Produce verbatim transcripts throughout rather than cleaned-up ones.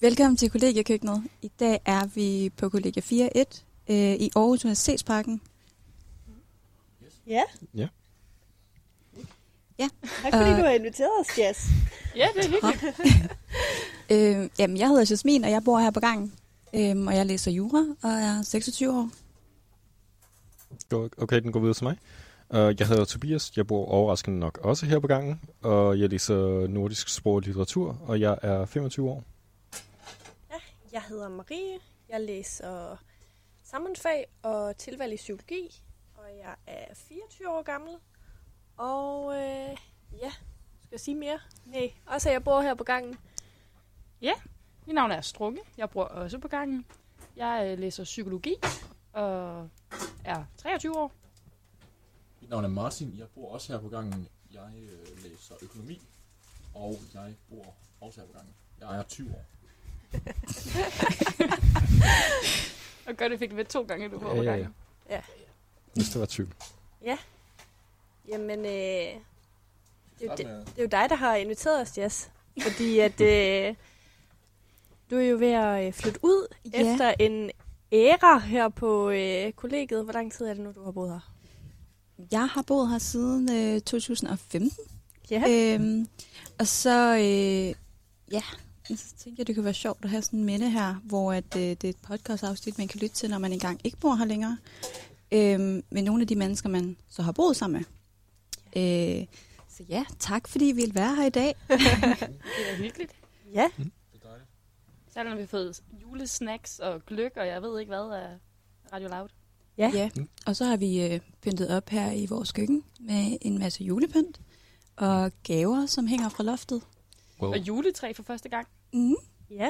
Velkommen til Kollegiekøkkenet. I dag er vi på Kollegie fire punktum et øh, i Aarhus Universitetsparken. Ja. Ja. Ja. Tak fordi uh, du har inviteret os, Jess. Ja, det er hyggeligt. øh, jamen, jeg hedder Jasmin, og jeg bor her på gangen. Øh, og jeg læser jura og er seksogtyve år. Okay, den går videre til mig. Uh, jeg hedder Tobias. Jeg bor overraskende nok også her på gangen. Og jeg læser nordisk sprog og litteratur, og jeg er femogtyve år. Ja, jeg hedder Marie. Jeg læser samfundsfag og tilvalg i psykologi. Og jeg er fireogtyve år gammel. Og øh, ja, skal jeg sige mere? Nej, også at jeg bor her på gangen. Ja, mit navn er Strukke. Jeg bor også på gangen. Jeg øh, læser psykologi og er treogtyve år. Mit navn er Martin. Jeg bor også her på gangen. Jeg øh, læser økonomi, og jeg bor også her på gangen. Jeg er tyve år. Og godt, det fik det med to gange, du bor Ja, på ja, gangen. Ja. ja. Hvis det var tvivl. Ja. Jamen, øh, det, er jo Start det, med- det er jo dig, der har inviteret os, Jess. Fordi at øh, du er jo ved at øh, flytte ud Ja. efter en æra her på øh, kollegiet. Hvor lang tid er det nu, du har boet her? Jeg har boet her siden øh, to tusind og femten. Ja. Øhm, og så, øh, ja, så tænker jeg, det kunne være sjovt at have sådan en minde her, hvor at, øh, det er et podcast-afsnit, man kan lytte til, når man engang ikke bor her længere. Øhm, med nogle af de mennesker, man så har boet sammen med. Øh, så ja, tak fordi I ville være her i dag. Det er hyggeligt. Ja. Det er dejligt. Så har vi fået julesnacks og gløgg, og jeg ved ikke hvad af Radio Loud. Ja. Ja, og så har vi øh, pyntet op her i vores køkken med en masse julepynt og gaver, som hænger fra loftet. Wow. Og juletræ for første gang. Mm. Ja.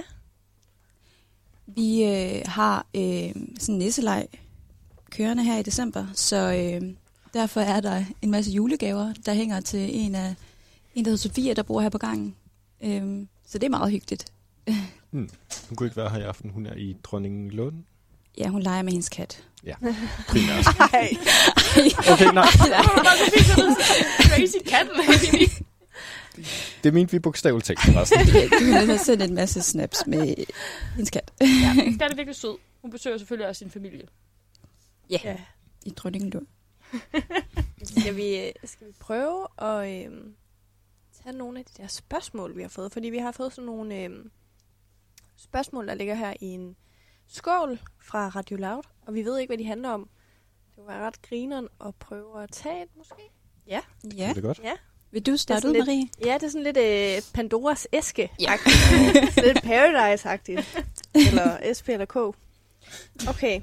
Vi øh, har øh, sådan en nisseleg kørende her i december, så øh, derfor er der en masse julegaver, der hænger til en af en, der hedder Sofia, der bor her på gangen. Øh, så det er meget hyggeligt. Mm. Hun kunne ikke være her i aften. Hun er i Dronninglund. Ja, hun leger med hendes kat. Ja, primært. Hej. Okay, nej. Crazy cat. Det mente vi bogstaveligt talt, forresten. Hun har sendt en masse snaps med hendes kat. Ja, det er det virkelig sød. Hun besøger selvfølgelig også sin familie. Ja, Ja. i Dronninglund. Skal vi, skal vi prøve at øh, tage nogle af de der spørgsmål, vi har fået? Fordi vi har fået sådan nogle øh, spørgsmål, der ligger her i en skål fra Radio Loud, og vi ved ikke, hvad de handler om. Det var ret grineren at prøve at tage et, måske? Ja. Ja, Er det godt? Ja, vil du starte Det er ud, sådan Marie? ja det er sådan lidt øh, Pandoras æske. Ja. Lidt Paradise-agtigt. Eller S P eller K. Okay.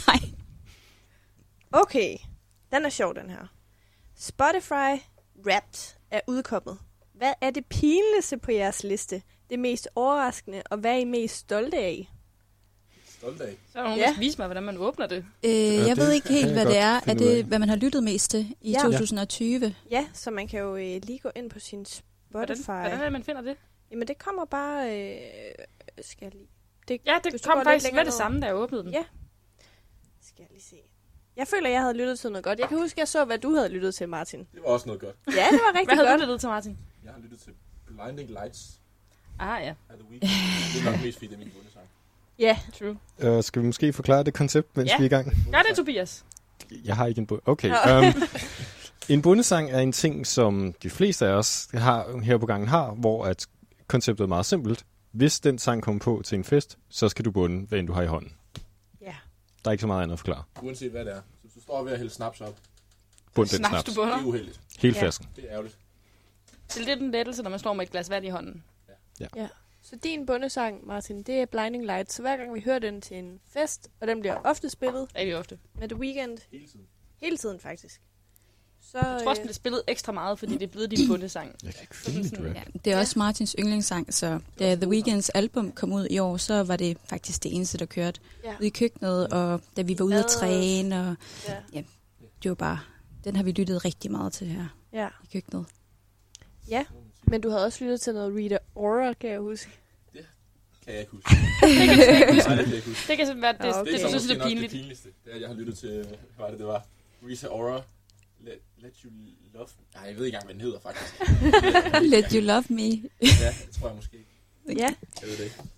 Okay. Den er sjov, den her. Spotify Wrapped er udkommet. Hvad er det pinligste på jeres liste? Det mest overraskende, og hvad er I mest stolte af? Stolt af. Så er der nogen, Ja. der skal vise mig, hvordan man åbner det. Øh, jeg det ved ikke kan helt, jeg hvad godt det er. Er finde ud det, af. hvad man har lyttet mest til i Ja. to tusind og tyve? Ja, så man kan jo øh, lige gå ind på sin Hvordan, Spotify. hvordan er det, man finder det? Jamen, det kommer bare... Øh, skal jeg lige... Det, Ja, Hvis det du kom går lidt faktisk længere med det ned. samme, da jeg åbnede den. Ja. Skal jeg lige se. Jeg føler, jeg havde lyttet til noget godt. Jeg kan huske, jeg så, hvad du havde lyttet til, Martin. Det var også noget godt. Ja, det var rigtig Hvad havde godt. du lyttet til, Martin? Jeg har lyttet til Blinding Lights Ah, ja. af The Weeknd. Det er nok mest fordi, det er min bundesang. Ja, True. Uh, skal vi måske forklare det koncept, mens Ja. vi er i gang? Gør det, Tobias. Jeg har ikke en bund. Okay. Um, en bundesang er en ting, som de fleste af os har, her på gangen har, hvor at konceptet er meget simpelt. Hvis den sang kommer på til en fest, så skal du bunde, hvad end du har i hånden. ja. Der er ikke så meget andet at forklare. Uanset hvad det er. Så hvis du står ved at hælde snaps op, Bund den Snaps, snaps. du det er bunder. uheldigt. Hele Ja. flasken. Det er ærgerligt. Det er lidt en lettelse, når man står med et glas vand i hånden. Så din bundesang, Martin, det er Blinding Lights. Så hver gang vi hører den til en fest, og den bliver ofte spillet Rigtig ofte. med The Weeknd, Hele tiden. hele tiden faktisk. Så, Jeg tror også, den øh, bliver spillet ekstra meget, fordi det er blevet din bundesang. Jeg kan ikke finde Sådan, det, Ja, det er også Martins yndlingssang, så da The Weeknds album kom ud i år, så var det faktisk det eneste, der kørte ja. ude i køkkenet, og da vi var ude at Hvad? træne, og Ja. det var bare, den har vi lyttet rigtig meget til her ja. i køkkenet. Ja, men du havde også lyttet til noget Rita Ora, kan jeg huske. Kan jeg ikke huske. Det kan jeg ikke huske. Nej, det kan jeg ikke huske. Det kan simpelthen være, det, Ja, okay. det, Det det, er jeg så synes, måske det er nok pinligt. det pinligste. Det er, at jeg har lyttet til, hvad var det, det var? Rita Ora. Let, let you love... Nej, jeg ved ikke engang, hvad den hedder, faktisk. Let you love me. Ja, det tror jeg måske. Ja, Jeg ved det ikke.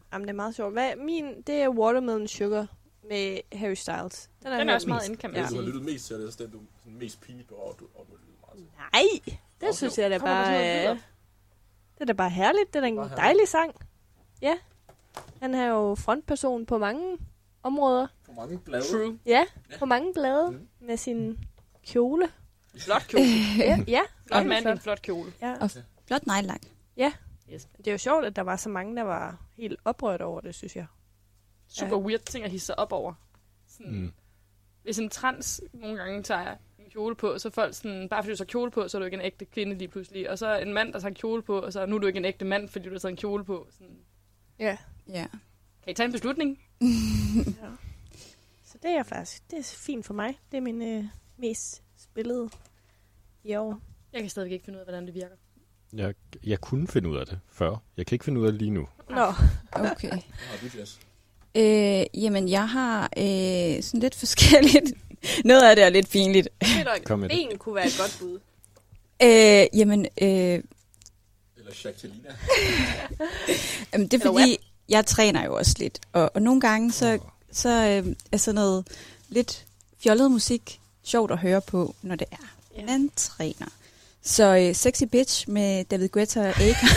Jamen, det er meget sjovt. Hvad, min, det er Watermelon Sugar med Harry Styles. Den er, Den er også meget mest. ind, kan man Ja. Ja. Du har sige. lyttet mest til, det er også den, du sådan mest pinligt på, og du, og du lyder meget til. Nej, det Okay. synes jeg da Kommer der bare... sådan noget lyd Øh, op? det er da bare herligt. Det er da en Bare herligt. dejlig sang. Ja. Han er jo frontperson på mange områder. For mange blade. True. Ja, Ja. på mange blade Mm. med sin kjole. Flot kjole. Ja, ja. Flot rigtig mand i flot. en flot kjole. Ja. Flot nejlak. Yes. Det er jo sjovt, at der var så mange, der var helt oprørt over det, synes jeg. Super weird ting at hisse sig op over. Sådan, Mm. Hvis en trans nogle gange tager en kjole på, så er folk sådan, bare fordi du tager kjole på, så er du ikke en ægte kvinde lige pludselig. Og så en mand, der tager en kjole på, og så nu er du ikke en ægte mand, fordi du har taget en kjole på. Sådan, Ja. Ja. kan I tage en beslutning? ja. Så det er faktisk det er fint for mig. Det er min øh, mest spillede i år. Jeg kan stadig ikke finde ud af, hvordan det virker. Jeg, jeg kunne finde ud af det før. Jeg kan ikke finde ud af det lige nu. Nå, Okay. Hvad har du, Jess? Øh, jamen, jeg har øh, sådan lidt forskelligt. Noget af det er lidt pinligt. Kom med det. ben kunne være et godt bud. Øh, jamen, øh, Eller Jacqueline? jamen, det er Eller fordi, jeg træner jo også lidt. Og, og nogle gange, så, så øh, er sådan noget lidt fjollet musik sjovt at høre på, når det er, Ja. man træner. Så øh, Sexy Bitch med David Guetta og Akon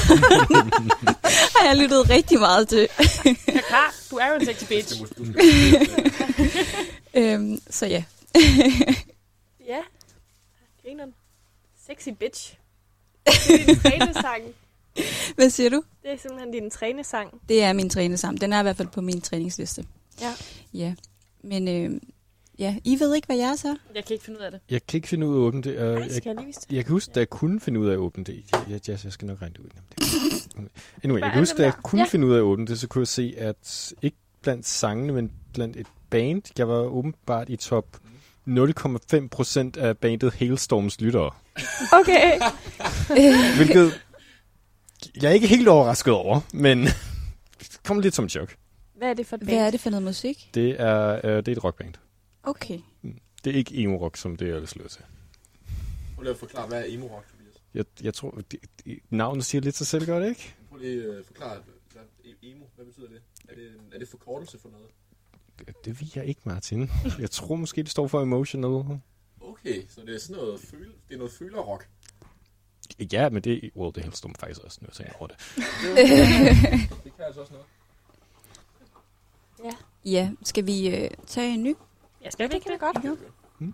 har jeg lyttet rigtig meget til. Jeg er klar. Du er jo en sexy bitch. Du skal, du skal, øhm, så ja. Ja. Grineren. Sexy bitch. Det er din trænesang. Hvad siger du? Det er simpelthen din trænesang. Det er min trænesam. Den er i hvert fald på min træningsliste. Ja. Ja. Men øh, ja, I ved ikke, hvad jeg er så? Jeg kan ikke finde ud af det. Jeg kan ikke finde ud af at åbne det. Og Ej, jeg, skal jeg lige vise det? jeg kan huske, da jeg kunne finde ud af at åbne det. Jeg, jeg, jeg skal nok regne det ud. Anyway, jeg Hvad kan er huske, det da jeg der? kunne Ja. finde ud af at åbne det, så kunne jeg se, at ikke blandt sangene, men blandt et band, jeg var åbenbart i top nul komma fem procent af bandet Hailstorms lyttere. Okay. Hvilket jeg er ikke helt overrasket over, men det kommer lidt som et chok. Hvad er det for et Hvad band? er det for noget musik? Det er, øh, det er et rockband. Okay. Det er ikke emo-rock, som det er slået til. prøv lige at forklare, hvad er emo-rock, Tobias? Jeg, jeg tror, det, det, navnet siger lidt sig selv godt, ikke? Prøv lige at forklare, hvad e- emo, hvad betyder det? Er det, er det forkortelse for noget? Det, det ved jeg ikke, Martin. Jeg tror måske, det står for emotional. Okay, så det er sådan noget føle, det er noget følerrock. Ja, men det, well, det helst faktisk også, når jeg tænker over det. Det kan altså også noget. Ja. Ja, skal vi øh, tage en ny? Jeg skal Det ikke kan det. da godt. Ja. Mm.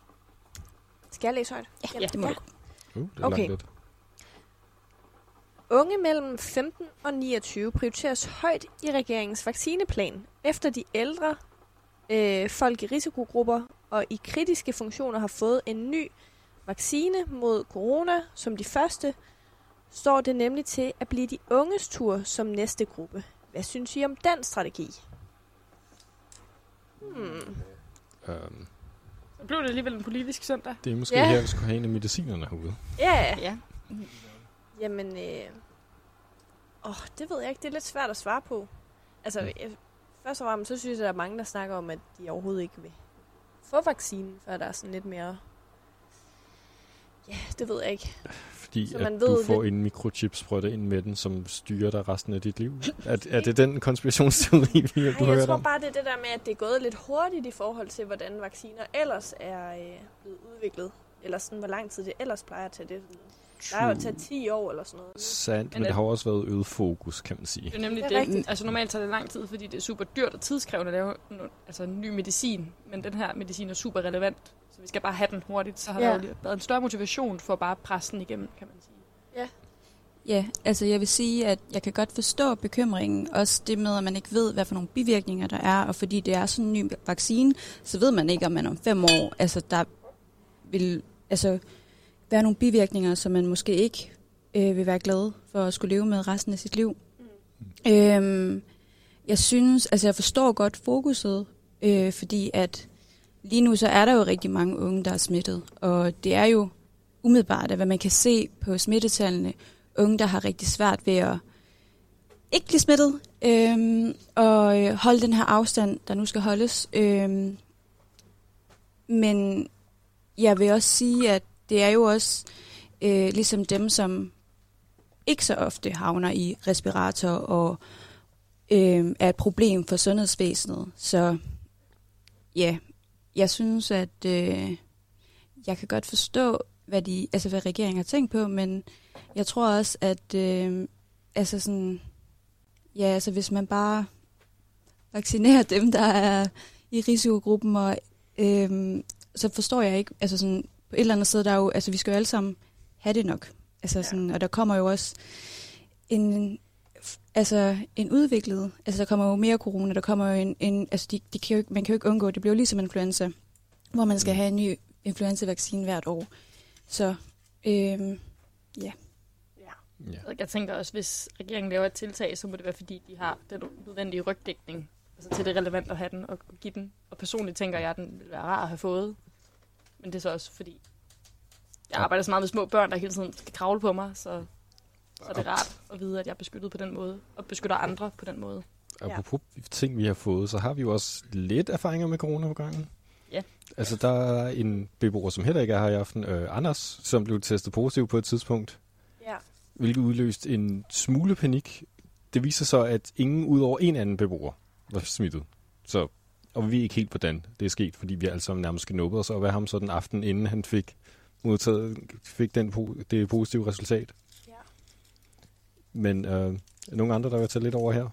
Skal jeg læse højt? Ja, det må du. Uh, det er Okay. langt lidt. Unge mellem femten og niogtyve prioriteres højt i regeringens vaccineplan, efter de ældre øh, folk i risikogrupper og i kritiske funktioner har fået en ny vaccine mod corona som de første, står det nemlig til at blive de unges tur som næste gruppe. Hvad synes I om den strategi? Hmm. Um, Så blev det alligevel en politisk søndag. det er måske Ja. her, vi skulle have en af medicinerne herude. Ja, Ja. jamen, øh... åh, det ved jeg ikke. Det er lidt svært at svare på. Altså, jeg, først og fremmest, så synes jeg, at der er mange, der snakker om, at de overhovedet ikke vil få vaccinen, før der er sådan lidt mere... Ja, det ved jeg ikke. Fordi Så at man du ved får lidt- en mikrochip sprøjtet ind med den, som styrer dig resten af dit liv. Er, er det den konspirationsteori, vi- du Ej, har jeg hørt tror om? bare, det er det der med, at det er gået lidt hurtigt i forhold til, hvordan vacciner ellers er øh, blevet udviklet. Eller sådan, hvor lang tid det ellers plejer at tage det. Det plejer jo at tage ti år eller sådan noget. Sandt, men Men der er- har også været øget fokus, kan man sige. Det er nemlig Det er det. rigtigt. Altså normalt tager det lang tid, fordi det er super dyrt og tidskrævende at lave no- altså, ny medicin. Men den her medicin er super relevant, så vi skal bare have den hurtigt. Så har Ja. der jo været en større motivation for at bare presse den igennem, kan man sige. Ja, altså jeg vil sige, at jeg kan godt forstå bekymringen. Også det med, at man ikke ved, hvad for nogle bivirkninger der er. Og fordi det er sådan en ny vaccine, så ved man ikke, om man om fem år, altså der vil altså, være nogle bivirkninger, som man måske ikke øh, vil være glad for at skulle leve med resten af sit liv. Mm. Øhm, jeg synes, altså jeg forstår godt fokuset, øh, fordi at lige nu så er der jo rigtig mange unge, der er smittet. Og det er jo umiddelbart, at hvad man kan se på smittetallene, unge, der har rigtig svært ved at ikke blive smittet, øhm, og øh, holde den her afstand, der nu skal holdes. Øhm, men jeg vil også sige, at det er jo også øh, ligesom dem, som ikke så ofte havner i respirator og øh, er et problem for sundhedsvæsenet. Så ja, jeg synes, at øh, jeg kan godt forstå, hvad, de, altså, hvad regeringen har tænkt på, men jeg tror også, at øh, altså sådan, ja, altså, hvis man bare vaccinerer dem, der er i risikogruppen, og, øh, så forstår jeg ikke, altså sådan, på et eller andet sted, der er jo, altså vi skal jo alle sammen have det nok. Altså sådan, og der kommer jo også en, altså en udviklet, altså der kommer jo mere corona, der kommer jo en, en altså de, de kan jo ikke, man kan jo ikke undgå, det bliver jo ligesom influenza, hvor man skal have en ny influenza-vaccine hvert år. Så, øhm, ja. Ja. Jeg tænker også, hvis regeringen laver et tiltag, så må det være, fordi de har den nødvendige rygdækning, altså til det er relevant at have den og give den. Og personligt tænker jeg, at den vil være rar at have fået. Men det er så også fordi, jeg arbejder så meget med små børn, der hele tiden skal kravle på mig, så, så er det rart at vide, at jeg er beskyttet på den måde, og beskytter andre på den måde. Apropos ting, vi har fået, så har vi jo også lidt erfaringer med corona på gangen. Ja. Altså, der er en beboer, som heller ikke er her i aften, øh, Anders, som blev testet positiv på et tidspunkt, Ja. hvilket udløste en smule panik. Det viser så, at ingen ud over en anden beboer var smittet. Så, og vi ved ikke helt, hvordan det er sket, fordi vi alle sammen nærmest knuppede os og var ham så den aften, inden han fik modtaget, fik den, det positive resultat. Ja. Men øh, nogle andre, der vil tage lidt over her?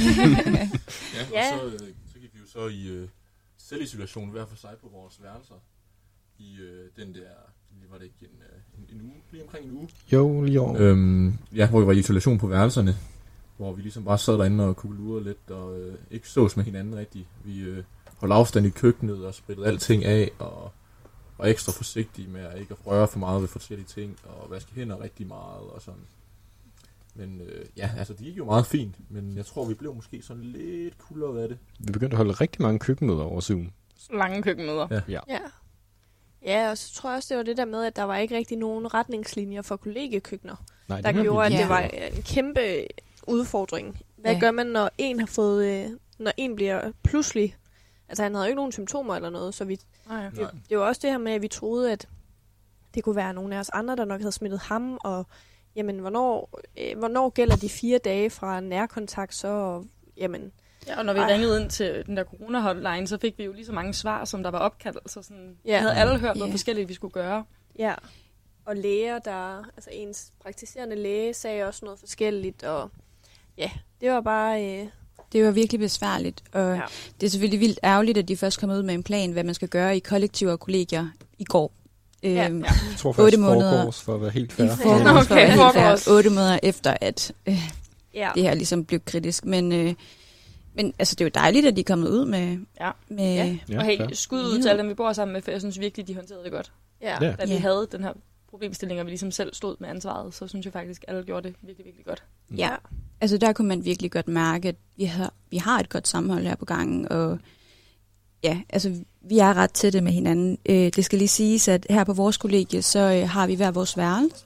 Ja, Ja. og så, øh, så gik vi jo så i øh, selvisolation hver for sig på vores værelser. I øh, den der, var det ikke en, øh, en, en uge, lige omkring en uge. Jo, lige over. Øhm, ja, hvor vi var i isolation på værelserne. Hvor vi ligesom bare sad derinde og kuglurede lidt og øh, ikke sås med hinanden rigtigt. Vi øh, holdt afstand i køkkenet og sprittede alting af og var ekstra forsigtige med at ikke at røre for meget ved forskellige ting og vaske hænder rigtig meget og sådan. Men øh, ja, altså det gik jo meget fint, men jeg tror, vi blev måske sådan lidt kuldere af det. Vi begyndte at holde rigtig mange køkkenmøder over Zoom. Lange køkkenmøder. Ja. Ja. Ja, og så tror jeg også, det var det der med, at der var ikke rigtig nogen retningslinjer for kollegekøkkener, Nej, der det gjorde, at Ja. det var en kæmpe udfordring. Hvad Ja. gør man, når en har fået, øh, når en bliver pludselig, altså han havde jo ikke nogen symptomer eller noget, så vi, Nej. Nej. det, det var også det her med, at vi troede, at det kunne være nogle af os andre, der nok havde smittet ham, og jamen, hvornår, øh, hvornår gælder de fire dage fra nærkontakt, så, jamen, Ja, og når vi Ej. ringede ind til den der corona-hotline, så fik vi jo lige så mange svar, som der var opkaldt. Så sådan, Ja. ja. havde alle hørt, hvad Ja. forskelligt vi skulle gøre. ja. Og læger, der, altså ens praktiserende læge, sagde også noget forskelligt, og ja, det var bare, øh, Det var virkelig besværligt, og Ja. ja. det er selvfølgelig vildt ærgerligt, at de først kom ud med en plan, hvad man skal gøre i kollektiver og kollegier i går. Ja. Øhm, Ja. Jeg tror Otte faktisk måneder. foregårs, for at være helt I fair. forgårs, Okay, okay, helt forgårs. fair, otte måneder efter, at øh, ja. det her ligesom blev kritisk. Men, øh, men altså, det er jo dejligt, at de er kommet ud med... Ja. med Ja. Ja, Og hey, fair. skud ud til alle dem, vi bor sammen med, for jeg synes virkelig, de håndterede det godt. Ja. Ja. Da vi Ja. havde den her problemstilling, og vi ligesom selv stod med ansvaret, så synes jeg faktisk, at alle gjorde det virkelig, virkelig godt. Ja, altså der kunne man virkelig godt mærke, at vi har, vi har et godt sammenhold her på gangen, og ja, altså vi er ret tætte med hinanden. Øh, det skal lige siges, at her på vores kollegie, så øh, har vi hver vores værelse,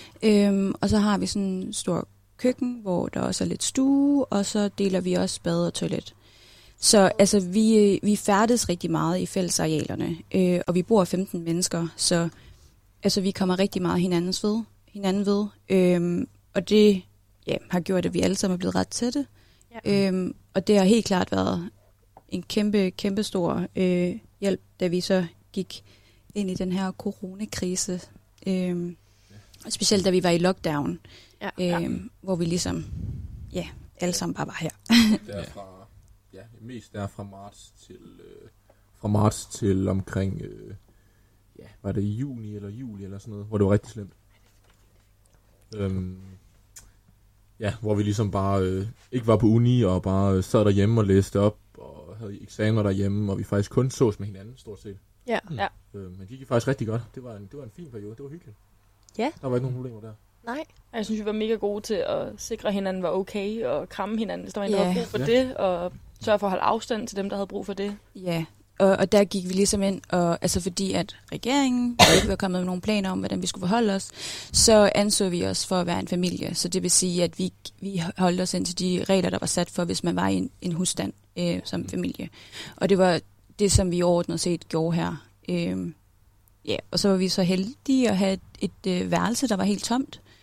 øhm, og så har vi sådan en stor køkken, hvor der også er lidt stue, og så deler vi også bad og toilet. Så altså, vi, øh, vi færdes rigtig meget i fællesarealerne, øh, og vi bor femten mennesker, så altså, vi kommer rigtig meget hinandens ved, hinanden ved, øhm, og det ja, har gjort, at vi alle sammen er blevet ret tætte. Ja. Øhm, og det har helt klart været en kæmpe, kæmpe stor øh, hjælp, da vi så gik ind i den her coronakrise. Øhm, og specielt da vi var i lockdown, Ja. øhm, hvor vi ligesom, ja, alle sammen bare var her. Der er fra, ja, mest der fra marts til, øh, fra marts til omkring, øh, ja, var det i juni eller juli eller sådan noget, hvor det var rigtig slemt. Øhm, ja, hvor vi ligesom bare øh, ikke var på uni og bare øh, sad derhjemme og læste op og havde eksamener derhjemme, og vi faktisk kun sås med hinanden, stort set. Ja. Ja. Øh, men det gik faktisk rigtig godt. Det var en, det var en fin periode. Det var hyggeligt. Ja. Der var ikke nogen problemer der. Nej. Og jeg synes, vi var mega gode til at sikre, at hinanden var okay, og kramme hinanden, hvis der var en, der Ja. havde brug for Ja. det, og sørge for at holde afstand til dem, der havde brug for det. Ja, og, og der gik vi ligesom ind, og, altså fordi at regeringen ikke var kommet med nogle planer om, hvordan vi skulle forholde os, så anså vi os for at være en familie. Så det vil sige, at vi, vi holdt os ind til de regler, der var sat for, hvis man var i en, en husstand øh, som familie. Og det var det, som vi overordnet set gjorde her. Øh, ja, og så var vi så heldige at have et, et øh, værelse, der var helt tomt.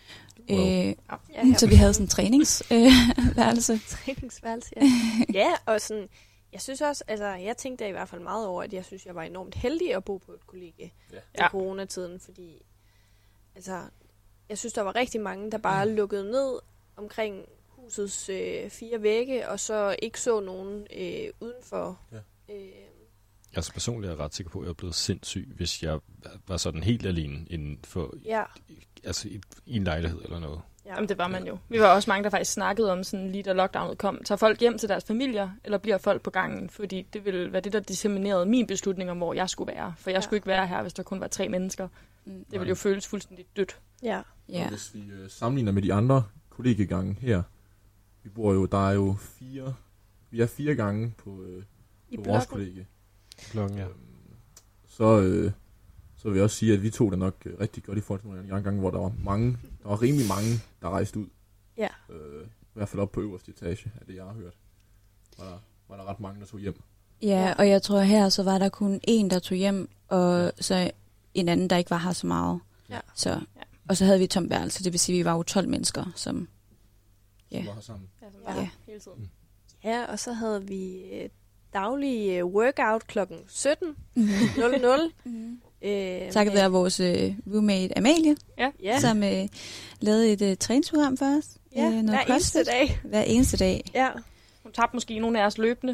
Wow. Øh, Ja, ja. så vi havde sådan en træningsværelse. Øh, Træningsværelse, ja. Ja, og sådan, jeg synes også, altså, jeg tænkte i hvert fald meget over, at jeg synes, jeg var enormt heldig at bo på et kollegie Ja. i Ja. coronatiden, fordi, altså, jeg synes, der var rigtig mange, der bare lukkede ned omkring husets øh, fire vægge, og så ikke så nogen øh, udenfor. Ja. Øh, Altså personligt er jeg ret sikker på, at jeg er blevet sindssyg, hvis jeg var sådan helt alene inden for, ja, altså i, i en lejlighed eller noget. ja. Jamen, det var man jo. Vi var også mange, der faktisk snakkede om, sådan lige da lockdownet kom, tager folk hjem til deres familier, eller bliver folk på gangen? Fordi det ville være det, der disseminerede min beslutning om, hvor jeg skulle være. For jeg Ja. skulle ikke være her, hvis der kun var tre mennesker. Mm. Det ville jo føles fuldstændig dødt. ja. Ja. Og hvis vi øh, sammenligner med de andre kollegiegange her, vi bor jo, der er jo fire, vi er fire gange på, øh, I på vores blokken. kollegie. Klokken, ja. Øhm, så, øh, så vil jeg også sige, at vi tog det nok øh, rigtig godt i forhold til nogle andre gange, hvor der var mange, der var rimelig mange, der rejste ud. Ja. Øh, I hvert fald op på øverste etage, af det jeg har hørt. Var der, var der ret mange, der tog hjem. Ja, og jeg tror her, så var der kun en, der tog hjem, og Ja. så en anden, der ikke var her så meget. Ja. Så, og så havde vi et tomt værelse, det vil sige, at vi var jo tolv mennesker, som... Ja. Som var her sammen. Ja, som Ja. var hele tiden. Ja, og så havde vi øh, daglig øh, workout klokken sytten Mhm. nul nul. Mhm. øh, Takket være vores øh, roommate Amalie, Ja, ja. som øh, lavede et øh, træningsprogram for os. ja Øh, noget hver eneste CrossFit. dag. Hver eneste dag. Ja. Hun tabte måske nogle af os løbende.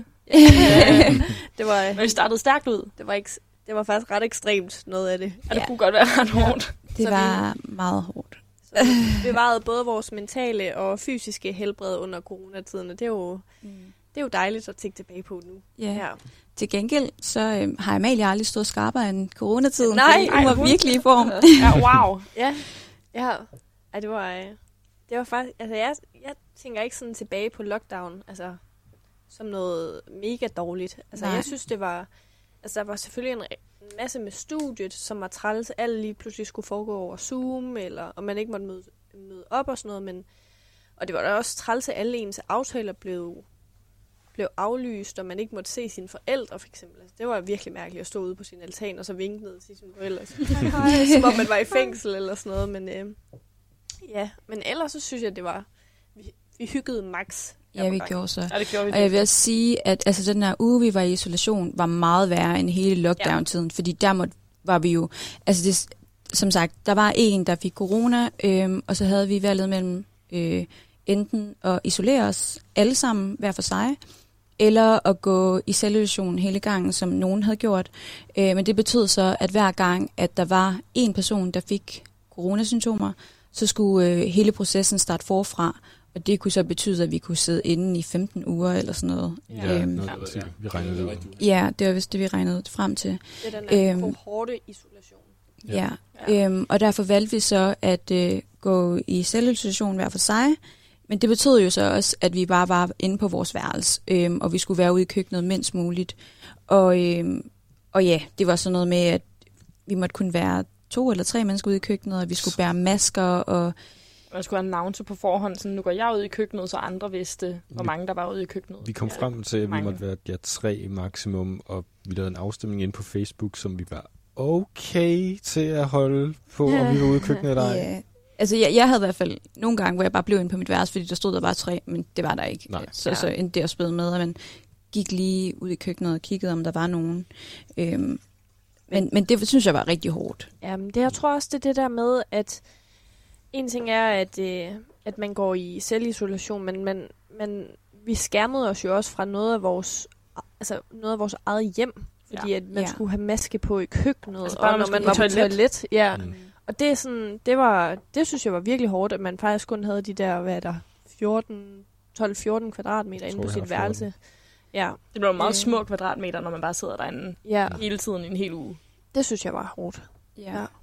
det, var, Men vi startede stærkt ud. det, var ikke, det var faktisk ret ekstremt, noget af det. Og det Ja. kunne godt være ret hårdt. Det Så var meget hårdt. Så vi bevarede både vores mentale og fysiske helbred under coronatiden, og det er jo, det er jo dejligt at tænke tilbage på nu. Ja. Ja. Til gengæld, så øh, har Amalie aldrig stået skarpere end coronatiden. Nej, fordi hun ej, var hun- virkelig i form. Ja, wow. Ja, ja. Ej, det var, øh, det var faktisk, altså jeg, jeg tænker ikke sådan tilbage på lockdown, altså som noget mega dårligt. Altså Nej. jeg synes, det var, altså der var selvfølgelig en, en masse med studiet, som var træls, alle lige pludselig skulle foregå over Zoom, eller og man ikke måtte møde, møde op og sådan noget, men, og det var da også træls, at alle ens aftaler blev, blev aflyst, og man ikke måtte se sine forældre, for eksempel. Altså, det var virkelig mærkeligt at stå ude på sin altan, og så vinke ned til sine forældre, og sige, hej, hej, som om man var i fængsel, eller sådan noget, men øh, ja, men ellers så synes jeg, det var, vi, vi hyggede max. Ja, vi gjorde så. Ja, det gjorde vi. Og jeg vil også sige, at altså, den her uge, vi var i isolation, var meget værre end hele lockdown-tiden, fordi der måtte, var vi jo... Altså, det, som sagt, der var en, der fik corona, øhm, og så havde vi valget mellem øh, enten at isolere os alle sammen hver for sig, eller at gå i selvisolation hele gangen, som nogen havde gjort. Øh, men det betød så, at hver gang, at der var en person, der fik coronasymptomer, så skulle øh, hele processen starte forfra. Og det kunne så betyde, at vi kunne sidde inde i femten uger eller sådan noget. Ja, Øhm, noget, der, ja, vi regnede det ud. Ja, det var vist det, vi regnede frem til. Det er den der Øhm. kohorte isolation. Ja, Ja. Øhm, og derfor valgte vi så at øh, gå i selvisolation hver for sig. Men det betød jo så også, at vi bare var inde på vores værelse, øhm, og vi skulle være ude i køkkenet mindst muligt. Og, øhm, og ja, det var sådan noget med, at vi måtte kun være to eller tre mennesker ude i køkkenet, og vi skulle bære masker, og Man skulle have en navn på forhånd, så nu går jeg ud i køkkenet, så andre vidste, hvor mange der var ude i køkkenet. Vi kom frem til, at vi Mange. måtte være ja, tre maksimum, og vi lavede en afstemning ind på Facebook, som vi var okay til at holde på, om vi var ude i køkkenet eller ej. ja. Altså, jeg, jeg havde i hvert fald nogle gange, hvor jeg bare blev inde på mit værelse, fordi der stod der bare tre, men det var der ikke. Nej. Så, Ja. så endte det at spille med, og man gik lige ud i køkkenet og kiggede, om der var nogen. Øhm, men, men det synes jeg var rigtig hårdt. Jamen, det jeg tror også, det er det der med, at en ting er, at, øh, at man går i selvisolation, men man, man, vi skærmede os jo også fra noget af vores, altså noget af vores eget hjem, fordi Ja. at man Ja. skulle have maske på i køkkenet, Altså altså bare, og når når man man var skulle på på toilet. toilet. Ja. Mm. Og det er sådan, det var, det synes jeg var virkelig hårdt, at man faktisk kun havde de der, hvad er der, fjorten, tolv fjorten kvadratmeter inde tror, på jeg sit har fjorten. værelse. Ja, Det blev meget Øh. små kvadratmeter, når man bare sidder derinde ja, hele tiden i en hel uge. det synes jeg var hårdt. Ja. Ja.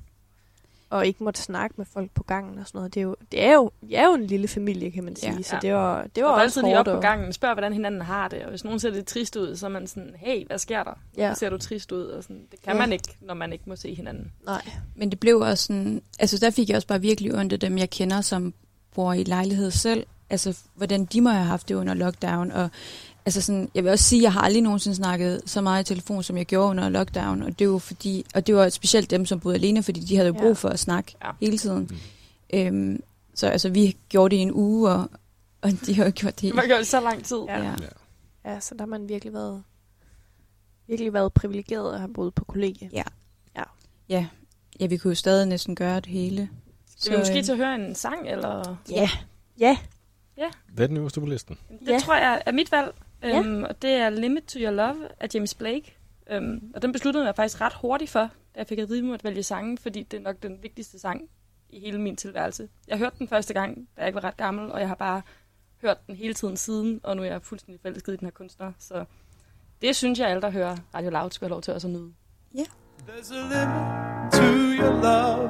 Og ikke måtte snakke med folk på gangen og sådan noget. Det er jo, det er jo, vi er jo en lille familie, kan man sige. Ja. Så Ja. det var, det var Og også altid lige op hårdt. på og- gangen, spørg, hvordan hinanden har det. Og hvis nogen ser lidt trist ud, så er man sådan, hey, hvad sker der? Ja. Så ser du trist ud. Og sådan, det kan Ja. man ikke, når man ikke må se hinanden. Nej. Men det blev også sådan, altså der fik jeg også bare virkelig ondt af dem, jeg kender, som bor i lejlighed selv. Altså, hvordan de må have haft det under lockdown. Og altså sådan, jeg vil også sige, at jeg har aldrig nogensinde snakket så meget i telefon, som jeg gjorde under lockdown. Og det var fordi, og det var specielt dem, som boede alene, fordi de havde jo Ja. brug for at snakke Ja. hele tiden. Mm. Øhm, Så altså, vi gjorde det i en uge, og, og de har jo gjort det. Det var gjort så lang tid. Ja. Ja. Ja, så der har man virkelig været, virkelig været privilegeret at have boet på kollegie. Ja. Ja. Ja, vi kunne jo stadig næsten gøre det hele. Skal vi måske øh, til at høre en sang, eller? Ja. Ja. Hvad er den øverste på listen? Det Ja. tror jeg er mit valg. Ja. Um, og det er Limit to Your Love af James Blake. Um, og den besluttede jeg faktisk ret hurtigt for, da jeg fik at vide, at vælge sangen, fordi det er nok den vigtigste sang i hele min tilværelse. Jeg hørte den første gang, da jeg ikke var ret gammel, og jeg har bare hørt den hele tiden siden, og nu er jeg fuldstændig forelsket i den her kunstner. Så det synes jeg, alle, der hører Radio Loud, skal have lov til også at nyde. There's a limit to your love.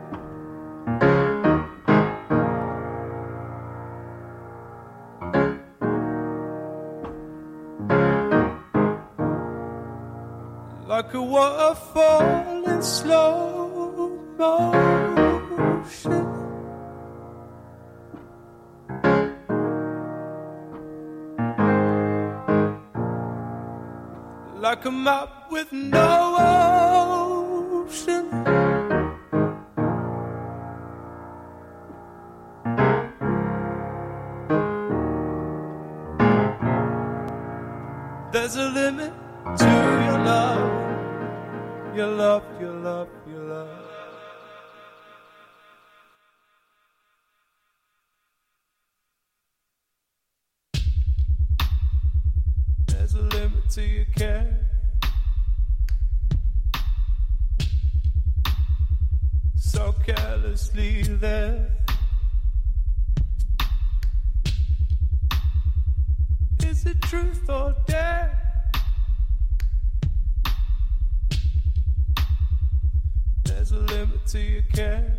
Like a waterfall in slow motion. Like a map with no ocean. There's a limit to your love. Your love, your love, your love. There's a limit to your care. So carelessly there. Is it truth or dare? There's a limit to your care.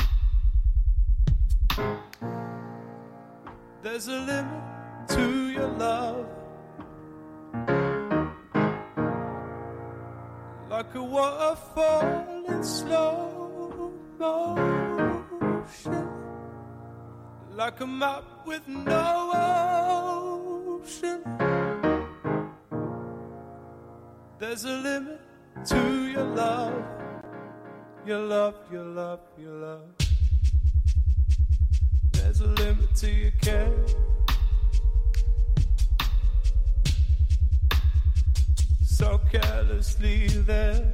There's a limit to your love. Like a waterfall in slow motion. Like a map with no ocean. There's a limit to your love. Your love, your love, your love. There's a limit to your care. So carelessly there.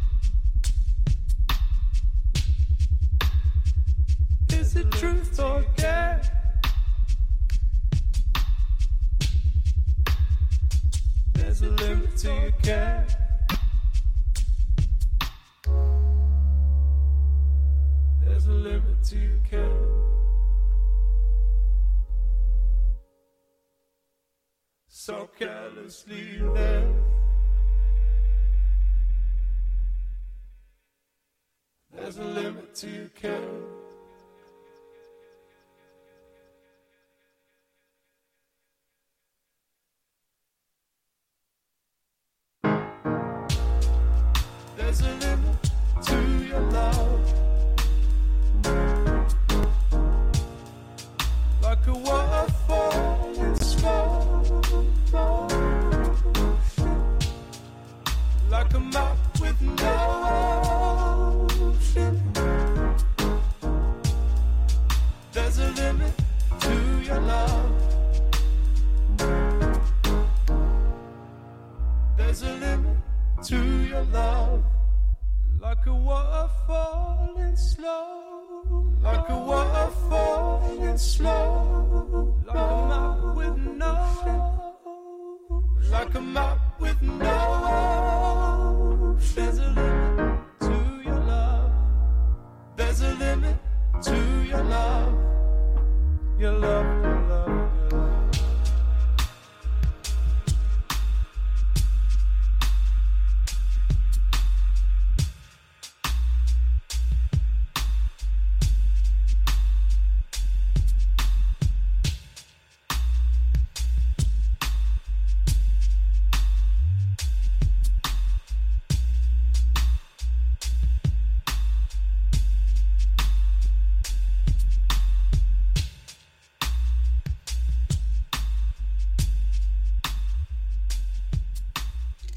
Is it truth or dare? There's a limit to your care. There's a limit to your care. So carelessly there. There's a limit to your care. There's a limit to your love. Like a waterfall in slow motion. Like a map with no ocean. There's a limit to your love. There's a limit to your love. Like a waterfall in slow. Like a waterfall in slow. Like a map with no. Like a map with no. There's a limit to your love. There's a limit to your love. Your love, your love, your love.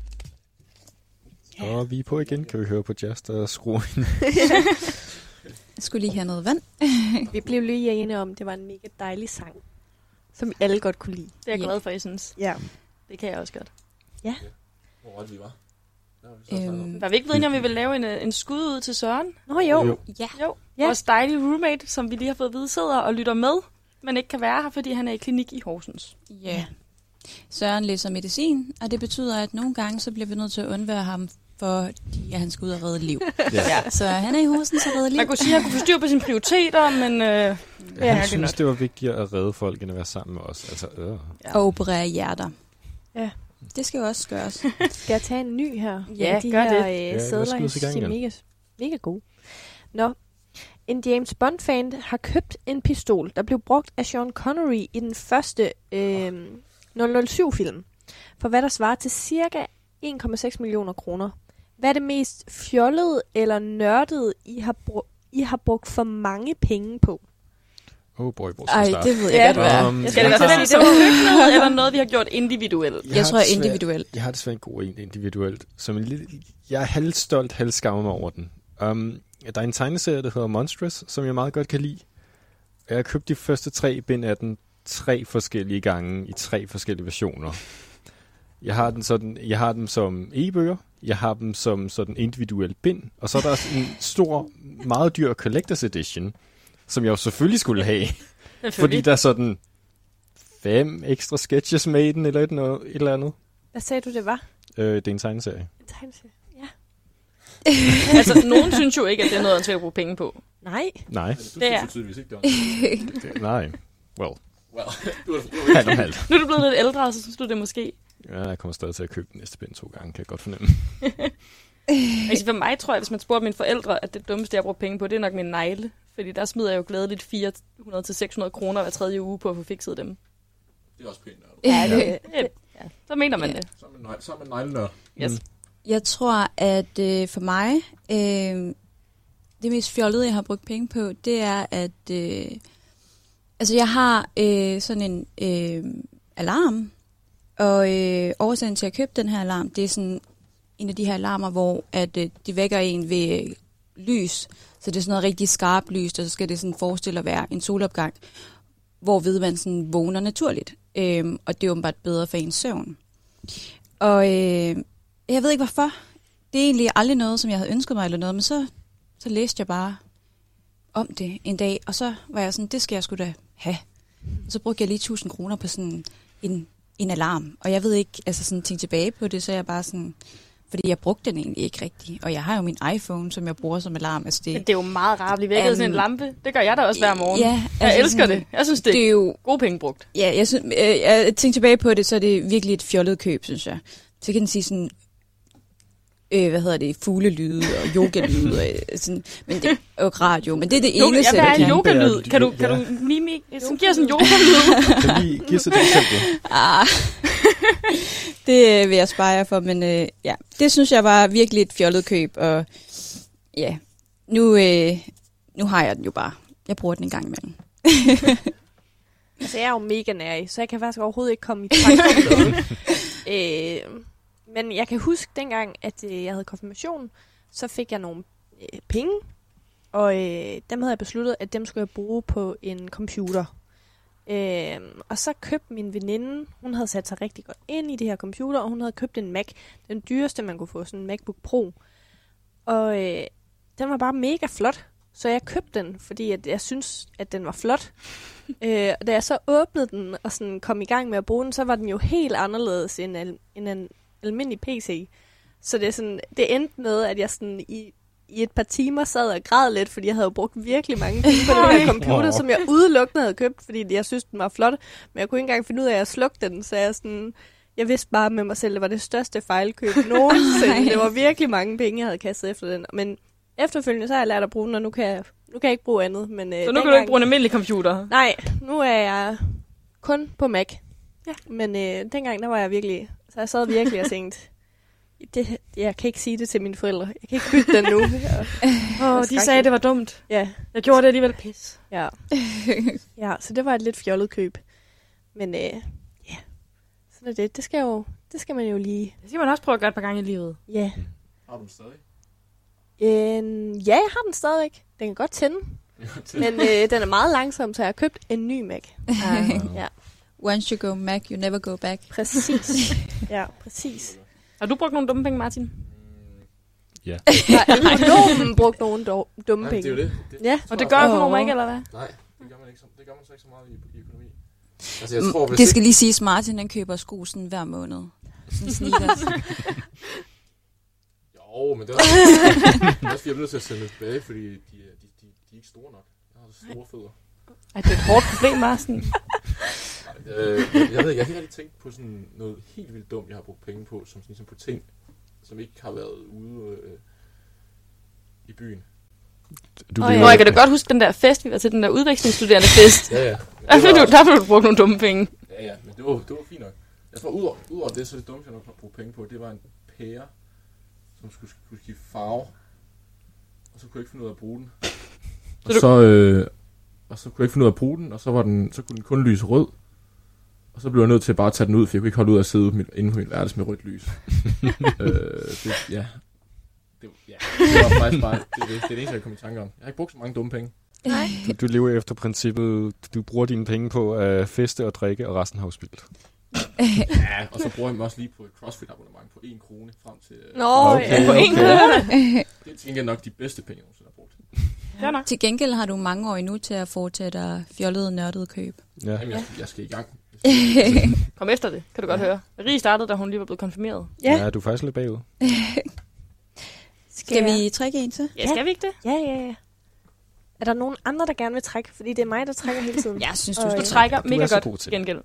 Og vi er på igen. Kan vi høre på jazz, der skruer ind? Jeg skulle lige have noget vand. Vi blev lige enige om, det var en mega dejlig sang, som vi alle godt kunne lide. Det er jeg Ja. glad for, I synes. Ja. Det kan jeg også godt. Hvor var det, vi var? Der var vi så snakket om. Øhm, Var vi ikke blevet enige om, vi vil lave en, øh, en skud ud til Søren? Nå jo. Jo. ja. Jo. Ja. Ja. Vores dejlige roommate, som vi lige har fået at vide, sidder og lytter med, men ikke kan være her, fordi han er i klinik i Horsens. Ja. Søren læser medicin, og det betyder, at nogle gange så bliver vi nødt til at undvære ham, fordi at han skal ud og redde liv. Ja. Så han er i Horsens og redder liv. Man kunne sige, at han kunne få styr på sine prioriteter, men øh, Ja, det han synes, nok. det var vigtigere at redde folk, end at være sammen med os. Altså, øh. Og operere hjerter. Ja. Det skal jo også gøres. Skal jeg tage en ny her? Ja, de gør her, det. Øh, Ja, lad os sædler, skyde jeg os i gang synes, de er igen. mega, mega gode. Nå. En James Bond-fan har købt en pistol, der blev brugt af Sean Connery i den første øh, nul nul syv-film, for hvad der svarer til cirka en komma seks millioner kroner. Hvad er det mest fjollede eller nørdede, I har, br- I har brugt for mange penge på? Oh boy, hvor skal Ej, jeg starte? det ved jeg Ja. godt, hvad er. Um, Jeg skal det Jeg være har- den som køkkenet, eller noget, vi har gjort individuelt? Jeg tror, har jeg er desværre- individuelt. Jeg har desværre en god en individuelt. Som en lille, jeg er halvt stolt, halvt skammer mig over den. Um, der er en tegneserie, der hedder Monstrous, som jeg meget godt kan lide. Jeg har købt de første tre bind af den tre forskellige gange i tre forskellige versioner. Jeg har den sådan, jeg har dem som e-bøger, jeg har dem som sådan individuel bind, og så er der også en stor, meget dyr collector's edition, som jeg jo selvfølgelig skulle have, fordi der er sådan fem ekstra sketches med i den, eller et, noget, et eller andet. Hvad sagde du, det var? Øh, det er en tegneserie. En tegneserie. Ja. Altså, nogen synes jo ikke, at det er noget, han skal bruge penge på. Nej. Nej, Du Det er- synes tydeligvis ikke, det var det, nej. Well, well, du er, du er halvt om halvt. Nu er du blevet lidt ældre, og så synes du det måske. Ja, jeg kommer stadig til at købe den næste bind to gange, kan jeg godt fornemme. Altså for mig tror jeg, hvis man spurgte mine forældre, at det dummeste, jeg bruger penge på, det er nok min negle. Fordi der smider jeg jo glædeligt fire hundrede til seks hundrede kroner hver tredje uge på at få fikset dem. Det er også pænt, nørd. Ja, det, Ja, ja. Så mener man Ja. det. Så er man, nej, så er man neglnørd. Yes. Mm. Jeg tror, at øh, for mig, øh, det mest fjollede, jeg har brugt penge på, det er, at øh, altså jeg har øh, sådan en øh, alarm, og øh, årsagen til at købe den her alarm, det er sådan en af de her alarmer, hvor at, øh, de vækker en ved øh, lys, så det er sådan noget rigtig skarpt lys, og så skal det sådan forestille at være en solopgang, hvorved man sådan vågner naturligt, øh, og det er åbenbart bedre for ens søvn. Og øh, jeg ved ikke hvorfor. Det er egentlig aldrig noget, som jeg havde ønsket mig eller noget, men så, så læste jeg bare om det en dag, og så var jeg sådan, det skal jeg sgu da have. Og så brugte jeg lige tusind kroner på sådan en, en alarm, og jeg ved ikke, altså sådan tænke tilbage på det, så er jeg bare sådan, fordi jeg brugte den egentlig ikke rigtigt, og jeg har jo min iPhone, som jeg bruger som alarm. Altså det, Men det er jo meget rart at blive vækket af sådan en Um, lampe. Det gør jeg da også hver morgen. Ja, Jeg elsker det. Jeg synes, det Det er er jo, gode penge brugt. ja, jeg, synes, øh, jeg tænker tilbage på det, så er det virkelig et fjollet køb, synes jeg. Så kan den sige sådan, øh, hvad hedder det, fuglelyde og yogalyde, og øh, sådan, men det er jo radio, men det er det Jo, eneste, ja, hvad er jeg en kan. yogalyd? Kan du, kan Ja. du mimi? Som giver sådan en yogalyd. Kan vi give os et eksempel? Ah, det øh, vil jeg spare jer for, men øh, ja, det synes jeg var virkelig et fjollet køb, og ja, nu, øh, nu har jeg den jo bare. Jeg bruger den en gang imellem. Altså, jeg er jo mega nær i, så jeg kan faktisk overhovedet ikke komme i tanke om noget. øh, men jeg kan huske dengang, at øh, jeg havde konfirmation, så fik jeg nogle øh, penge, og øh, dem havde jeg besluttet, at dem skulle jeg bruge på en computer. Øh, og så købte min veninde, hun havde sat sig rigtig godt ind i det her computer, og hun havde købt en Mac, den dyreste man kunne få, sådan en MacBook Pro. Og øh, den var bare mega flot. Så jeg købte den, fordi at jeg synes, at den var flot. øh, og da jeg så åbnede den og sådan kom i gang med at bruge den, så var den jo helt anderledes end, al- end en almindelig P C. Så det, er sådan, det endte med, at jeg sådan i, i et par timer sad og græd lidt, fordi jeg havde brugt virkelig mange penge på den her computer, som jeg udelukkende havde købt, fordi jeg synes, den var flot. Men jeg kunne ikke engang finde ud af at slukke den, så jeg sådan... Jeg vidste bare med mig selv, at det var det største fejlkøb nogensinde. Det var virkelig mange penge, jeg havde kastet efter den. Men efterfølgende så har jeg lært at bruge den, og nu kan jeg, nu kan jeg ikke bruge andet. Men, øh, Så nu kan du ikke bruge en almindelig computer. Nej, nu er jeg kun på Mac. Ja. Men øh, dengang, der var jeg virkelig... Så jeg sad virkelig og tænkte, det, jeg kan ikke sige det til mine forældre. Jeg kan ikke bytte den nu. Åh, oh, de sagde, det var dumt. Ja, Jeg gjorde det alligevel pis. ja. ja, så det var et lidt fjollet køb. Men øh, ja, sådan er det. Det skal, jo, det skal man jo lige... Det skal man også prøve at gøre et par gange i livet. Ja, Har du den stadig? Øh, ja, jeg har den stadigvæk. Den kan godt tænde. Men øh, den er meget langsom, så jeg har købt en ny Mac. Uh, ja. Once you go Mac, you never go back. Præcis. Ja, præcis. Har du brugt nogle dumme penge, Martin? Ja. Har økonomen brugt nogle do- dumme Nej, penge? det er jo det. det Ja. Og det gør økonomer ikke, eller hvad? Nej, det gør man ikke så, det gør man så ikke så meget i, i økonomi. Altså, jeg tror, hvis Det skal lige siges, Martin han køber sko sådan hver måned. Sådan sneakers. Jo, men det er også, det er også fordi, jeg er nødt til at sende det tilbage, fordi de, er- de, de, de er ikke store nok. Jeg har så store fødder. Ej, det er et hårdt problem, Martin. Nej, øh, jeg, jeg ved ikke, jeg har ikke rigtig tænkt på sådan noget helt vildt dumt, jeg har brugt penge på, som ligesom på ting, som ikke har været ude øh, i byen. Du Og lever- jeg kan da godt huske den der fest, vi var til, den der udvekslingsstuderende fest. Ja, ja. Men Der det fik du, var, der fik du brugt nogle dumme penge. ja, ja, men det var, det var fint nok. Jeg tror, udover, udover det, så det dumt, jeg nok har brugt penge på, det var en pære, som skulle, skulle skifte farve. Og så kunne jeg ikke finde ud af at bruge den. Og Så så, øh, og så kunne jeg ikke finde ud af at bruge den, og så, var den, så kunne den kun lyse rød. Og så blev jeg nødt til at bare tage den ud, for jeg kunne ikke holde ud at sidde ude mit- inde på min værelse med rødt lys. øh, det, ja. Det, ja. Det var faktisk bare, det, det, det er det eneste, jeg kom i tanke om. Jeg har ikke brugt så mange dumme penge. Nej. Du, du lever efter princippet, du bruger dine penge på at feste og drikke, og resten har jo spildt. Ja, og så bruger jeg dem også lige på et CrossFit-abonnement på en krone frem til... Nå, Okay, ja. På en krone. Det tænker jeg nok de bedste penge, jeg nogensinde har brugt. Ja, nok. Til gengæld har du mange år endnu til at foretage dig fjollede, nørdede køb. Ja. Jamen, jeg, jeg skal i gang. Kom efter det, kan du godt høre. Rie startede, da hun lige var blevet konfirmeret. Ja. ja, du er faktisk lidt bagud. Skal vi trække en til? Ja, skal vi ikke det? Ja, ja, ja. Er der nogen andre, der gerne vil trække? Fordi det er mig, der trækker hele tiden. Jeg synes, du Og, skal Du øh, trækker Du mega er så godt god til til gengæld.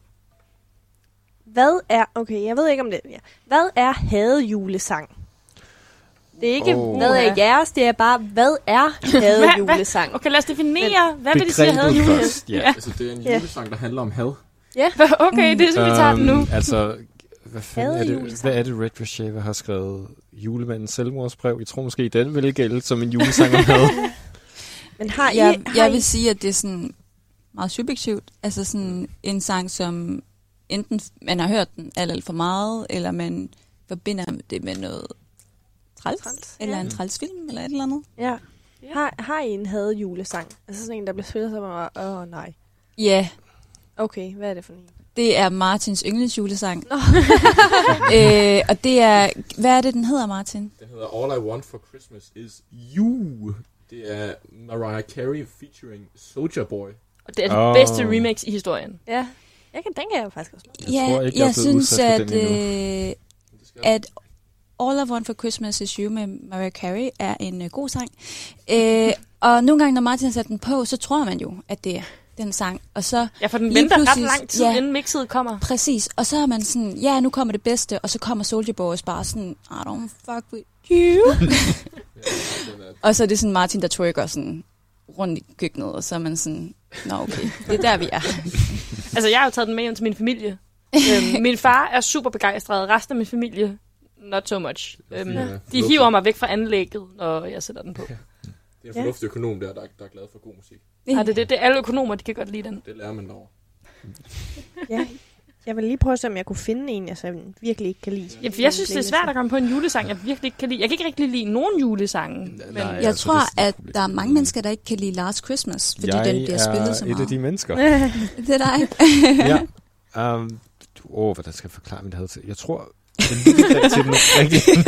Hvad er... Okay, jeg ved ikke om det... Ja. Hvad er hadejulesang? Det er ikke, Oh. oh. hvad er jeres, det er bare, hvad er hadejulesang? Okay, lad os definere, hvad vil det sige, at have Begrebet jule? først, ja. Altså, det er en Ja. julesang, der handler om had. Okay, det er så, vi tager den nu. Øhm, altså, hvad fanden er det, Hadejulesang. hvad er det, Red Rashava har skrevet? Julemandens selvmordsbrev? Jeg tror måske, den vil gælde som en julesang om had. Men har I... Jeg, har jeg I vil sige, at det er sådan meget subjektivt. Altså sådan en sang, som enten man har hørt den alt, alt for meget, eller man forbinder det med noget træls, Træls, eller ja. en trælsfilm, eller et eller andet. Ja. Har, har I en hadejulesang? Altså sådan en, der bliver spillet så meget... Åh, oh, nej. Ja, Okay, hvad er det for en? det er Martins yndlingsjulesang. øh, og det er... Hvad er det, den hedder, Martin? Den hedder All I Want for Christmas is You. Det er Mariah Carey featuring Soulja Boy. Og det er Åh. det bedste remix i historien. Ja, jeg kan, den kan jeg faktisk også. Jeg ja, tror ikke, jeg er jeg blevet synes, udsat for at, den endnu. øh, Det skal at All I Want for Christmas is You med Mariah Carey er en øh, god sang. Øh, og nogle gange, når Martin sætter den på, så tror man jo, at det er den sang. Og så Ja, for den Lige venter ret pludselig- lang tid, ja. inden mixet kommer. præcis, og så er man sådan, ja, nu kommer det bedste, og så kommer Soulja Boy bare sådan, I don't fuck with you. den er, Og så er det sådan Martin, der twerker sådan rundt i køkkenet, og så er man sådan, nå okay, det er der, vi er. Altså, jeg har jo taget den med hjem til min familie. øhm, min far er super begejstret. Resten af min familie, not so much. Øhm, Ja. de hiver mig væk fra anlægget, når jeg sætter den på. det er en fornuftig økonom der, der, der er glad for god musik. Ja, det, det, det er alle økonomer, de kan godt lide den. Det lærer man derovre. Ja. Jeg vil lige prøve at se, om jeg kunne finde en, jeg så virkelig ikke kan lide. Ja, for jeg synes, det er svært at komme på en julesang, jeg virkelig ikke kan lide. Jeg kan ikke rigtig lide nogen julesange. Men Nej. Jeg altså, tror, det er sådan et at problem. der er mange mennesker, der ikke kan lide Last Christmas, fordi jeg den bliver spillet så er et af meget. de mennesker. Det er dig. ja. Um, Åh, oh, hvad der skal jeg forklare mit had til. Jeg tror, den lille til den rigtig...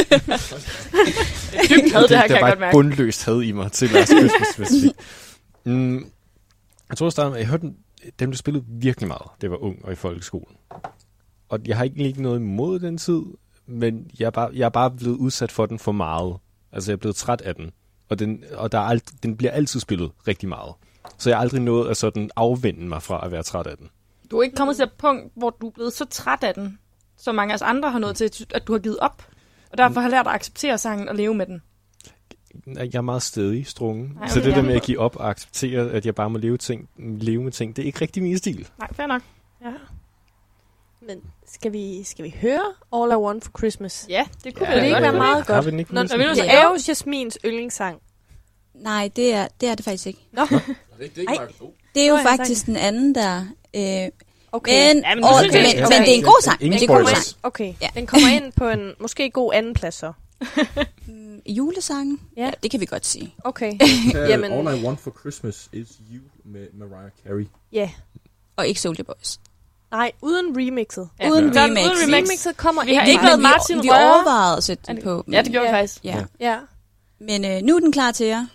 dybt had, det her kan der jeg var godt et mærke. bundløst had i mig til Last Christmas specifikt. Mm, jeg tror, at starten, jeg hørte den, den blev spillet virkelig meget, det var ung og i folkeskolen. Og jeg har ikke lige noget imod den tid, men jeg er, bare, jeg er bare blevet udsat for den for meget. Altså, jeg er blevet træt af den. Og, den, og der er alt, den bliver altid spillet rigtig meget. Så jeg har aldrig nået at sådan afvende mig fra at være træt af den. Du er ikke kommet til et punkt, hvor du er blevet så træt af den, som mange af os andre har nået til, at du har givet op. Og derfor har lært at acceptere sangen og leve med den. Jeg er meget stedig strungen. Nej, Så okay, det der ja. med at give op og acceptere, at jeg bare må leve, ting, leve med ting, det er ikke rigtig min stil. Nej, fair nok. Ja. Men skal vi, skal vi høre All I Want for Christmas? Ja, det kunne Ja, ja, det det ikke godt. være meget Har godt? vi den ikke på Nå, listen? når vi nu Det siger er jo. jo Jasmins yndlingssang. Nej, det er, det er det faktisk ikke. Nå, Er det ikke, det er ikke Ej. Mark? Oh. Det er jo Nå, jeg faktisk den anden, der... Øh, okay. men, Ja, men og, du synes, men, det er- men det er en god sang. Ingen Det er en god spoilers. sang. Okay, Ja. den kommer ind på en måske god anden plads så. Mm, julesangen? Ja. Ja, det kan vi godt sige. Okay. Jamen. Jamen. All I Want for Christmas is You med Mariah Carey. Ja. Yeah. Og ikke Soulja Boys. Nej, uden remixet. Ja. Uden Ja. remix. Uden remix. Remixet kommer Vi har ikke. ikke Men været vi- Martin Vi Rører. overvejede at sætte den på. Ja, det gjorde vi Ja. faktisk. Ja. Ja. Men øh, nu er den klar til jer.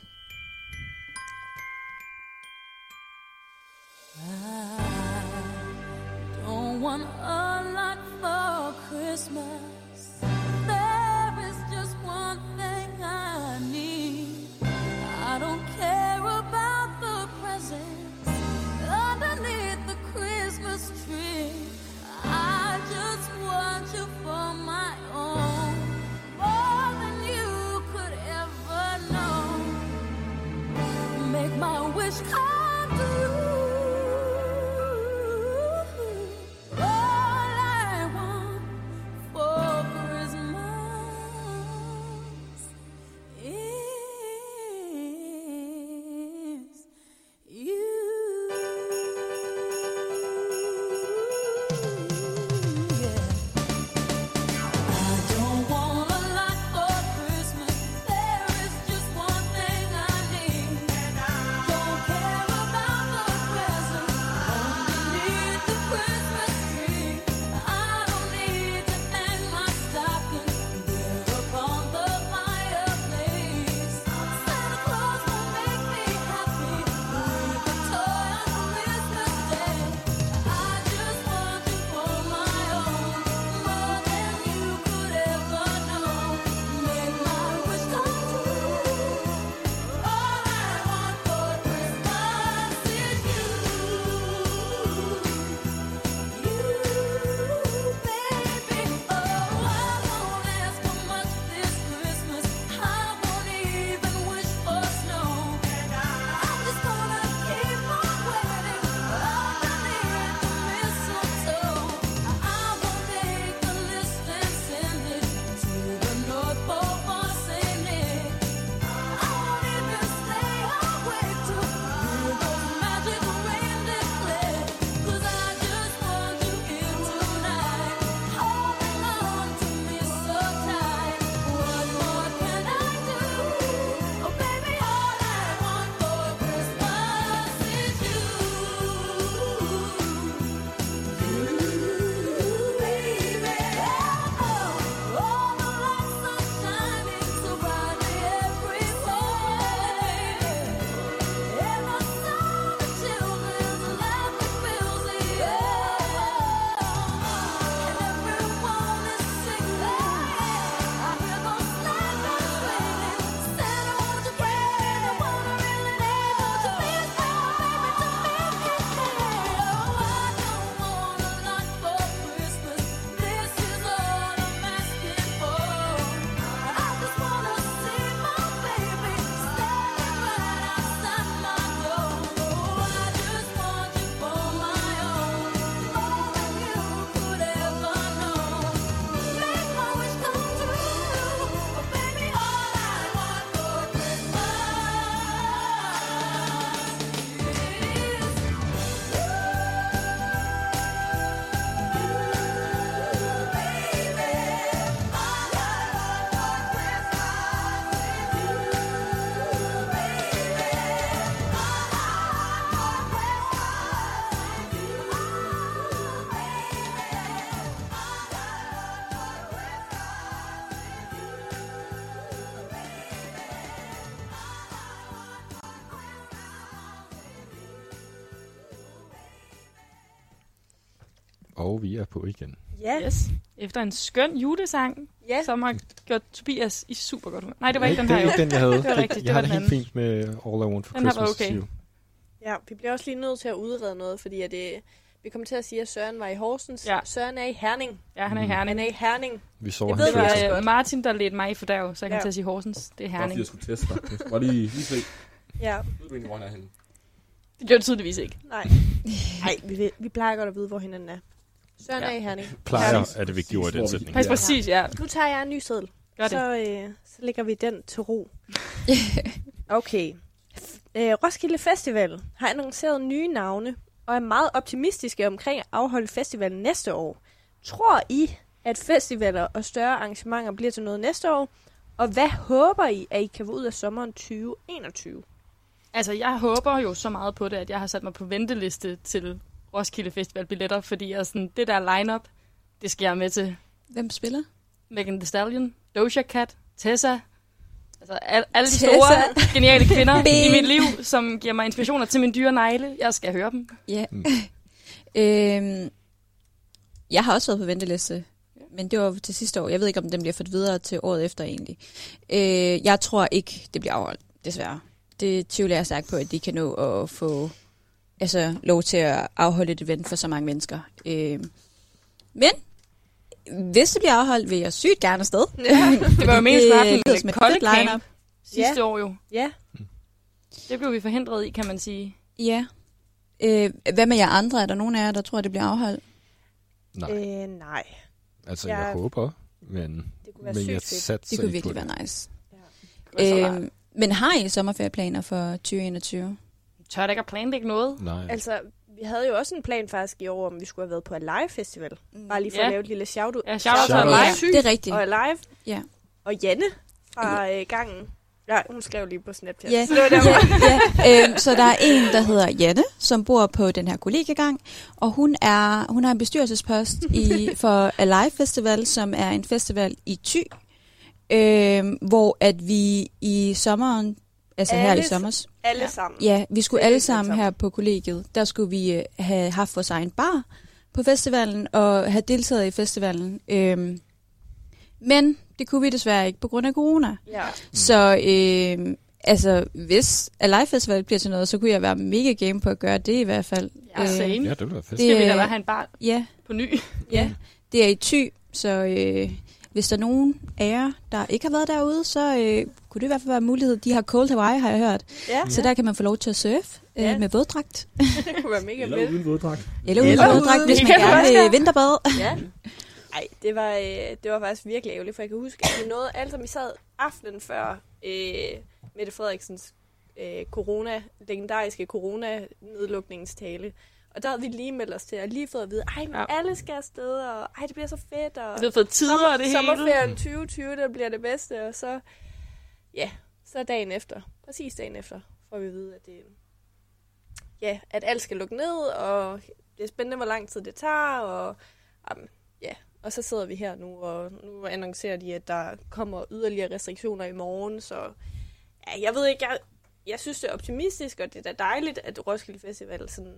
Don't want a lot for Christmas. There is just one thing I need. I don't care about the presents underneath the Christmas tree. I just want you for my own, more than you could ever know. Make my wish come true. All I want for Christmas is you. Yeah. I don't want a lot for Christmas. There is just one thing I need. Don't care about the presents underneath the Christmas tree. I don't need to hang my stocking there upon the fireplace. Santa Claus will make me happy with a toy on Christmas Day. I just want you for my own, more than you could ever know. Make my wish come true. All I want for Christmas is you. You, baby. Oh, I won't ask for much this Christmas. I won't even wish for snow. I'm just gonna keep on waiting underneath the mistletoe. I will make a list and send it to the North Pole for Saint Nick. I won't even stay awake to hear those magic reindeer play. 'Cause I just want you here tonight, holding on to me so tight. What more can I do? Oh baby, all I want for Christmas is you. You, baby. Oh, all the lights are shining so brightly everywhere. And the sound of children's laughter fills the air. And everyone is singing. I hear those sleigh bells ringing. Santa, won't you bring me what I really need? Won't you please bring my baby to me? Oh, I don't want a lot for Christmas. This is all I'm asking for. I just wanna see my baby standing right outside my door. Oh, I just want you for my own, more than you could ever know. Make my wish come true. Oh, baby, all I want for Og vi er på igen. Ja. Yes. Efter en skøn julesang, Ja. som har gjort Tobias i super godt humør. Nej, det var Nej, ikke den det her er jo. ikke den, jeg havde. Det var rigtigt, jeg det har var det den helt anden. fint med All I Want for Den her var Christmas okay. is You. Ja, vi bliver også lige nødt til at udrede noget, fordi at det, vi kommer til at sige, at Søren var i Horsens. Ja. Søren er i Herning. Ja, han er i Mm. Herning. Han er i Herning. Vi så Jeg hans ved, Det hvad fødsel. jeg- var godt. øh, Martin, der ledte mig i fordærv, så jeg kan Ja. til at sige Horsens. Det er Bare fordi Herning. jeg skulle teste dig. Jeg skulle bare lige, lige se. Ja, Ved du egentlig, hvor han er henne? Det gjorde det tydeligvis ikke. nej. Nej, vi, ved- vi plejer godt at vide, hvor hinanden er. Søren Ja. er i Herning. Plejer Herning. er det vigtige ord i den Præcis, hvor vi- sætning. Faktisk Ja. præcis, ja. Nu tager jeg en ny seddel. Gør det. Så, øh, så lægger vi den til ro. Okay. F- øh, Roskilde Festival har annonceret nye navne, og er meget optimistiske omkring at afholde festivalen næste år. Tror I, at festivaler og større arrangementer bliver til noget næste år? Og hvad håber I, at I kan få ud af sommeren tyve enogtyve? Altså, jeg håber jo så meget på det, at jeg har sat mig på venteliste til Roskilde Festival billetter, fordi jeg sådan, det der line-up, det skal jeg med til. Hvem spiller? Megan Thee Stallion, Doja Cat, Tessa. Altså al- alle de Tessa. store, geniale kvinder Ben. i mit liv, som giver mig inspirationer til min dyre negle. Jeg skal høre dem. Ja. Mm. øhm, jeg har også været på venteliste, men det var til sidste år. Jeg ved ikke, om den bliver ført videre til året efter egentlig. Øh, jeg tror ikke, det bliver afholdt, desværre. Det tvivler jeg stærkt på, at de kan nå at få altså, lov til at afholde et event for så mange mennesker. Øh, men hvis det bliver afholdt, vil jeg sygt gerne afsted. Ja. Det var jo mest Det snakken lyder med som det et kolde fedt camp line-up. sidste Ja. år jo. Ja. Det blev vi forhindret i, kan man sige. Ja. Øh, hvad med jer andre? Er der nogen af jer, der tror, at det bliver afholdt? Nej, Øh, nej. altså jeg- jeg håber, men, Det kunne være men jeg sygt fedt. satser Det kunne ikke på virkelig være nice. Det var så rart. Øh, men har I sommerferieplaner for tyve enogtyve? Tør da ikke at planlægge noget? Nej. Altså, vi havde jo også en plan faktisk i år, om vi skulle have været på Alive Festival. Bare lige for Ja. at lave et lille shout-out. Ja, shout-out til Alive. Ja, det er rigtigt. Og Alive. Ja. Og Janne fra øh, gangen. Ja, hun skrev lige på Snapchat. Ja, Så det var der, ja, ja. Øhm, så der er en, der hedder Janne, som bor på den her kollegagang, og hun er hun har en bestyrelsespost i for Alive Festival, som er en festival i Thy, øhm, hvor at vi i sommeren, altså her i Alle- sommers, alle Ja. sammen. ja, vi skulle Det er alle helt sammen sammen. her på kollegiet, der skulle vi øh, have haft vores egen bar på festivalen og have deltaget i festivalen. Øhm, men det kunne vi desværre ikke på grund af corona. Ja. Så øh, altså, hvis Alive Festival bliver til noget, så kunne jeg være mega game på at gøre det i hvert fald. Ja, same. Ja, det ville være fedt. det- Skal vi da bare have en bar Ja, på ny? ja. Det er i Thy, så øh, hvis der er nogen af jer, der ikke har været derude, så øh, kunne det i hvert fald være en mulighed. De har Cold Hawaii, har jeg hørt. Ja, Så der kan man få lov til at surfe øh, Ja. med våddragt. det kunne være mega Eller fedt. uden våddragt. Eller uden Eller våddragt, ude. hvis Det man kan du gerne også vil gøre. vinterbade. Ja. Ej, det var, øh, det var faktisk virkelig ærgerligt, for jeg kan huske, at vi nåede alle sammen, vi sad aftenen før øh, Mette Frederiksens øh, corona, legendariske corona-nedlukningstale. Og der havde vi lige meldt os til, og lige fået at vide, ej, men Ja. alle skal afsted, og ej, det bliver så fedt, og Vi har fået tider og det hele. sommerferien tyve tyve, der bliver det bedste, og så, ja, så dagen efter, præcis dagen efter, får vi at vide, at det, ja, at alt skal lukke ned, og det er spændende, hvor lang tid det tager, og um, ja, og så sidder vi her nu, og nu annoncerer de, at der kommer yderligere restriktioner i morgen, så ja, jeg ved ikke, jeg, jeg synes, det er optimistisk, og det er da dejligt, at Roskilde Festival sådan,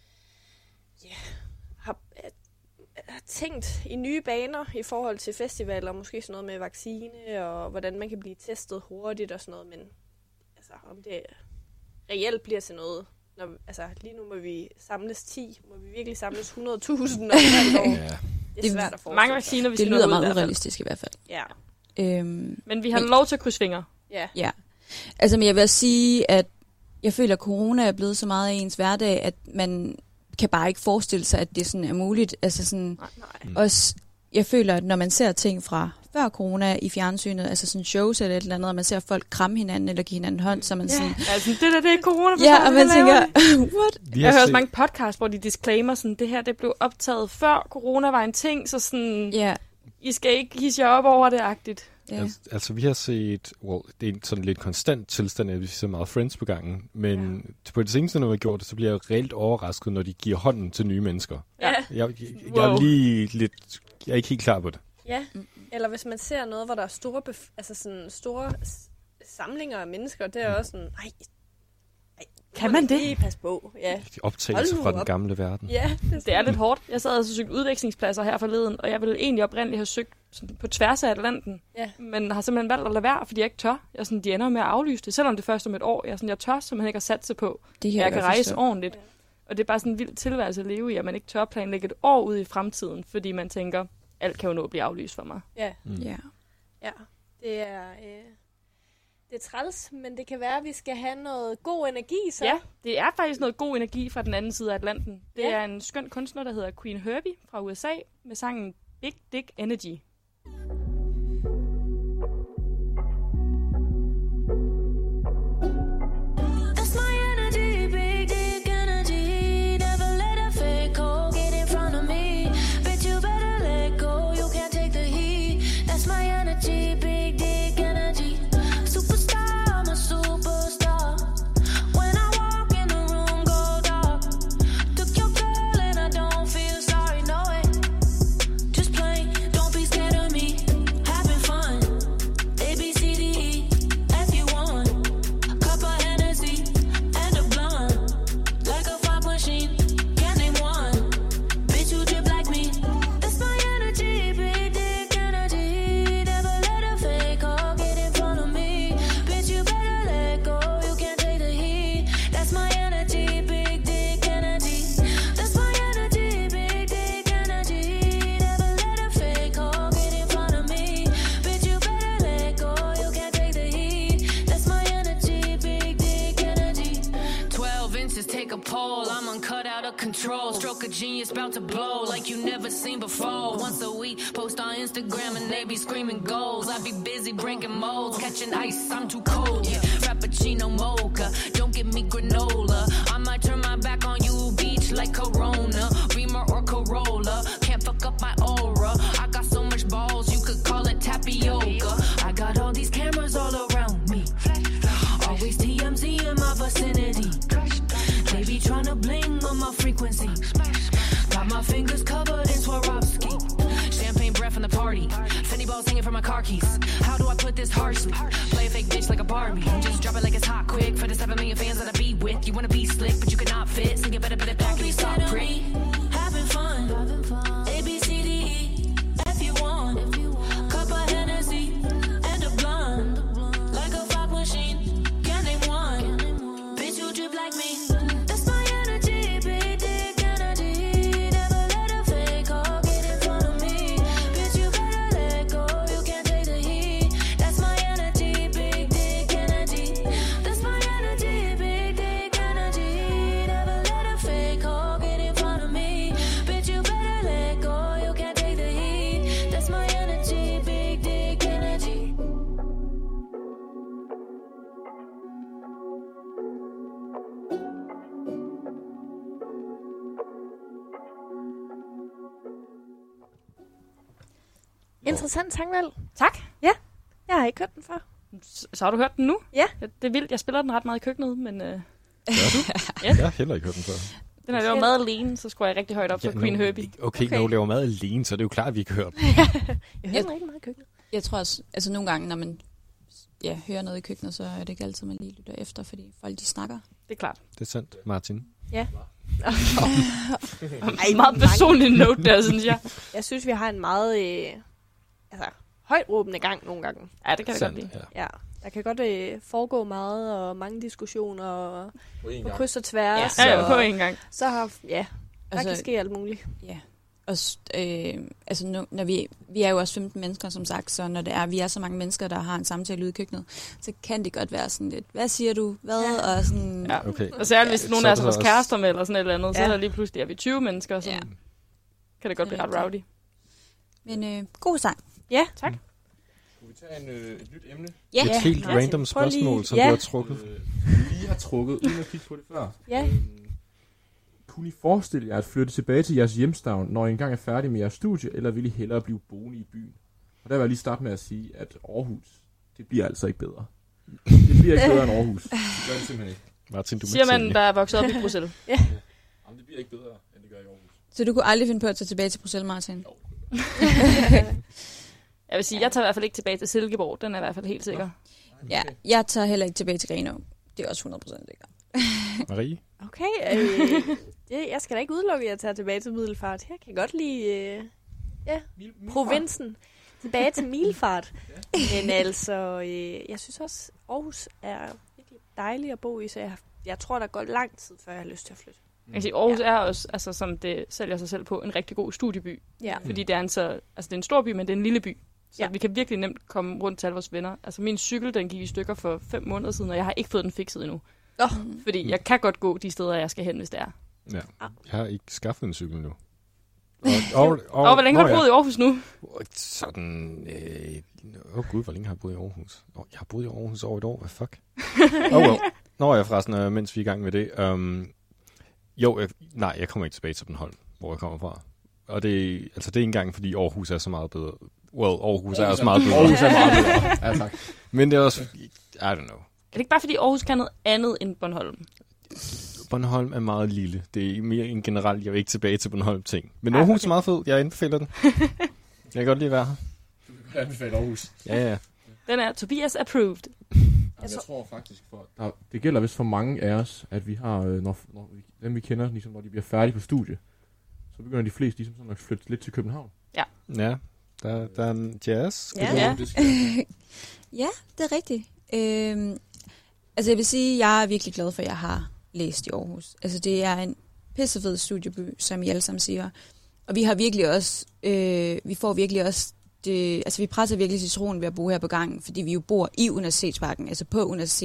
ja, har, at, har tænkt i nye baner i forhold til festivaler, måske sådan noget med vaccine, og hvordan man kan blive testet hurtigt og sådan noget, men altså, om det reelt bliver til noget, når, altså lige nu må vi samles ti, må vi virkelig samles hundrede tusind om et halvt år. Ja. Det er svært at forestille Mange sig. vacciner, vi Det skal nå lyder ud i meget hvert fald. urealistisk i hvert fald. Ja, Øhm, Men vi har Men- lov til at krydse fingre. ja. Ja, altså men jeg vil også sige, at jeg føler, at corona er blevet så meget af ens hverdag, at man kan bare ikke forestille sig, at det sådan er muligt. Altså sådan, Nej. også, jeg føler, at når man ser ting fra før corona i fjernsynet, altså sådan shows eller et eller andet, og man ser folk kramme hinanden eller give hinanden hånd, så er man Ja. sådan, Altså, det der, det er corona. ja, og man tænker, what? Vi Jeg har hører også set- mange podcasts, hvor de disclaimer sådan, det her det blev optaget før corona var en ting, så sådan, Ja, I skal ikke hisse jer op over det-agtigt. ja. Altså, altså, vi har set, well, det er en sådan lidt konstant tilstand, at vi ser meget Friends på gangen, men ja. på det seneste, når vi har gjort det, så bliver jeg reelt overrasket, når de giver hånden til nye mennesker. Ja. Jeg, jeg, jeg, jeg Wow. er lige lidt, jeg er ikke helt klar på det. Ja, eller hvis man ser noget, hvor der er store, bef- altså sådan store s- samlinger af mennesker, det er også sådan, ej, ej Kan man det? Lige pas på, ja. De optagelser Hold nu fra den op. gamle verden. Ja, det er, Det er lidt hårdt. Jeg sad og søgte udvekslingspladser her forleden, og jeg ville egentlig oprindeligt have søgt sådan på tværs af Atlanten, Ja. men har simpelthen valgt at lade være, fordi jeg ikke tør. Jeg er sådan, de ender med at aflyse det, selvom det først om et år. Jeg, er sådan, jeg tør simpelthen ikke at satse på, Det at her jeg kan rejse ordentligt. Og det er bare sådan en vild tilværelse at leve i, at man ikke tør planlægge et år ud i fremtiden, fordi man tænker, alt kan jo nå at blive aflyst for mig. ja, Mm. Ja. ja. Det er, øh, det er træls, men det kan være, at vi skal have noget god energi, så. Ja, det er faktisk noget god energi fra den anden side af Atlanten. Det Ja. er en skøn kunstner, der hedder Queen Herbie fra U S A, med sangen Big Dick Energy. That's my energy, big dick energy. Never let a fake hoe get in front of me. Bitch, you better let go. You can't take the heat. That's my energy, big dick energy. hole. I'm uncut out of control. Stroke of genius about to blow like you never seen before. Once a week, post on Instagram and they be screaming goals. I be busy breaking molds, catching ice, I'm too cold. Yeah, Frappuccino mocha, don't give me granola. I might turn my back on you, beach like Corona, Reamer or Corolla. Can't fuck up my aura. I got so much balls, you could call it tapioca. I got all these cameras all around me. Always T M Z in my vicinity. They be tryna bling on my frequency. Got my fingers covered in Swarovski. Champagne breath from the party. Fendi balls hanging from my car keys. How do I put this harshly? Play a fake bitch like a Barbie. Just drop it like it's hot quick. For the seven million fans that I be with. You wanna be slick, but you cannot fit. So you better put it back and you stop pretty. Having fun. A, B, C, D, E. If you want. Cup of Hennessy. And a blunt. Like a fog machine. Can't name one. Bitch, you drip like me. That's my energy. Big dick energy. Never let a fake call get in front of me. Bitch, you better let go. You can't take the heat. That's my energy. Big dick energy. That's my energy. Big dick energy. Never let a fake call get in front of me. Bitch, you better let go. You can't take the heat. That's my energy. Big dick energy. Interessant sangvalg. Tak. Jeg har ikke hørt den før. Så, så har du hørt den nu? Ja. Det er vildt. Jeg spiller den ret meget i køkkenet, men øh, Gør du? Ja. Jeg har heller ikke hørt den før. den her, det var meget alene, så skulle jeg rigtig højt op for Queen nu- Herbie. Okay, Okay. når du laver mad alene, så er det jo klart, at vi ikke hører den. Jeg hører den rigtig meget i køkkenet. Jeg tror også, altså nogle gange, når man ja, hører noget i køkkenet, så er det ikke altid, man lige lytter efter, fordi folk de snakker. Det er klart. Det er sandt, Martin. Ja. Ej, meget personlig note der, synes jeg. Jeg synes, vi har en meget øh, altså, højt råbende gang nogle gange. Ja, det kan det godt Sandt, blive. ja. Ja, der kan godt øh, foregå meget, og mange diskussioner, og På en på gang. kryds og tværs. Ja, ja, og på en gang. Så har, ja, der Altså- kan ske alt muligt. Ja. Og s- øh, altså, nu, når vi, vi er jo også femten mennesker, som sagt, så når det er, vi er så mange mennesker, der har en samtale ude i køkkenet, så kan det godt være sådan lidt, hvad siger du, hvad, Ja. og sådan, Ja. Okay. Og særligt, hvis Ja, nogen så af er os det er vores også- kærester med, eller sådan et eller andet, så Ja. er der lige pludselig, er vi tyve mennesker, så Ja. kan det godt Det blive er ret rigtigt. rowdy. Men øh, god sang. Ja, Tak. Skal vi tage en, øh, et nyt emne? Ja. Et helt Martin, random prøv lige- spørgsmål, som ja. du har trukket. Øh, vi lige har trukket, uden at kigge på det før. ja. Øhm, kunne I forestille jer at flytte tilbage til jeres hjemstavn, når I engang er færdige med jeres studie, eller vil I hellere blive boende i byen? Og der vil jeg lige starte med at sige, at Aarhus, det bliver altså ikke bedre. Det bliver ikke bedre end Aarhus. Det gør det simpelthen ikke. Martin, du må Siger man, tælle. der er vokset op i Bruxelles. Jamen, det bliver ikke bedre, end det gør i Aarhus. Så du kunne aldrig finde på at tage tilbage til Bruxelles, Martin? Jeg vil sige, jeg tager i hvert fald ikke tilbage til Silkeborg. Den er i hvert fald helt sikker. Ja, jeg tager heller ikke tilbage til Grenaa. Det er også hundrede procent sikker. Marie? Okay, øh, det, jeg skal da ikke udelukke, at jeg tager tilbage til Middelfart. Jeg kan godt lide øh, Mil- Milfart. provinsen. Tilbage til Milfart. Men altså, øh, jeg synes også, Aarhus er virkelig dejligt at bo i, så jeg, jeg tror, der går lang tid, før jeg har lyst til at flytte. Jeg kan sige, Aarhus er også, altså, som det sælger sig selv på, en rigtig god studieby. Ja. Fordi det er en, så, altså, det er en stor by, men det er en lille by. Så Ja. vi kan virkelig nemt komme rundt til alle vores venner. Altså min cykel, den gik i stykker for fem måneder siden, og jeg har ikke fået den fikset endnu. Oh. Fordi jeg kan godt gå de steder, jeg skal hen, hvis det er. Ja. Ah. Jeg har ikke skaffet en cykel nu. Og, og, og, Og hvor længe har du boet i Aarhus nu? Sådan... Øh, Åh oh gud, hvor længe har jeg boet i Aarhus? Oh, jeg har boet i Aarhus over et år, hvad fuck? Oh well. Nå, jeg forresten, øh, mens vi er i gang med det. Um, jo, jeg, nej, jeg kommer ikke tilbage til Bornholm, hvor jeg kommer fra. Og det, altså, det er ikke engang, fordi Aarhus er så meget bedre. Well, Aarhus er også meget bedre. Aarhus er meget bedre. Ja, tak. Men det er også... I don't know. Er det ikke bare, fordi Aarhus kan noget andet end Bornholm? Bornholm er meget lille. Det er mere en generelt, jeg vil ikke tilbage til Bornholm ting. Men Ej, Aarhus okay. er meget fed. Jeg anbefaler den. Jeg kan godt lide at være her. Du kan godt anbefale Aarhus. Ja, ja. Den er Tobias approved. Jamen, jeg tror faktisk, for der, det gælder vist for mange af os, at vi har, øh, når, når vi, dem vi kender, ligesom når de bliver færdige på studie, så begynder de fleste ligesom sådan at flytte lidt til København. Ja, der, der er en jazz. Ja. Ja. Det skal Ja, det er rigtigt. Øhm, altså jeg vil sige, at jeg er virkelig glad for, at jeg har læst i Aarhus. Altså det er en pissefed studieby, som I alle sammen siger. Og vi har virkelig også, øh, vi får virkelig også, det, altså vi presser virkelig citronen ved at bo her på gangen, fordi vi jo bor i Universitetsparken, altså på universitetet.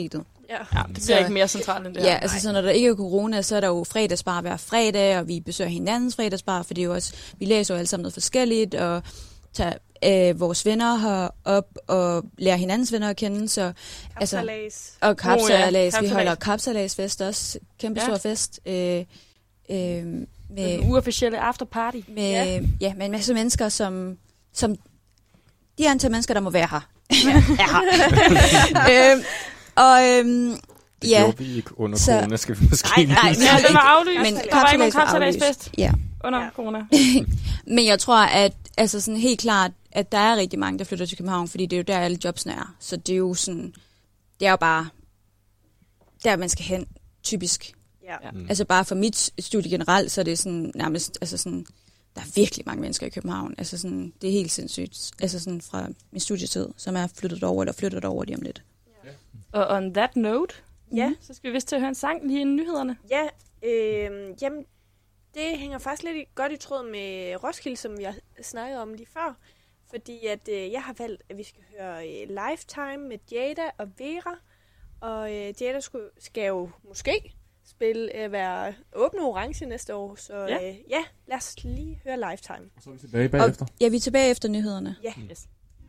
Ja. Ja, det bliver Så- ikke mere centralt end det Ja, her. altså så når der ikke er corona, så er der jo fredagsbar hver fredag, og vi besøger hinandens fredagsbar, for det er jo også, vi læser jo alle sammen noget forskelligt, og tager øh, vores venner herop og lærer hinandens venner at kende, så altså, Kapsalas. og kapsalas, Oh, ja, vi kapsalas. holder kapsalasfest også, kæmpe Ja. stor fest, øh, øh, med, Den uofficielle afterparty. med, ja. ja, med en masse mennesker, som, som de antal mennesker, der må være her. Ja. er her. øhm, og øhm, Det ja, gjorde vi ikke under Så- corona, skal vi måske Nej, nej, lige Ja, ikke. den var aflyst. Men der var ikke nogen kapsalas var aflyst. kapsalasfest Ja. under Ja. corona. Men jeg tror, at altså sådan helt klart, at der er rigtig mange, der flytter til København, fordi det er jo der, alle jobsene er. Så det er jo sådan, det er jo bare der, man skal hen, typisk. Ja. Ja. Mm. Altså bare for mit studie generelt, så er det sådan nærmest, altså sådan, der er virkelig mange mennesker i København. Altså sådan, det er helt sindssygt. Altså sådan fra min studietid, som er flyttet over, eller flyttet over lige om lidt. Og on that note, Ja. så skal vi vist til at høre en sang lige inden nyhederne. Ja, øh, jamen, det hænger faktisk lidt i- godt i tråd med Roskilde, som jeg snakkede om lige før. Fordi at øh, jeg har valgt, at vi skal høre øh, Lifetime med Jada og Vera. Og øh, Jada skulle, skal jo måske spille øh, være åbne orange næste år. Så Ja. ja, øh, ja lad os lige høre Lifetime. Og så er vi tilbage bagefter. Ja, vi er tilbage efter nyhederne. Ja. Yes.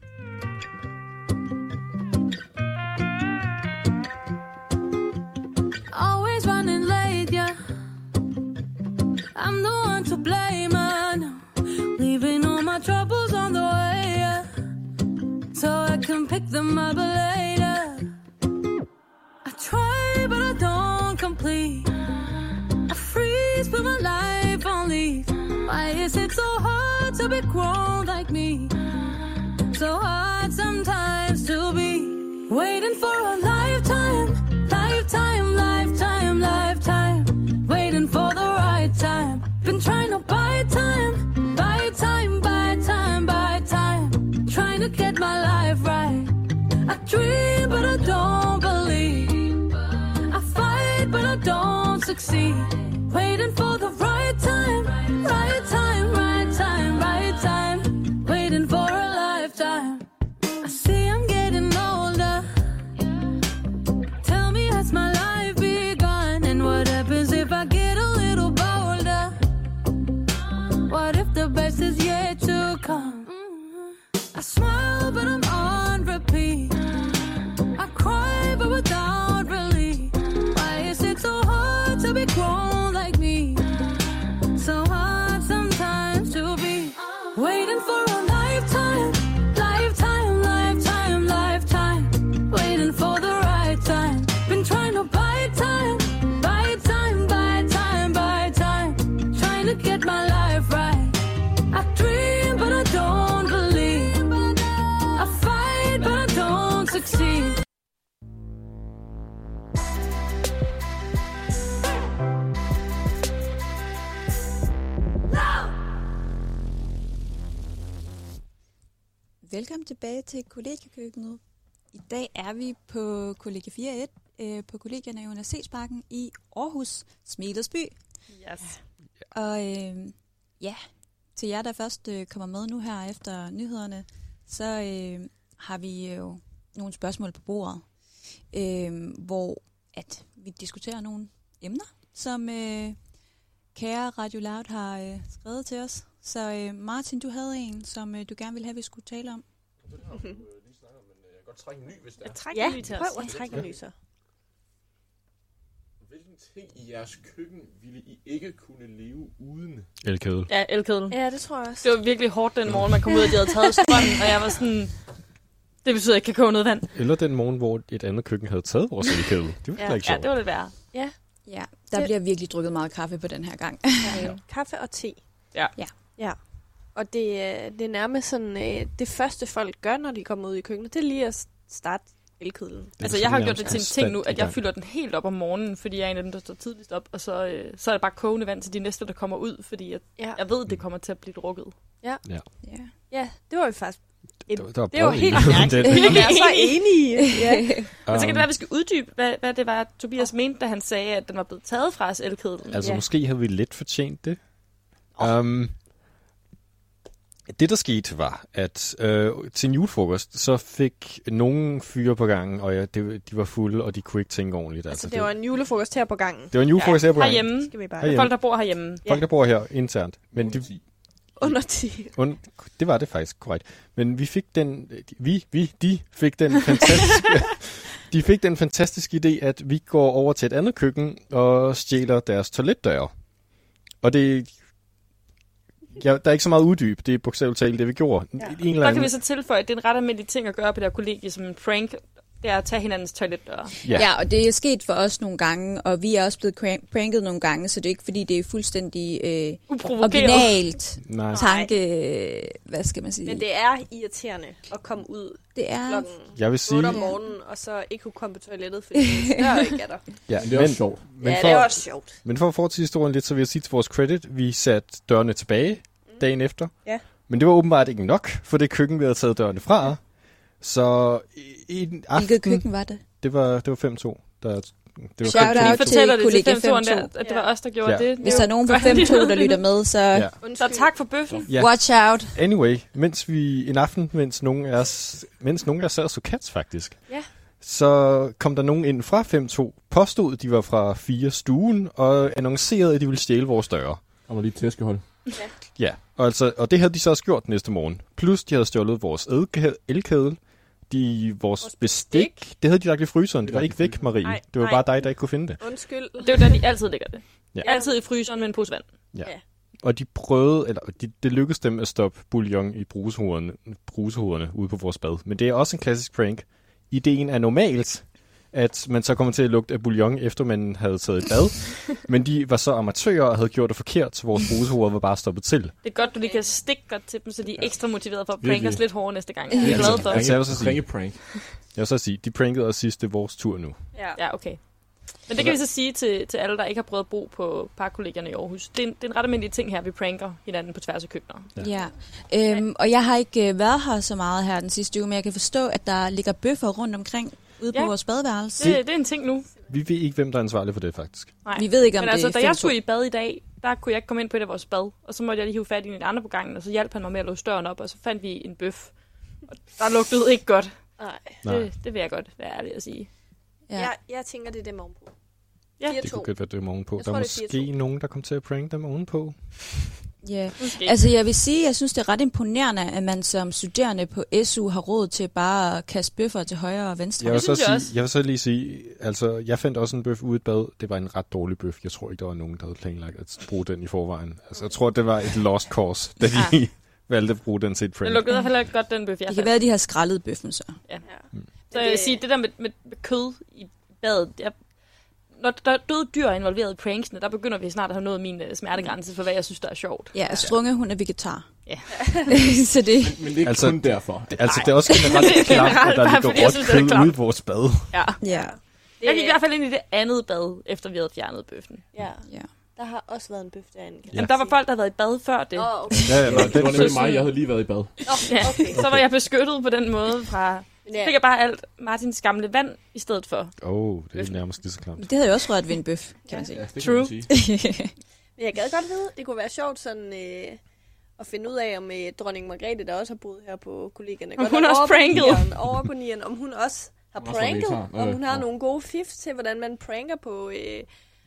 Always running late, yeah. I'm the one to blame, I know. Leaving all my troubles on the way, yeah. So I can pick them up later. I try, but I don't complete. I freeze, put my life on leave. Why is it so hard to be grown like me? So hard sometimes to be waiting for a lifetime, lifetime, lifetime, lifetime. Waiting for the right time. Been trying to buy time, buy time, buy time, buy time. Trying to get my life right. I dream, but I don't believe. I fight, but I don't succeed. Waiting for the right time, right time, right time, right time. Waiting for a lifetime. I see I'm getting older. Tell me, has my life begun? And what happens if I get a little bolder? What if the best is yet to come? I smile, but I'm on repeat. I cry, but without relief. Why is it so hard to be grown like me? So hard sometimes to be waiting for a lifetime, lifetime, lifetime, lifetime. Waiting for the right time. Been trying to buy time, buy time, buy time, buy time. Trying to get my life right. I dream, but I don't believe. I fight, but I don't succeed. Velkommen tilbage til kollegiekøkkenet. I dag er vi på kollegie fire et øh, på kollegierne i Universitetsparken i Aarhus, Smilesby. Yes. Og øh, ja, til jer, der først øh, kommer med nu her efter nyhederne, så øh, har vi jo nogle spørgsmål på bordet, øh, hvor at vi diskuterer nogle emner, som øh, kære Radio Loud har øh, skrevet til os. Så øh, Martin, du havde en, som øh, du gerne ville have, vi skulle tale om. Den har vi jo øh, lige snakket om, men øh, jeg kan godt trække en ny, hvis det er. Jeg træk Ja, lige til prøv os. at trække en ny så. Hvilken ting i jeres køkken ville I ikke kunne leve uden? Elkedel. Ja, elkedel. Ja, det tror jeg også. Det var virkelig hårdt den morgen, man kom ud, og de havde taget strømmen, og jeg var sådan, det betyder, at jeg ikke kan koge noget vand. Eller den morgen, hvor et andet køkken havde taget vores elkedel. Det var Ja. ja. ikke Ja, sjovt. det var lidt værre. Ja, der Det- bliver virkelig drukket meget kaffe på den her gang. Ja. Kaffe og te. Ja. Ja. Ja. Og det, øh, det er nærmest sådan, øh, det første folk gør, når de kommer ud i køkkenet, det er lige at starte elkedlen. Altså, jeg har gjort det til en nærmest ting nu, konstant at i jeg gang. fylder den helt op om morgenen, fordi jeg er en af dem, der står tidligst op, og så, øh, så er det bare kogende vand til de næste, der kommer ud, fordi jeg, Ja. jeg ved, det kommer til at blive drukket. Ja. Ja, det var jo faktisk... Et, Det var, det var, det var bred helt enighed om mærkeligt. den. Vi er så enige. Ja. Men så kan det Um, være, at vi skal uddybe, hvad, hvad det var, Tobias mente, da han sagde, at den var blevet taget fra os, elkedlen. Altså, Ja. måske havde vi lidt fortjent det. Um, Det, der skete, var, at øh, til en julefrokost, så fik nogle fyre på gangen, og ja, det, de var fulde, og de kunne ikke tænke ordentligt. Altså, det var en julefrokost her på gangen. Det var en julefrokost her på gangen. Herhjemme. Skal vi bare Herhjemme. Folk, der bor herhjemme. Folk, der bor her internt. Men de, under ti. und, det var det faktisk, korrekt. Men vi fik den, vi, vi, de fik den fantastiske, de fik den fantastiske idé, at vi går over til et andet køkken og stjæler deres toiletdøre. Og det, ja, der er ikke så meget uddyb, det er bogstaveligt talt det, vi gjorde. Ja. En eller Der kan anden, vi så tilføje, at det er en ret almindelig ting at gøre på det her kollegie som en prank. Det er at tage hinandens toiletdøre. Ja. Ja, og det er sket for os nogle gange, og vi er også blevet crank- pranket nogle gange, så det er ikke fordi, det er fuldstændig øh, Uprovokeret. originalt Nej. tanke, hvad skal man sige? Men det er irriterende at komme ud det er klokken Jeg vil sige, otte om morgenen, og så ikke kunne komme på toilettet, fordi det dør ikke er der. ja, Men det er også sjovt. Men Ja, for, det er også sjovt. Men for at fortsætte historien lidt, så vil jeg sige til vores credit, vi satte dørene tilbage dagen efter. Ja. Men det var åbenbart ikke nok, for det køkken, vi havde taget dørene fra. Så i en aften... Hvilket køkken var det? Det var, det var fem to. Der, det var Shout fem to. out Vi fortæller det til kollega fem to, fem to. der, at det var os, der gjorde Ja. det. Hvis der er nogen fra fem to, der lytter med, så Ja. Så tak for bøffen. Ja. watch out. Anyway, mens vi en aften, mens nogen af os, mens nogen af os sad og så Cats faktisk, Ja. så kom der nogen ind fra fem to, påstod, de var fra fire stuen, og annoncerede, at de ville stjæle vores døre. Og lige tæskehold. Ja, og, altså, og det havde de så også gjort næste morgen. Plus, de havde stjålet vores elke- elkedel, de, vores Vores bestik. bestik. Det havde de lagt i fryseren. Det var ikke væk, Marie. Nej, det var nej. bare dig, der ikke kunne finde det. Undskyld. Det er jo der, de altid ligger det. Ja. Altid i fryseren med en pose vand. Og de prøvede, eller de, det lykkedes dem at stoppe bouillon i brusehovederne, brusehovederne ude på vores bad. Men det er også en klassisk prank. Ideen er normalt, at man så kommer til at lugte af bouillon, efter man havde taget et bad. Men de var så amatører og havde gjort det forkert, så vores brusehoveder var bare stoppet til. Det er godt, du lige kan stikke godt til dem, så de er ekstra motiveret for at pranke Virkelig. os lidt hårdere næste gang. Ja. Jeg er glad for. Altså, jeg vil så sige- Ringe prank. Jeg vil så sige, de prankede os sidst, det er vores tur nu. Ja. Ja, okay. Men det kan vi så sige til, til alle, der ikke har prøvet at bo på parkollegierne i Aarhus. Det er, en, det er en ret almindelig ting her, vi pranker hinanden på tværs af køkkener. Ja, øhm, og jeg har ikke øh, været her så meget her den sidste uge, men jeg kan forstå, at der ligger bøffer rundt omkring ude Ja. på vores badeværelse. Det, det er en ting nu. Vi ved ikke, hvem der er ansvarlig for det, faktisk. Nej. Vi ved ikke, om Men det altså, er da fem jeg to. skulle i bad i dag, der kunne jeg ikke komme ind på et af vores bad. Og så måtte jeg lige hive fat i en andre på gangen, og så hjalp han mig med at låse døren op, og så fandt vi en bøf. Og der lugtede ikke godt. Nej. Nej. Det, det vil jeg godt være ærlig at sige. Ja. Jeg, jeg tænker, det er dem ovenpå. Ja. fire Det to. kunne godt være dem ovenpå. Jeg Der er tror, det er måske fire to. nogen, der kommer til at pranke dem ovenpå. Ja. Måske. Altså jeg vil sige, jeg synes det er ret imponerende, at man som studerende på S U har råd til bare at kaste bøffer til højre og venstre. Jeg vil, Det så synes jeg sige, også. jeg vil så lige sige, altså, jeg fandt også en bøf ude i et bad. Det var en ret dårlig bøf. Jeg tror ikke, der var nogen, der havde planlagt at bruge den i forvejen. Altså, jeg tror, det var et lost cause, da de valgte at bruge den til et Det prank. lugtede i hvert fald ikke godt, den bøf, jeg Det kan fandt. være, at de har skrællet bøffen så. Ja. Så jeg vil sige, det der med, med, med kød i badet, jeg, når der er døde dyr involveret i pranksene, der begynder vi snart at have nået min uh, smertegrænse for, hvad jeg synes, der er sjovt. Ja, Strunge, hun er vegetar. Ja. så det... Men det er ikke Altså- kun derfor. Det, altså, det er også generelt Det er klart, generelt at der bare, ligger fordi jeg råt synes, det er kød klamt. ude i vores bad. Ja. Ja. Det, Jeg gik i hvert fald ind i det andet bad, efter vi havde fjernet bøffen. Ja. Ja. Der har også været en bøf derinde. Kan Ja. Jamen, der var folk, der havde været i bad før det. Åh, okay. Ja, ja, Det nej, var, det var den, nemlig mig, jeg havde lige været i bad. Ja. Okay. Så var jeg beskyttet på den måde fra... Men Så ja, fik jeg bare alt Martins gamle vand i stedet for. Åh, oh, det er nærmest lige så klamt. Det havde jo også rørt ved en bøf, kan man sige. Ja, det True. kan man sige. men jeg gad godt vide, det kunne være sjovt sådan øh, at finde ud af, om øh, dronning Margrethe, der også har boet her på kollegierne, Om godt hun nok også over på pranket. nieren, over på nieren, om hun også har Hun også var pranket, vegetar. om Øh, hun har ja. nogle gode fif til, hvordan man pranker på, øh,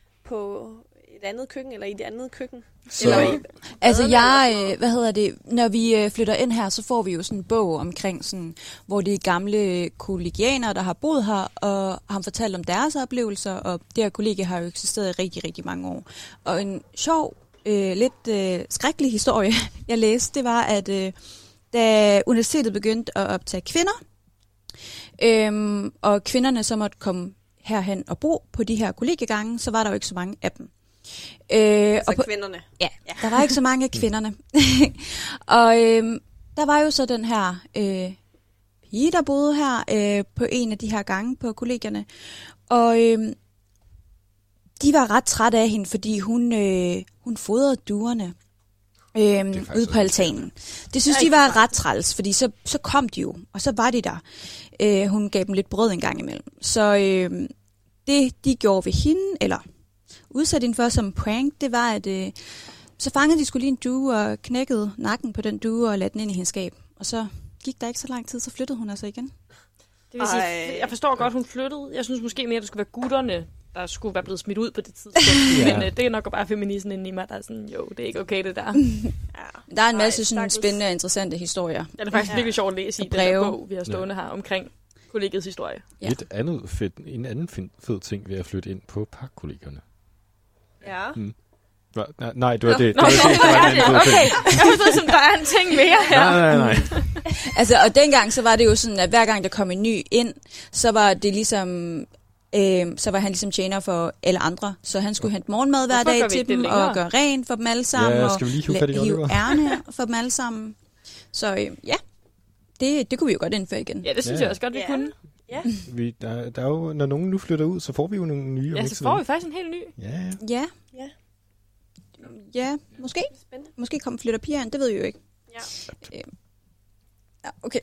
på et andet køkken, eller i et andet køkken. Så, Eller i Altså baderne eller jeg, sådan noget. øh, hvad hedder det, når vi øh, flytter ind her, så får vi jo sådan en bog omkring sådan, hvor det er gamle kollegianere, der har boet her, og har fortalt om deres oplevelser, og det her kollegie har jo eksisteret i rigtig, rigtig mange år. Og en sjov, øh, lidt øh, skrækkelig historie, jeg læste, det var, at øh, da universitetet begyndte at optage kvinder, øhm, og kvinderne så måtte komme herhen og bo på de her kollegiegange, så var der jo ikke så mange af dem. Øh, Så og på, kvinderne. Ja, der var ikke så mange af kvinderne. og øhm, der var jo så den her øh, pige, der boede her øh, på en af de her gange på kollegierne. Og øhm, de var ret trætte af hende, fordi hun, øh, hun fodrede duerne øhm, faktisk ude på også altanen. Det synes Ej, de var hvor ret træls, fordi så, så kom de jo, og så var de der. Øh, hun gav dem lidt brød en gang imellem. Så øh, det, de gjorde ved hende, eller udsatte hende for som prank, det var, at øh, så fangede de skulle lige en due og knækkede nakken på den due og lagde den ind i hendes skab. Og så gik der ikke så lang tid, så flyttede hun altså igen. Det vil sige, Ej. jeg forstår godt, hun flyttede. Jeg synes måske mere, at det skulle være gutterne, der skulle være blevet smidt ud på det tidspunkt. Ja. Men øh, det er nok bare feministen inde i mig, der er sådan, jo, det er ikke okay, det der. Ja. Der er en Ej, masse sådan stakkels. spændende og interessante historier. Det er faktisk Ja. virkelig sjovt at læse i Og den der breve. bog, vi har stående her, omkring kollegiets historie. Ja. Et andet fedt, en anden fin- fed ting ved at flytte ind på parkkollegierne. Ja. Hva? Nej, nej, det var det. Det Nå, var det, det var en anden fed ting. Okay, jeg forstår, som der er en ting mere her. Nej, nej, nej. Altså, og dengang, så var det jo sådan, at hver gang der kom en ny ind, så var det ligesom, øh, så var han ligesom tjener for alle andre. Så han skulle hente morgenmad hver Hvorfor gør dag vi til ikke det dem, længere? og gøre rent for dem alle sammen, Ja, og skal vi lige hive la- fat i hive Oliver? ærne for dem alle sammen. Så øh, ja, det, det kunne vi jo godt indføre igen. Ja, det synes Ja. jeg også godt, vi Ja. kunne. Ja. Vi, der, der er jo, når nogen nu flytter ud, så får vi jo nogle nye. om Ja, ikke så får vi længe. faktisk en helt ny. Ja, ja. Ja. Ja. Ja, måske. Spændende. Måske kommer flytter piger ind, det ved vi jo ikke. Ja. Ja, okay.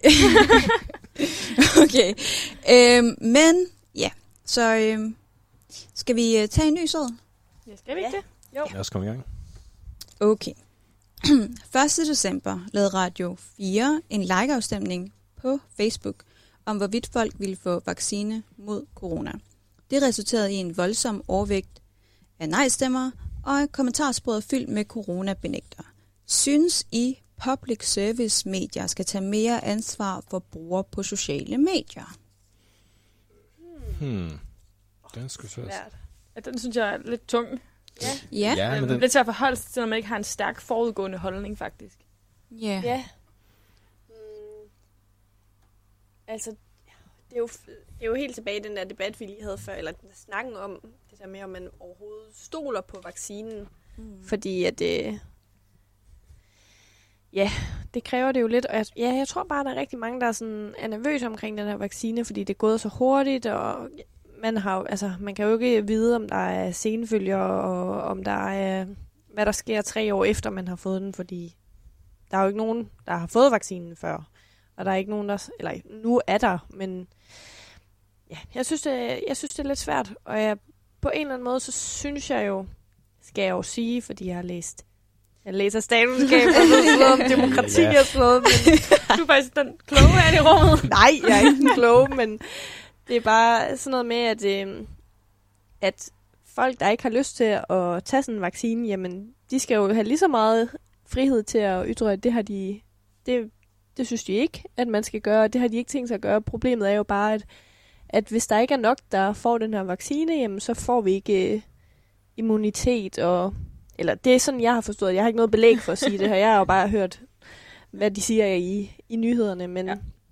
okay. Øhm, men, ja, så øhm, skal vi øh, tage en ny sæd? Ja, skal vi ikke Ja. det? Jo. Lad os komme i gang. Okay. første december lavede Radio fire en likeafstemning på Facebook om, hvorvidt folk ville få vaccine mod corona. Det resulterede i en voldsom overvægt af nej-stemmer og et kommentarspor fyldt med coronabenægtere. Synes I, public service medier skal tage mere ansvar for brugere på sociale medier? Hmm. Den skulle så Svært. Ja, den synes jeg er lidt tung. Ja. Ja. Ja, men Men den, lidt til at forholde sig til, når man ikke har en stærk forudgående holdning, faktisk. Ja. Ja. Mm. Altså, det er, jo, f- det er jo helt tilbage i den der debat, vi lige havde før, eller den snakken om det der med, om man overhovedet stoler på vaccinen. Mm. Fordi at det... Ja, det kræver det jo lidt. Og jeg, ja, jeg tror bare, der er rigtig mange, der er, sådan, er nervøse omkring den her vaccine, fordi det er gået så hurtigt, og man, har, jo- altså, man kan jo ikke vide, om der er senfølger, og om der er, hvad der sker tre år efter, man har fået den, fordi der er jo ikke nogen, der har fået vaccinen før. Og der er ikke nogen, der... Eller nu er der, men... Ja, jeg synes, det, jeg synes, det er lidt svært. Og jeg, på en eller anden måde, så synes jeg jo... Skal jeg jo sige, fordi jeg har læst... Jeg læser statskundskab og sådan noget om demokrati Ja. og sådan noget. Men, Du er faktisk den kloge her i rummet. nej, jeg er ikke den kloge, men det er bare sådan noget med, at, øh, at folk, der ikke har lyst til at tage sådan en vaccine, jamen, de skal jo have lige så meget frihed til at ytre, at det har de... Det, det synes de ikke, at man skal gøre, og det har de ikke tænkt sig at gøre. Problemet er jo bare, at, at hvis der ikke er nok, der får den her vaccine, jamen, så får vi ikke øh, immunitet, og... Eller det er sådan, jeg har forstået. Jeg har ikke noget belæg for at sige det her. Jeg har jo bare hørt, hvad de siger i, i nyhederne, men, ja.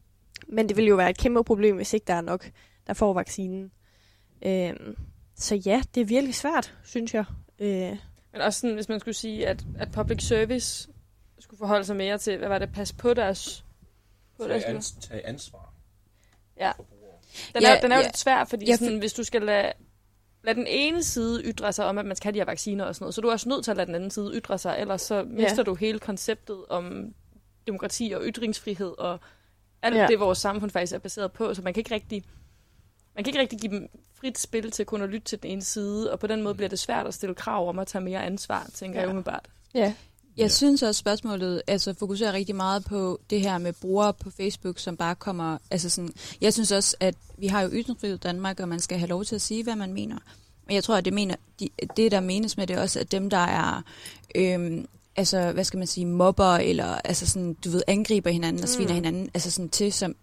men det vil jo være et kæmpe problem, hvis ikke der er nok, der får vaccinen. Øhm, så ja, det er virkelig svært, synes jeg. Øh, Men også sådan, hvis man skulle sige, at, at public service skulle forholde sig mere til, hvad var det, pas på deres... På deres Tage, ans- tage ansvar. Ja. for brugere. Den, Ja, er, den er jo ja. lidt svær, fordi Ja, sådan, hvis du skal lade, lade den ene side ytre sig om, at man skal have de her vacciner og sådan noget, så er du også nødt til at lade den anden side ytre sig, ellers så mister Ja. du hele konceptet om demokrati og ytringsfrihed og alt Ja. det, vores samfund faktisk er baseret på, så man kan ikke rigtig... Man kan ikke rigtig give dem frit spil til kun at lytte til den ene side, og på den måde bliver det svært at stille krav om at tage mere ansvar, tænker Ja. jeg umiddelbart. ja. Jeg Ja. synes også, spørgsmålet altså, fokuserer rigtig meget på det her med brugere på Facebook, som bare kommer... Altså sådan, jeg synes også, at vi har jo ytringsfrihed i Danmark, og man skal have lov til at sige, hvad man mener. Men jeg tror, at det, mener, de, det der menes med det også, at dem, der er... Øhm, altså, hvad skal man sige, mobber, eller altså sådan, du ved, angriber hinanden og sviner Mm. hinanden, altså sådan til, som...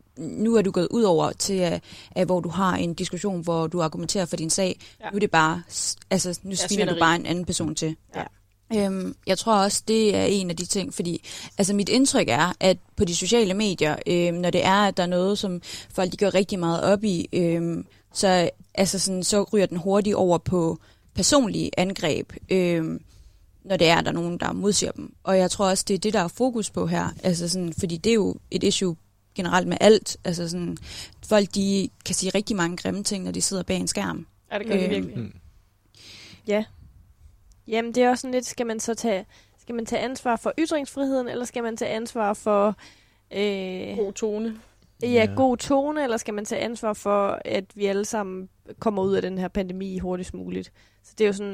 Nu er du gået ud over til, at, at hvor du har en diskussion, hvor du argumenterer for din sag. Ja. Nu er det bare... s- Altså, nu sviner svineri. du bare en anden person til. Ja. Øhm, jeg tror også, det er en af de ting, fordi altså mit indtryk er, at på de sociale medier, øhm, når det er, at der er noget, som folk de gør rigtig meget op i, øhm, så, altså sådan, så ryger den hurtigt over på personlige angreb, øhm, når det er, at der er nogen, der modsiger dem. Og jeg tror også, det er det, der er fokus på her, altså sådan, fordi det er jo et issue generelt med alt. Altså sådan, folk de kan sige rigtig mange grimme ting, når de sidder bag en skærm. Ja, det gør det Øhm, virkelig. Mm. Ja. Jamen, det er også sådan lidt, skal man så tage, skal man tage ansvar for ytringsfriheden, eller skal man tage ansvar for øh, God tone. ja, Ja. god tone, eller skal man tage ansvar for, at vi alle sammen kommer ud af den her pandemi hurtigst muligt? Så det er jo sådan,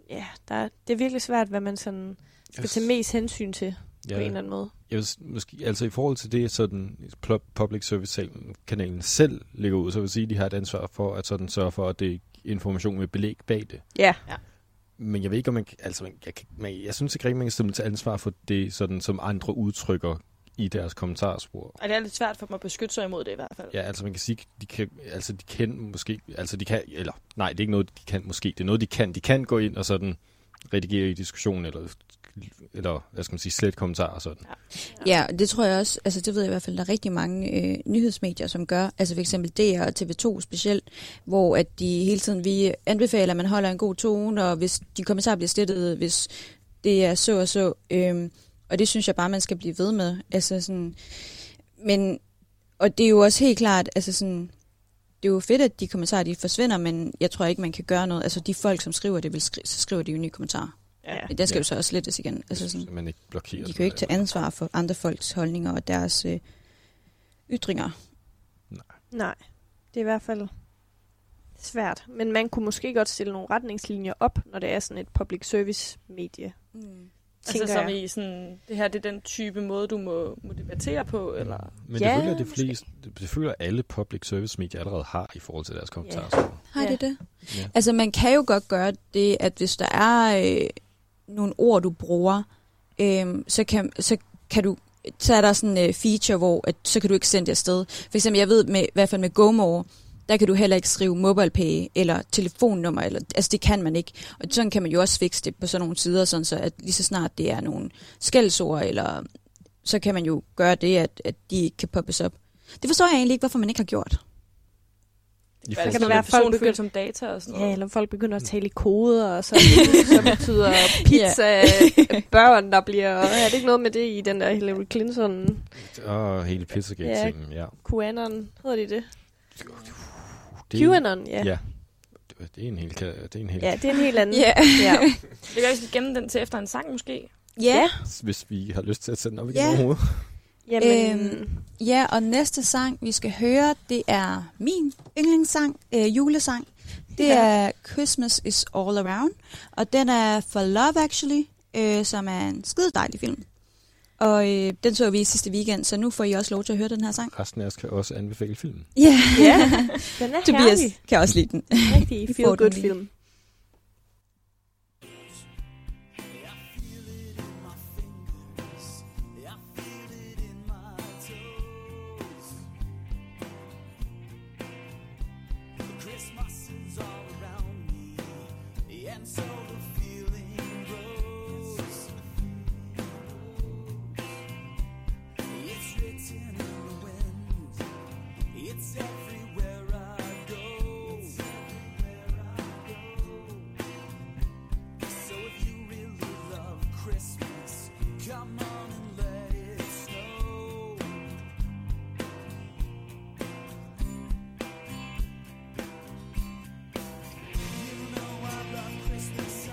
ja, der er, det er virkelig svært, hvad man sådan skal Yes. tage mest hensyn til Ja. på en eller anden måde. Jeg vil, s- måske, altså i forhold til det, sådan pl- public service kanalen selv ligger ud, så vil sige, at de har et ansvar for at sådan sørge for, at det er information med belæg bag det. Ja. Men jeg ved ikke, om man, altså, man- jeg, kan- man, jeg synes ikke rigtig, man kan stille til ansvar for det, sådan, som andre udtrykker i deres kommentarspor. Og det er lidt svært for dem at beskytte sig imod det i hvert fald. Ja, altså man kan sige, de kan, altså de kan måske, altså de kan, eller nej, det er ikke noget, de kan måske, det er noget, de kan. De kan gå ind og sådan redigere i diskussion, eller, eller hvad skal man sige, slet kommentarer og sådan. Ja, det tror jeg også, altså det ved jeg i hvert fald, der er rigtig mange øh, nyhedsmedier, som gør, altså for eksempel D R og T V to specielt, hvor at de hele tiden, vi anbefaler, at man holder en god tone, og hvis de kommentarer bliver slettet, hvis det er så og så, øhm, og det synes jeg bare, man skal blive ved med, altså sådan, men, og det er jo også helt klart, altså sådan, det er jo fedt, at de kommentarer, de forsvinder, men jeg tror ikke, man kan gøre noget, altså de folk, som skriver det, vil skri- så skriver de jo nye kommentarer. Ja. Der skal Ja. jo så også slettes igen, altså sådan. Så man ikke blokerer. De kan jo ikke tage ansvar for andre folks holdninger og deres øh, ytringer. Nej, det er i hvert fald svært. Men man kunne måske godt stille nogle retningslinjer op, når det er sådan et public service medie. Mm. Tænker Altså som jeg. i sådan, det her det er den type måde, du må, må debattere på, eller... Men Ja, det føler jeg, det måske. fleste, det føler alle public service medier allerede har i forhold til deres kommentarer. Har Ja. det det? Ja. Altså man kan jo godt gøre det, at hvis der er øh, nogle ord, du bruger, øh, så, kan, så kan du så er der sådan en øh, feature, hvor at, så kan du ikke sende det afsted. For eksempel, jeg ved med, i hvert fald med GoMore, der kan du heller ikke skrive MobilePay eller telefonnummer, eller, altså det kan man ikke. Og sådan kan man jo også fikse det på sådan nogle sider, sådan så at lige så snart det er nogle skældsord, eller så kan man jo gøre det, at, at de ikke kan poppes op. Det forstår jeg egentlig ikke, hvorfor man ikke har gjort. I Hvad, forhold kan til- det være, folk personfølt begynder- som data og sådan Ja, noget? eller folk begynder at tale i koder, og så, så betyder pizza børn, der bliver... Er det ikke noget med det i den der Hillary Clinton Åh, hele Pizzagate-tingen, ja. QAnon? Hedder de det? Det, QAnon, ja. ja. Det, det er en helt... Det er en helt Ja, det er en helt anden. Ja. Ja. Det kan vi skal gemme den til efter en sang måske. Ja. Hvis vi har lyst til at sætte den op igen Ja. overhovedet. Jamen, Øhm, Ja, og næste sang, vi skal høre, det er min yndlingssang, øh, julesang. Det Ja. er Christmas is All Around, og den er For Love Actually, øh, som er en skide dejlig film. Og øh, den så vi i sidste weekend, så nu får I også lov til at høre den her sang. Resten af os kan også anbefale filmen. Ja, ja, den er Tobias herlig. kan også lide den. Rigtig Vi får feel-good den lige. film. Christmas is all around me, and so the feeling grows. It's written in the wind, it's everywhere I go. So if you really love Christmas, come on and let it snow. You know I love Christmas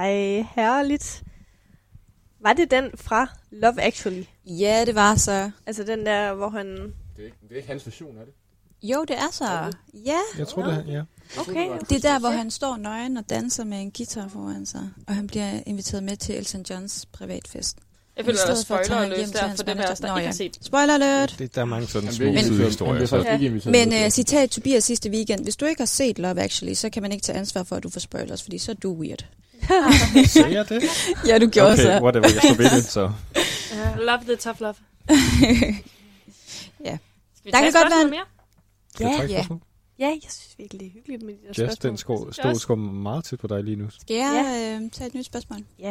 Ej, herligt. Var det den fra Love Actually? Ja, det var så. Altså den der, hvor han... Det er ikke, det er ikke hans version, er det? Jo, det er så. Ja, Jeg tror, det er, ja. Okay. det er der, hvor han står nøgen og danser med en guitar foran sig. Og han bliver inviteret med til Elton Johns privatfest. Jeg føler, I der er stedet for at tage spoiler ham hjem løs til der hans for dem af os, der manager. ikke har Nå, set. Spoiler alert! Det, der er mange sådan Han små bliver ikke inviteret- han sidehistorier. bliver Så. faktisk ikke inviteret Men med uh, citat Tobias sidste weekend. Hvis du ikke har set Love Actually, så kan man ikke tage ansvar for, at du får spoilers, fordi så er du weird. Sagde jeg det? Ja, du gjorde Okay, whatever, jeg står ved det, så. Love the tough love. Ja. Skal vi Der tage kan godt et være spørgsmål en- mere? Skal jeg Ja, trække ja. spørgsmål? Ja, jeg synes virkelig, det er hyggeligt med de der Jazz, spørgsmål. den sko- synes jeg stod også. sgu meget tæt på dig lige nu. Skal jeg øh, tage et nyt spørgsmål? Ja.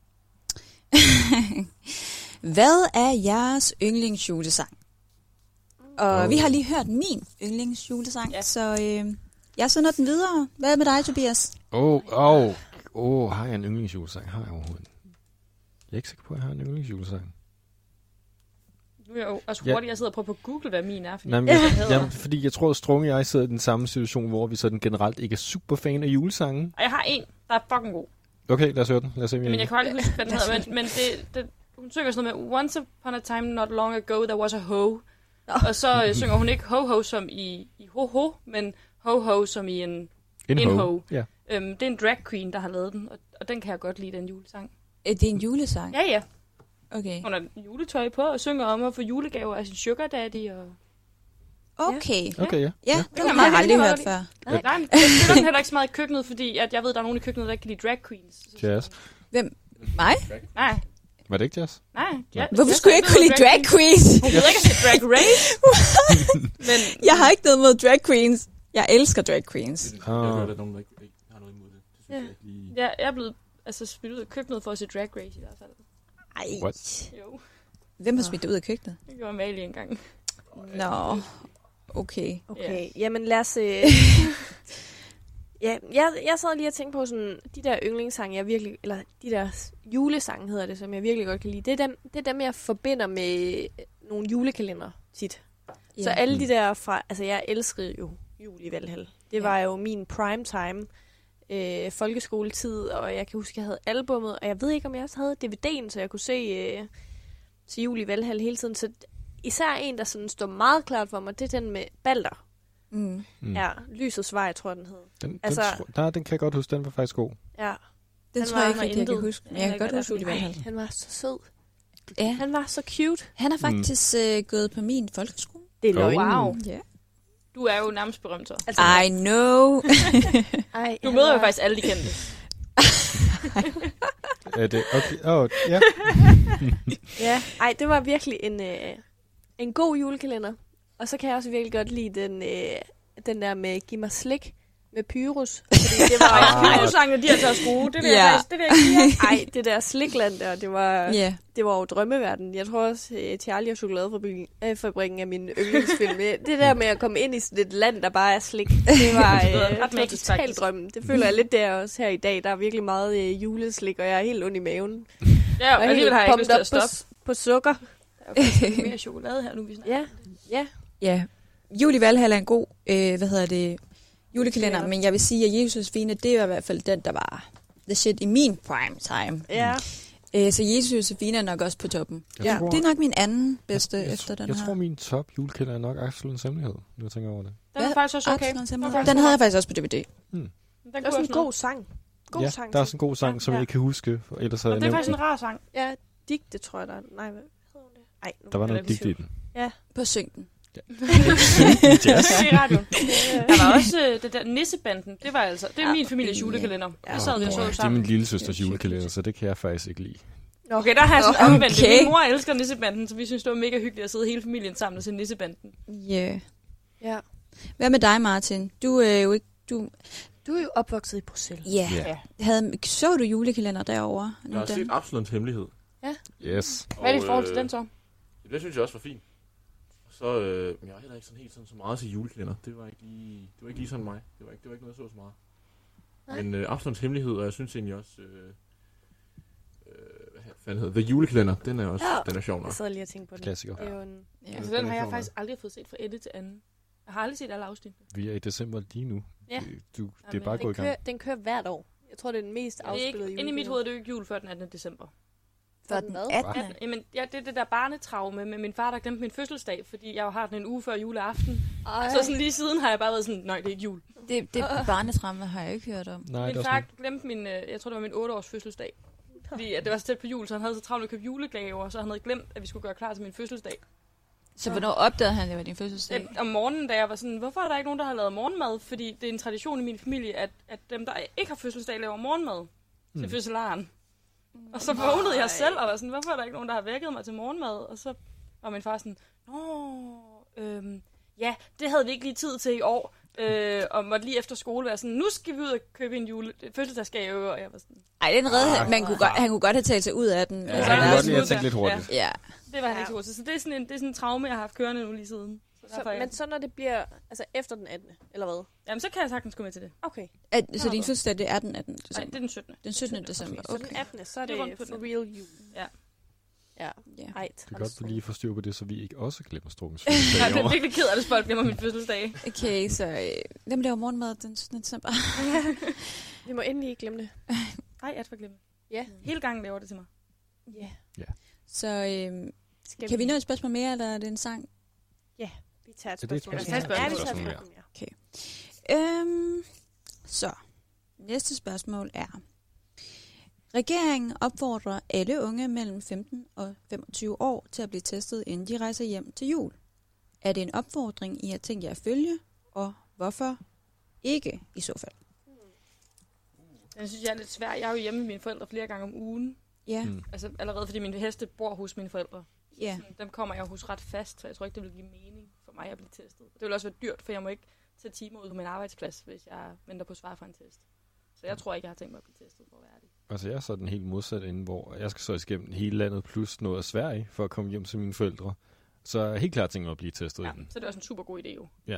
Hvad er jeres yndlingsjulesang? Og Oh. vi har lige hørt min yndlingsjulesang, Ja. ja. så øh, jeg sender den videre. Hvad med dig, Tobias? Åh, oh, åh, oh, oh, har jeg en yndlingsjulesang? Har jeg overhovedet? Jeg er ikke sikker på, at jeg har en yndlingsjulesang. Nu er jeg jo også Ja. hurtigt, jeg sidder og prøver på at google, hvad min er. Fordi Nej, men jeg jeg, hader- jamen, fordi jeg tror, at Strunge og jeg sidder i den samme situation, hvor vi sådan generelt ikke er super fan af julesangen. Og jeg har en, der er fucking god. Okay, lad os høre den. Lad os se, om Men jeg jeg kan aldrig huske, hvad den hedder. Men, men det, det, hun synger sådan noget med, Once upon a time not long ago, there was a ho. Og så øh, synger hun ikke ho-ho som i, i ho-ho, men ho-ho som i en... en en ho. ho. Ja. Øhm, det er en drag queen, der har lavet den, og, og den kan jeg godt lide, den julesang. Er det en julesang? Ja, ja. Okay. Hun har juletøj på og synger om at få julegaver af sin sugar daddy. Og... Okay. Okay, ja. Ja, Ja. den har jeg aldrig hørt før. Nej, nej, jeg spiller den heller ikke så meget i køkkenet, fordi at jeg ved, at der er nogen i køkkenet, der ikke kan lide drag queens. Så- Jazz. Hvem? Mig? Nej, Var det ikke jazz? nej. Ja, Hvorfor jeg skulle jeg ikke kunne lide drag queens? Hun gider ikke at se drag race. Men Jeg har ikke noget mod drag queens. Jeg elsker drag queens. Jeg har hørt, at nogen der ikke, ikke har noget imod det. Det synes Ja. jeg ikke lige... ja, jeg er blevet altså, smidt ud af køkkenet for at se drag race i hvert fald. Ej. What? Jo, Hvem har smidt dig ud af køkkenet? det gjorde Amalie engang. Nå, okay. Okay, jamen lad os... Øh... ja, jeg, jeg sad lige og tænkte på sådan, de der yndlingssange, jeg virkelig... Eller de der julesange hedder det, som jeg virkelig godt kan lide. Det er dem, det er dem jeg forbinder med nogle julekalender tit. Så alle de der fra... Altså, jeg elskede jo jul i Valhall. Det Ja. var jo min prime time øh, folkeskoletid, og jeg kan huske, jeg havde albummet, og jeg ved ikke, om jeg også havde D V D'en, så jeg kunne se, øh, se jul i Valhall hele tiden. Så især en, der sådan står meget klart for mig, det er den med Balder. Mm. Mm. Ja, Lysets Vej, tror jeg, den hed. Den, Altså- den, tro, der, den kan jeg godt huske. Den var faktisk god. Ja. Den Han tror jeg var- ikke, han var rigtig, jeg kan intet. huske. Men Jeg jeg ved kan ikke, godt hvad huske det er Julie for- Valhall. Ej, Han var så sød. Ja. Han var så cute. Han har faktisk øh, gået på min folkeskole. Det er Oh. løgn. Wow. Ja. Du er jo nærmest berømt så. Altså, I know. ej, Du han møder jo var- faktisk alle de kendte. Er det, okay. Oh, ja. Ja, ej, det var virkelig en, øh, en god julekalender. Og så kan jeg også virkelig godt lide den, øh, den der med Giv mig slik med Pyrus. Fordi det var... Ah. Pyrosangene, de har taget skrue. Det vil jeg Ja. faktisk, det vil jeg give jer. Ej, det der slikland der, det var, Ja. det var jo drømmeverden. Jeg tror også, øh, Charlie og Chokoladefabrikken øh, fabrikken er min yndlingsfilm. Det der med at komme ind i sådan et land, der bare er slik, det var, øh, Det var ret det var magisk, totalt faktisk. drømmen. Det føler jeg lidt der også her i dag. Der er virkelig meget øh, juleslik, og jeg er helt ond i maven. Ja, og alligevel har jeg ikke lyst til at på, stoppe. s- på sukker. Der er jo faktisk mere chokolade her nu, vi snakker. Ja, ja. Ja. Jul i Valhall er en god, øh, hvad hedder det, julekalender. Kalender. Men jeg vil sige, at Jesus Josefine, det var i hvert fald den, der var the shit i min prime time. Ja. Øh, så Jesus Josefine er nok også på toppen. Jeg Ja, tror- det er nok min anden bedste jeg, efter den jeg her. tror, min top julekalender er nok Absolut Hemmelighed, nu jeg tænker over det. Den er faktisk også okay. Absolut Den, Hemmelighed. Den havde jeg faktisk også på D V D. den Det er kunne også en også god sang. God ja, sang. der er også en god sang, Ja, som ja. jeg ikke kan huske, for ellers havde noget. jeg Det er nævnt faktisk en rar sang. Ja, digte, tror jeg, der er. Nej, hvad hedder hun det? Ej, nu Der var bliver noget jeg digt i den. På syng den. Jazz. Det er i radioen. Der var også øh, det der Nissebanden. Det var altså, det er Ja, min families ja. julekalender. Ja, Det sad vi og Åh, så det er sammen. min lille søsters julekalender, så det kan jeg faktisk ikke lide. Okay, der har jeg sådan Okay. omvendt det. Min mor elsker Nissebanden, så vi synes, det var mega hyggeligt at sidde hele familien sammen og se Nissebanden. Ja. Yeah. Ja. Hvad med dig, Martin? Du er jo ikke... Du, Du er jo opvokset i Bruxelles. ja. Ja. Havde, så du julekalender derovre? Jeg har set Absalons Hemmelighed. Yes. Hvad er det i Og, forhold til øh, den så? Det synes jeg også var fint. Så øh, men jeg var heller ikke sådan helt sådan så meget til julekalender. Det var ikke lige, det var ikke lige sådan mig. Det var ikke, det var ikke noget, jeg så så meget. Nej. Men øh, Absalons Hemmelighed, og jeg synes egentlig også... Øh, øh, hvad fanden hedder The Julekalender, den er også Ja. den er sjov nok. Jeg sad lige og tænkte på den. Klassiker. Det er jo en... Ja. Altså, den den er har jeg sjov faktisk aldrig fået set fra ende til anden. Jeg har aldrig set alle afsnit. Vi er i december lige nu. Ja. Det, du, det er Jamen, bare Den gået i gang. kører, den kører hvert år. Jeg tror, det er den mest Det er afspillede ikke, jul. inde i mit hoved er det jo ikke jul før den attende december. For den den hvad? attende. Ja, jamen, ja, det er det der barnetraume med min far, der glemte min fødselsdag, fordi jeg har den en uge før juleaften. Ej. Så sådan lige siden har jeg bare været sådan, nej, det er ikke jul. Det, det barnetramme har jeg ikke hørt om. Nej, det Min er far også glemte min, øh, jeg tror det var min otte års fødselsdag. Fordi at det var så tæt på jul, så han havde så travlt at købe julegaver, så han havde glemt, at vi skulle gøre klar til min fødselsdag. Så hvornår opdagede han, det var din fødselsdag? Øh, Om morgenen, da jeg var sådan, hvorfor er der ikke nogen, der har lavet morgenmad? Fordi det er en tradition i min familie, at, at dem, der ikke har fødselsdag, laver morgenmad Mm. til fødselaren. Og så vågnede jeg selv og var sådan, hvorfor er der ikke nogen, der har vækket mig til morgenmad? Og så var min far sådan, nå, øhm, ja, det havde vi ikke lige tid til i år. Øh, og måtte lige efter skole være sådan, nu skal vi ud og købe en jule fødselsdagsgave. Og jeg var sådan, Ej, den redde, man kunne godt, han kunne godt have talt sig ud af den. Ja, Altså, jeg der kunne er godt lide sådan- at tænke lidt hurtigt. Ja. det var han Ja. ikke så god til. Så det er sådan en, det er sådan en traume, jeg har haft kørende nu lige siden. Så, Så, derfor er jeg, men så når det bliver altså efter den attende eller hvad? jamen, så kan jeg sagtens gå med til det. Okay. At, så din fødselsdag, det er den attende Nej, december? det er den syttende. Den syttende december, Så den okay. attende, så er Det er det, rundt på for den. real jul. Ja. Ja. Ja. Ej, Det er godt, vi lige får styr på det, så vi ikke også glemmer Strukkens Jeg fødselsdag i bliver år. virkelig ked af, hvis folk glemmer min fødselsdag. Okay, så øh, hvem laver morgenmad den syttende december? Vi må endelig ikke glemme det. Nej, jeg får glemme. Ja. Hele gangen laver det til mig. Ja. Så øh, Skal kan vi nå et spørgsmål mere, eller er det en sang? Vi tager et Er det et spørgsmål. spørgsmål? Ja, Ja, vi vi tager et tager et spørgsmål, ja. Øhm, så, næste spørgsmål er. Regeringen opfordrer alle unge mellem femten og femogtyve år til at blive testet, inden de rejser hjem til jul. Er det en opfordring, I har tænkt jer at følge, og hvorfor ikke i så fald? Den synes jeg er lidt svær. Jeg er jo hjemme med mine forældre flere gange om ugen. Ja, Mm. Altså allerede fordi mine heste bor hos mine forældre. ja. Sådan, dem kommer jeg hos ret fast, så jeg tror ikke, det vil give mening for mig at blive testet. Det vil også være dyrt, for jeg må ikke tage timer ud på min arbejdsplads, hvis jeg venter på svar fra en test. Så jeg tror ikke, jeg har tænkt mig at blive testet, for at være ærlig. Altså, jeg er så den helt modsatte ende, hvor jeg skal så igennem hele landet plus noget af Sverige for at komme hjem til mine forældre. Så jeg er helt klart tænkt mig at blive testet Ja, inden. så er det også en super god idé jo. Ja.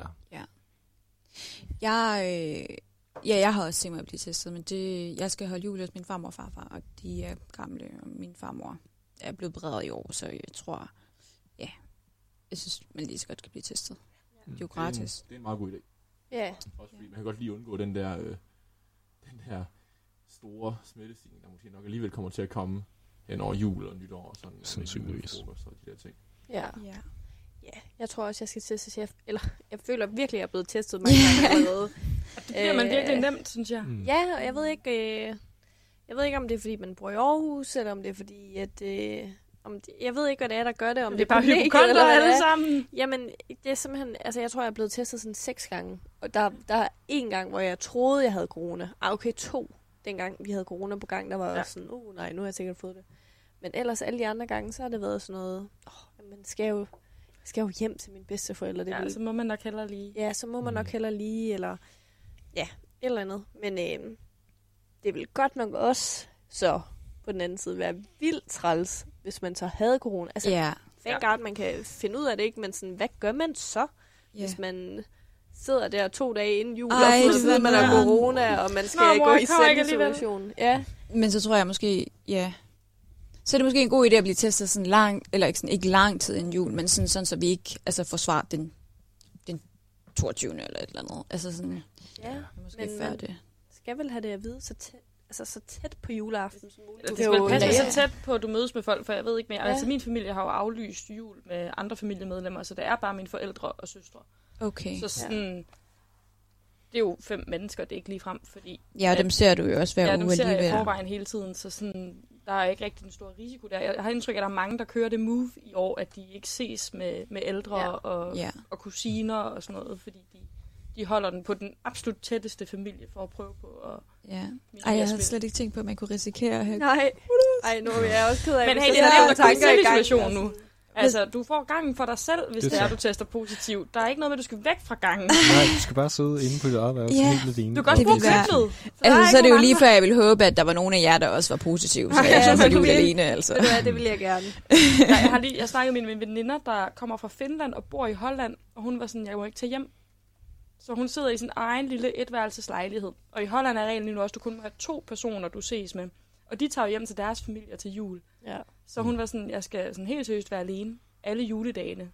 Jeg, øh, ja, jeg har også tænkt mig at blive testet, men det, jeg skal holde jul hos min farmor og farfar, og de er gamle, og min farmor er blevet bredere i år, så jeg tror, ja, jeg synes, man lige så godt skal blive testet. Det er jo gratis. Det er en, det er en meget god idé. Ja. Også fordi man kan godt lige undgå den der, øh, den her store smittestigning, der måske nok alligevel kommer til at komme hen over jul og nytår og sådan. Sandsynligvis. Og julefrokost og de der ting. Ja. Ja. Ja, jeg tror også, jeg skal testes. Jeg, eller, jeg føler virkelig, at jeg er blevet testet mange gange allerede. Og det bliver man Øh, virkelig nemt, synes jeg. Mm. Ja, og jeg ved ikke, øh, jeg ved ikke, om det er, fordi man bor i Aarhus, eller om det er, fordi, at... Øh, om det, jeg ved ikke, hvad det er, der gør det. Om Det det er bare kollegiet, hypokonder eller hvad det alle er. sammen. Jamen, det er simpelthen... Altså, jeg tror, jeg er blevet testet sådan seks gange. Og der, der er en gang, hvor jeg troede, jeg havde corona. Ah, okay, to. Dengang vi havde corona på gang, der var jeg Ja. også sådan, uh, nej, nu har jeg sikkert fået det. Men ellers alle de andre gange, så har det været sådan noget... Åh, men skal jeg jo, skal jeg jo hjem til mine bedsteforældre? Det Ja, vil, så må man nok hellere lige. ja, så må man nok Mm. heller lige, eller... Ja, et eller andet. Men øh, det vil godt nok også så på den anden side være vildt træls, hvis man så havde corona. Altså, Ja. thank God, man kan finde ud af det, ikke? Men sådan, hvad gør man så, Ja. hvis man sidder der to dage inden jul, Ej, og det får at ved man har man. corona, og man skal Nå, mor, gå i jeg kommer ikke alligevel. selvisolation. Ja, Men så tror jeg måske, ja, så er det måske en god idé at blive testet sådan lang, eller ikke, sådan, ikke lang tid inden jul, men sådan, sådan så vi ikke altså, får svar den, den toogtyvende eller et eller andet. Altså sådan, ja. måske Men før man det. skal vel have det at vide så tæt, altså så tæt på juleaften som muligt. Det kan skal jo passe lade- så tæt på, at du mødes med folk, for jeg ved ikke mere. Ja. Altså min familie har jo aflyst jul med andre familiemedlemmer, så det er bare mine forældre og søstre. Okay. Så sådan, det er jo fem mennesker, det er ikke lige frem, fordi Ja, og dem ser du jo også hver ja, uge dem ser jeg i alligevel. forvejen hele tiden, så sådan, der er ikke rigtig en stor risiko der. Jeg har indtryk af, at der er mange, der kører det move i år, at de ikke ses med, med ældre Ja. og, Ja. og kusiner og sådan noget, fordi de, de holder den på den absolut tætteste familie for at prøve på at Ja. Ej, minimere jeg havde smitte. slet ikke tænkt på, at man kunne risikere at have... Nej, ej, nu er jeg også ked af, Men hvis hey, det jeg er sætter nemt at komme i tanker i gang, selvisolation og nu. sådan- Altså, du får gangen for dig selv, hvis Det det, er er, så- du tester positivt. Der er ikke noget med, at du skal væk fra gangen. Nej, du skal bare sidde inde på dit eget værelse Ja. helt alene. Du kan også Det bruge vil være- køkkenet. Altså, så er det jo nogen lige andre. før, jeg ville håbe, at der var nogle af jer, der også var positive, så Ja, jeg så skulle du jul vil- alene, altså. Ved du hvad, det vil jeg gerne. Jeg, jeg har lige jeg snakkede med mine veninder, der kommer fra Finland og bor i Holland, og hun var sådan, jeg må ikke tage hjem. Så hun sidder i sin egen lille etværelseslejlighed. Og i Holland er reglen nu også, at du kun må have to personer, du ses med. Og de tager jo hjem til deres familier til jul. Ja. Så hun var sådan, jeg skal sådan helt seriøst være alene alle juledagene.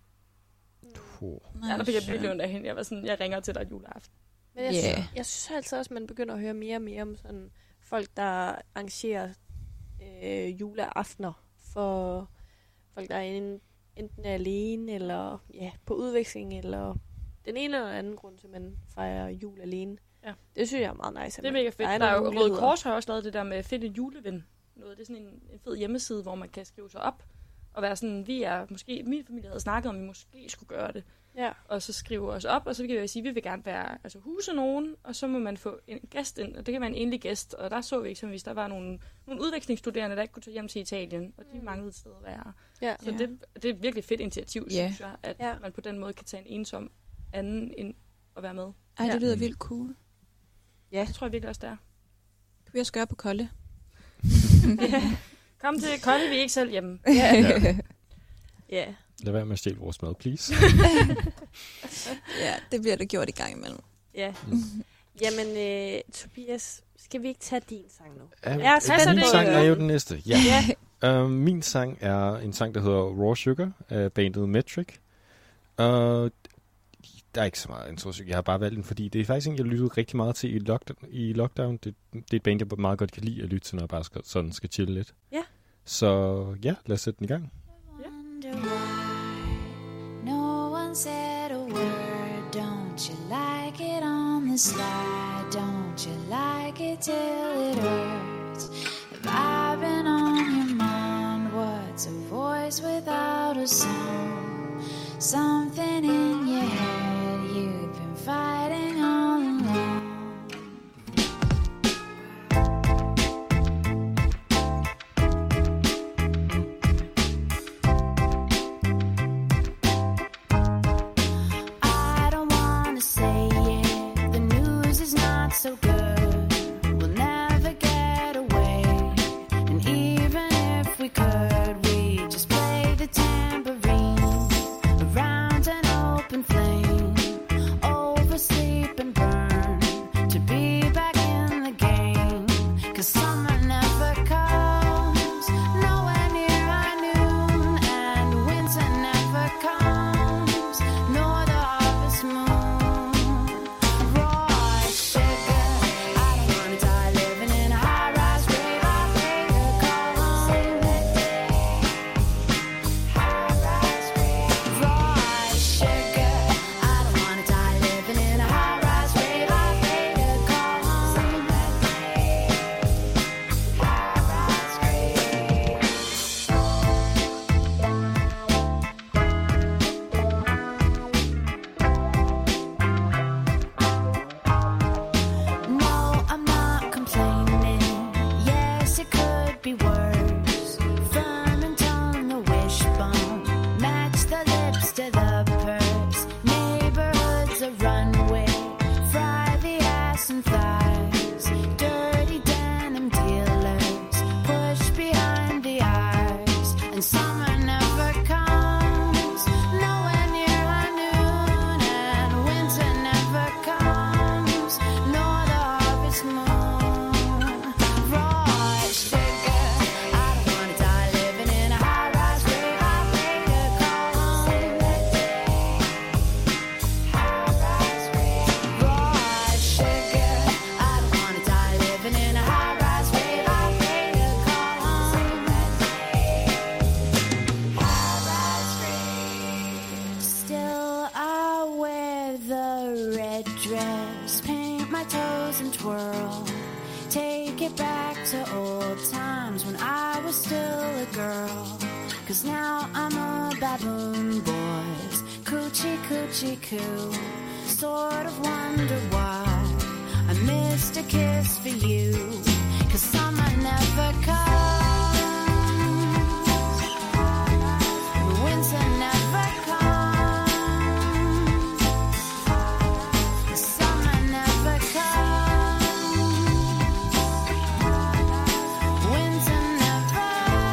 Puh. Ja, der fik jeg virkelig ondt af hende. Jeg var sådan, jeg ringer til dig juleaften. Men jeg, Ja. synes, jeg synes altså også, at man begynder at høre mere og mere om sådan folk, der arrangerer øh, juleaftener for folk, der er en, enten er alene, eller ja, på udveksling, eller den ene eller anden grund til, at man fejrer jul alene. Ja. Det synes jeg er meget nice. Det er mega fedt. Der er, der er jo Røde Kors har også lavet det der med fedt en juleven. Noget. Det er sådan en, en fed hjemmeside, hvor man kan skrive sig op og være sådan, vi er måske, min familie havde snakket om, at vi måske skulle gøre det. Ja. Og så skrive os op, og så kan vi sige, at vi vil gerne være, altså huse nogen, og så må man få en gæst ind, og det kan være en enlig gæst, og der så vi eksempelvis, der var nogle, nogle udvekslingsstuderende, der ikke kunne tage hjem til Italien, og de manglede et sted at være. Ja. Så Ja. det, det er et virkelig fedt initiativ, Ja. synes jeg, at Ja. man på den måde kan tage en ensom anden ind og være med. Ej, det Ja. lyder vildt cool. Ja. Det tror jeg virkelig også, det er. Kan vi også gøre på Kolde? Ja. Kom til Kolde, vi er ikke selv hjemme. Ja. Ja. Lad være med at stjæle vores mad, please. Ja, det bliver der gjort i gang imellem. Ja. Jamen, øh, Tobias, skal vi ikke tage din sang nu? Ja, Jeg er spændt min på sang at er høre jo den. den næste. Ja. Ja. Uh, min sang er en sang, der hedder Raw Sugar af bandet Metric. Uh, der er ikke så meget introduktion. Jeg har bare valgt den, fordi det er faktisk en, jeg lyttede rigtig meget til i, lockdown. I lockdown. Det, det er et band, jeg meget godt kan lide at lytte til, når jeg bare skal, sådan skal chille lidt. Ja. Så ja, lad os sætte den i gang. Wonder why no one said a word. Don't you like it on the slide? Don't you like it till it hurts? Have I been on your mind? What's a voice without a song? Something in your head you've been fighting all along. I don't wanna say it. The news is not so good. We'll never get away. And even if we could, we just play the tambourine around an open flame. Oversleep and burn to be back in the game. 'Cause summer never comes, nowhere near our noon. And winter never comes, nor the harvest moon. Raw sugar, I don't wanna die living in a high-rise rave. I pay to call home. High-rise rave. Raw sugar, I don't wanna die living in a high-rise rave. I pay to call home. High-rise rave. No, I'm not complaining. Yes, it could be worse. Firm and tone, the wishbone. Match the lips to the purse. Neighborhood's a runway. Fry the ass and thighs. Dirty denim dealers. Push behind the eyes. And summer never comes. Nowhere near our noon. And winter never comes. Nor the harvest moon. Raw sugar. I don't wanna die living in a high-rise rave. I pay to call home. High-rise rave. Raw sugar. I don't wanna die living in a high-rise rave. I pay to call home. High-rise rave. Still I wear the red dress, paint my toes and twirl. Take it back to old times when I was still a girl. 'Cause now I'm a baboon boys, coochie coochie coo. Sort of wonder why I missed a kiss for you. 'Cause summer never comes, winter never comes, summer never comes, winter never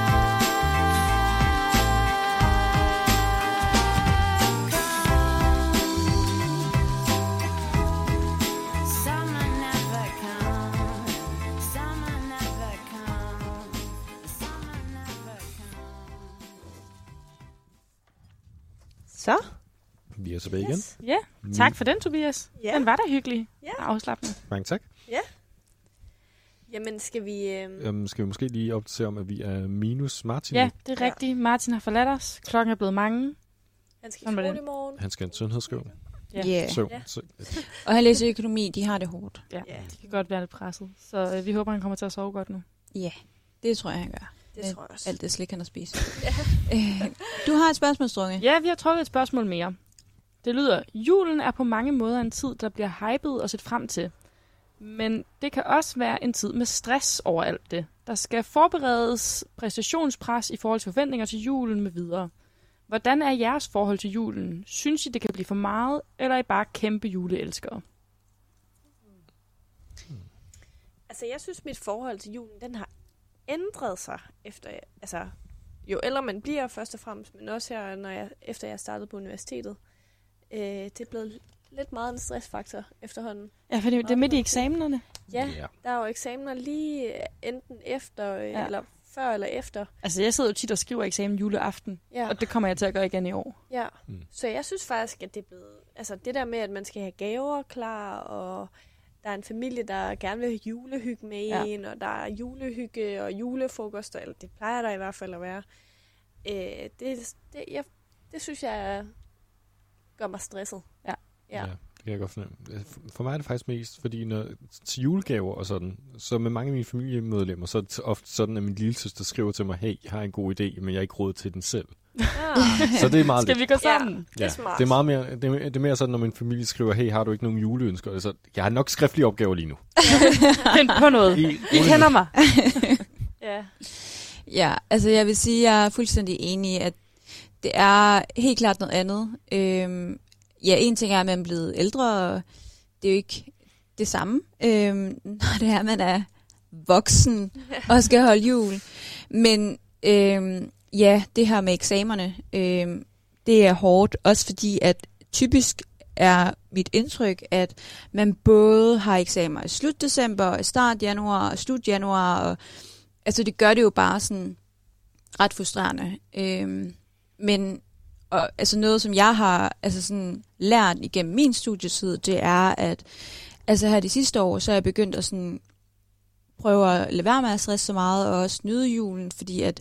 comes, summer never comes, summer never comes, summer never comes. Så. Vi er tilbage igen. Yes. Ja, tak for den, Tobias. Ja. Den var da hyggelig Ja. og afslappende. Mange tak. Jamen, skal vi... Øh... Um, skal vi måske lige opdatere om, at vi er minus Martin? Ja, det er Ja. rigtigt. Martin har forladt os. Klokken er blevet mange. Han skal i Sådan var skole det. i morgen. Han skal have en sundhedsskål. Ja. Yeah. Så, Ja. så, Og han læser økonomi, de har det hårdt. Ja, Ja. det kan godt være lidt presset. Så øh, vi håber, han kommer til at sove godt nu. Ja, det tror jeg, han gør. Det Med tror jeg også. Alt det slik, han har spist. Øh, du har et spørgsmål, Strunge. Ja, vi har trukket et spørgsmål mere. Det lyder, julen er på mange måder en tid, der bliver hypet og set frem til. Men det kan også være en tid med stress over alt det. Der skal forberedes præstationspres i forhold til forventninger til julen med videre. Hvordan er jeres forhold til julen? Synes I, det kan blive for meget, eller er I bare kæmpe juleelskere? Altså, jeg synes, mit forhold til julen, den har ændret sig efter... Altså, jo ældre man bliver, først og fremmest, men også her, når jeg, efter jeg startede på universitetet. Øh, det er blevet lidt meget en stressfaktor efterhånden. Ja, for det, det er midt i eksamenerne. Ja, ja. der er jo eksamener lige enten efter, øh, Ja. eller før eller efter. Altså, jeg sidder jo tit og skriver eksamen juleaften, Ja. og det kommer jeg til at gøre igen i år. Ja, Mm. så jeg synes faktisk, at det er blevet... Altså det der med, at man skal have gaver klar, og der er en familie, der gerne vil have julehygge med Ja. en, og der er julehygge og julefrokoster, eller det plejer der i hvert fald at være. Øh, det, det, jeg, det synes jeg gør mig stresset. Ja. Ja. Ja, det kan jeg godt fornemme. For mig er det faktisk mest, fordi når, til julegaver og sådan, så med mange af mine familiemedlemmer, så er det ofte sådan, at min lille søster skriver til mig, hey, jeg har en god idé, men jeg er ikke råd til den selv. Ah, Så det er meget Skal vi lidt. gå sammen? det er smart. det er meget mere, det er, det er mere sådan, når min familie skriver, hey, har du ikke nogen juleønsker? Så jeg har nok skriftlige opgaver lige nu. Find på noget. I, I kender mig. Ja. Ja, altså jeg vil sige, at jeg er fuldstændig enig i, at det er helt klart noget andet. Øhm, ja, en ting er, at man er blevet ældre, og det er jo ikke det samme, øhm, når det er, at man er voksen og skal holde jul. Men øhm, ja, det her med eksamerne, øhm, det er hårdt, også fordi, at typisk er mit indtryk, at man både har eksamener i slut december, start januar og slut januar, og altså det gør det jo bare sådan ret frustrerende. Øhm, men og, altså noget, som jeg har altså sådan lært igennem min studietid, det er, at altså her de sidste år, så er jeg begyndt at sådan prøve at lade være med at stresse så meget, og også nyde julen, fordi at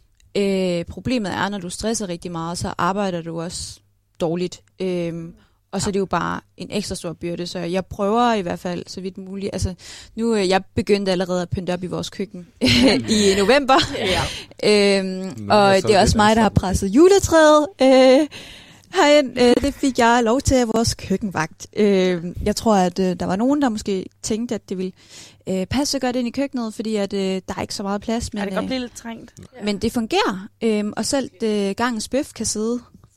øh, problemet er, når du stresser rigtig meget, så arbejder du også dårligt. Øhm, og så er det jo bare en ekstra stor byrde, så jeg prøver i hvert fald så vidt muligt. Altså, nu øh, jeg begyndte allerede at pynte op i vores køkken i november. Ja. Øhm, Nå, og så det er er også det mig, der har ansvar. presset juletræet øh, herind. Øh, det fik jeg lov til af vores køkkenvagt. Øh, jeg tror, at øh, der var nogen, der måske tænkte, at det ville øh, passe godt ind i køkkenet, fordi at, øh, der er ikke så meget plads. Men, Ja, det kan godt øh, blive lidt trængt. Ja. men det fungerer. Øh, og selv øh, gangens bøf kan sidde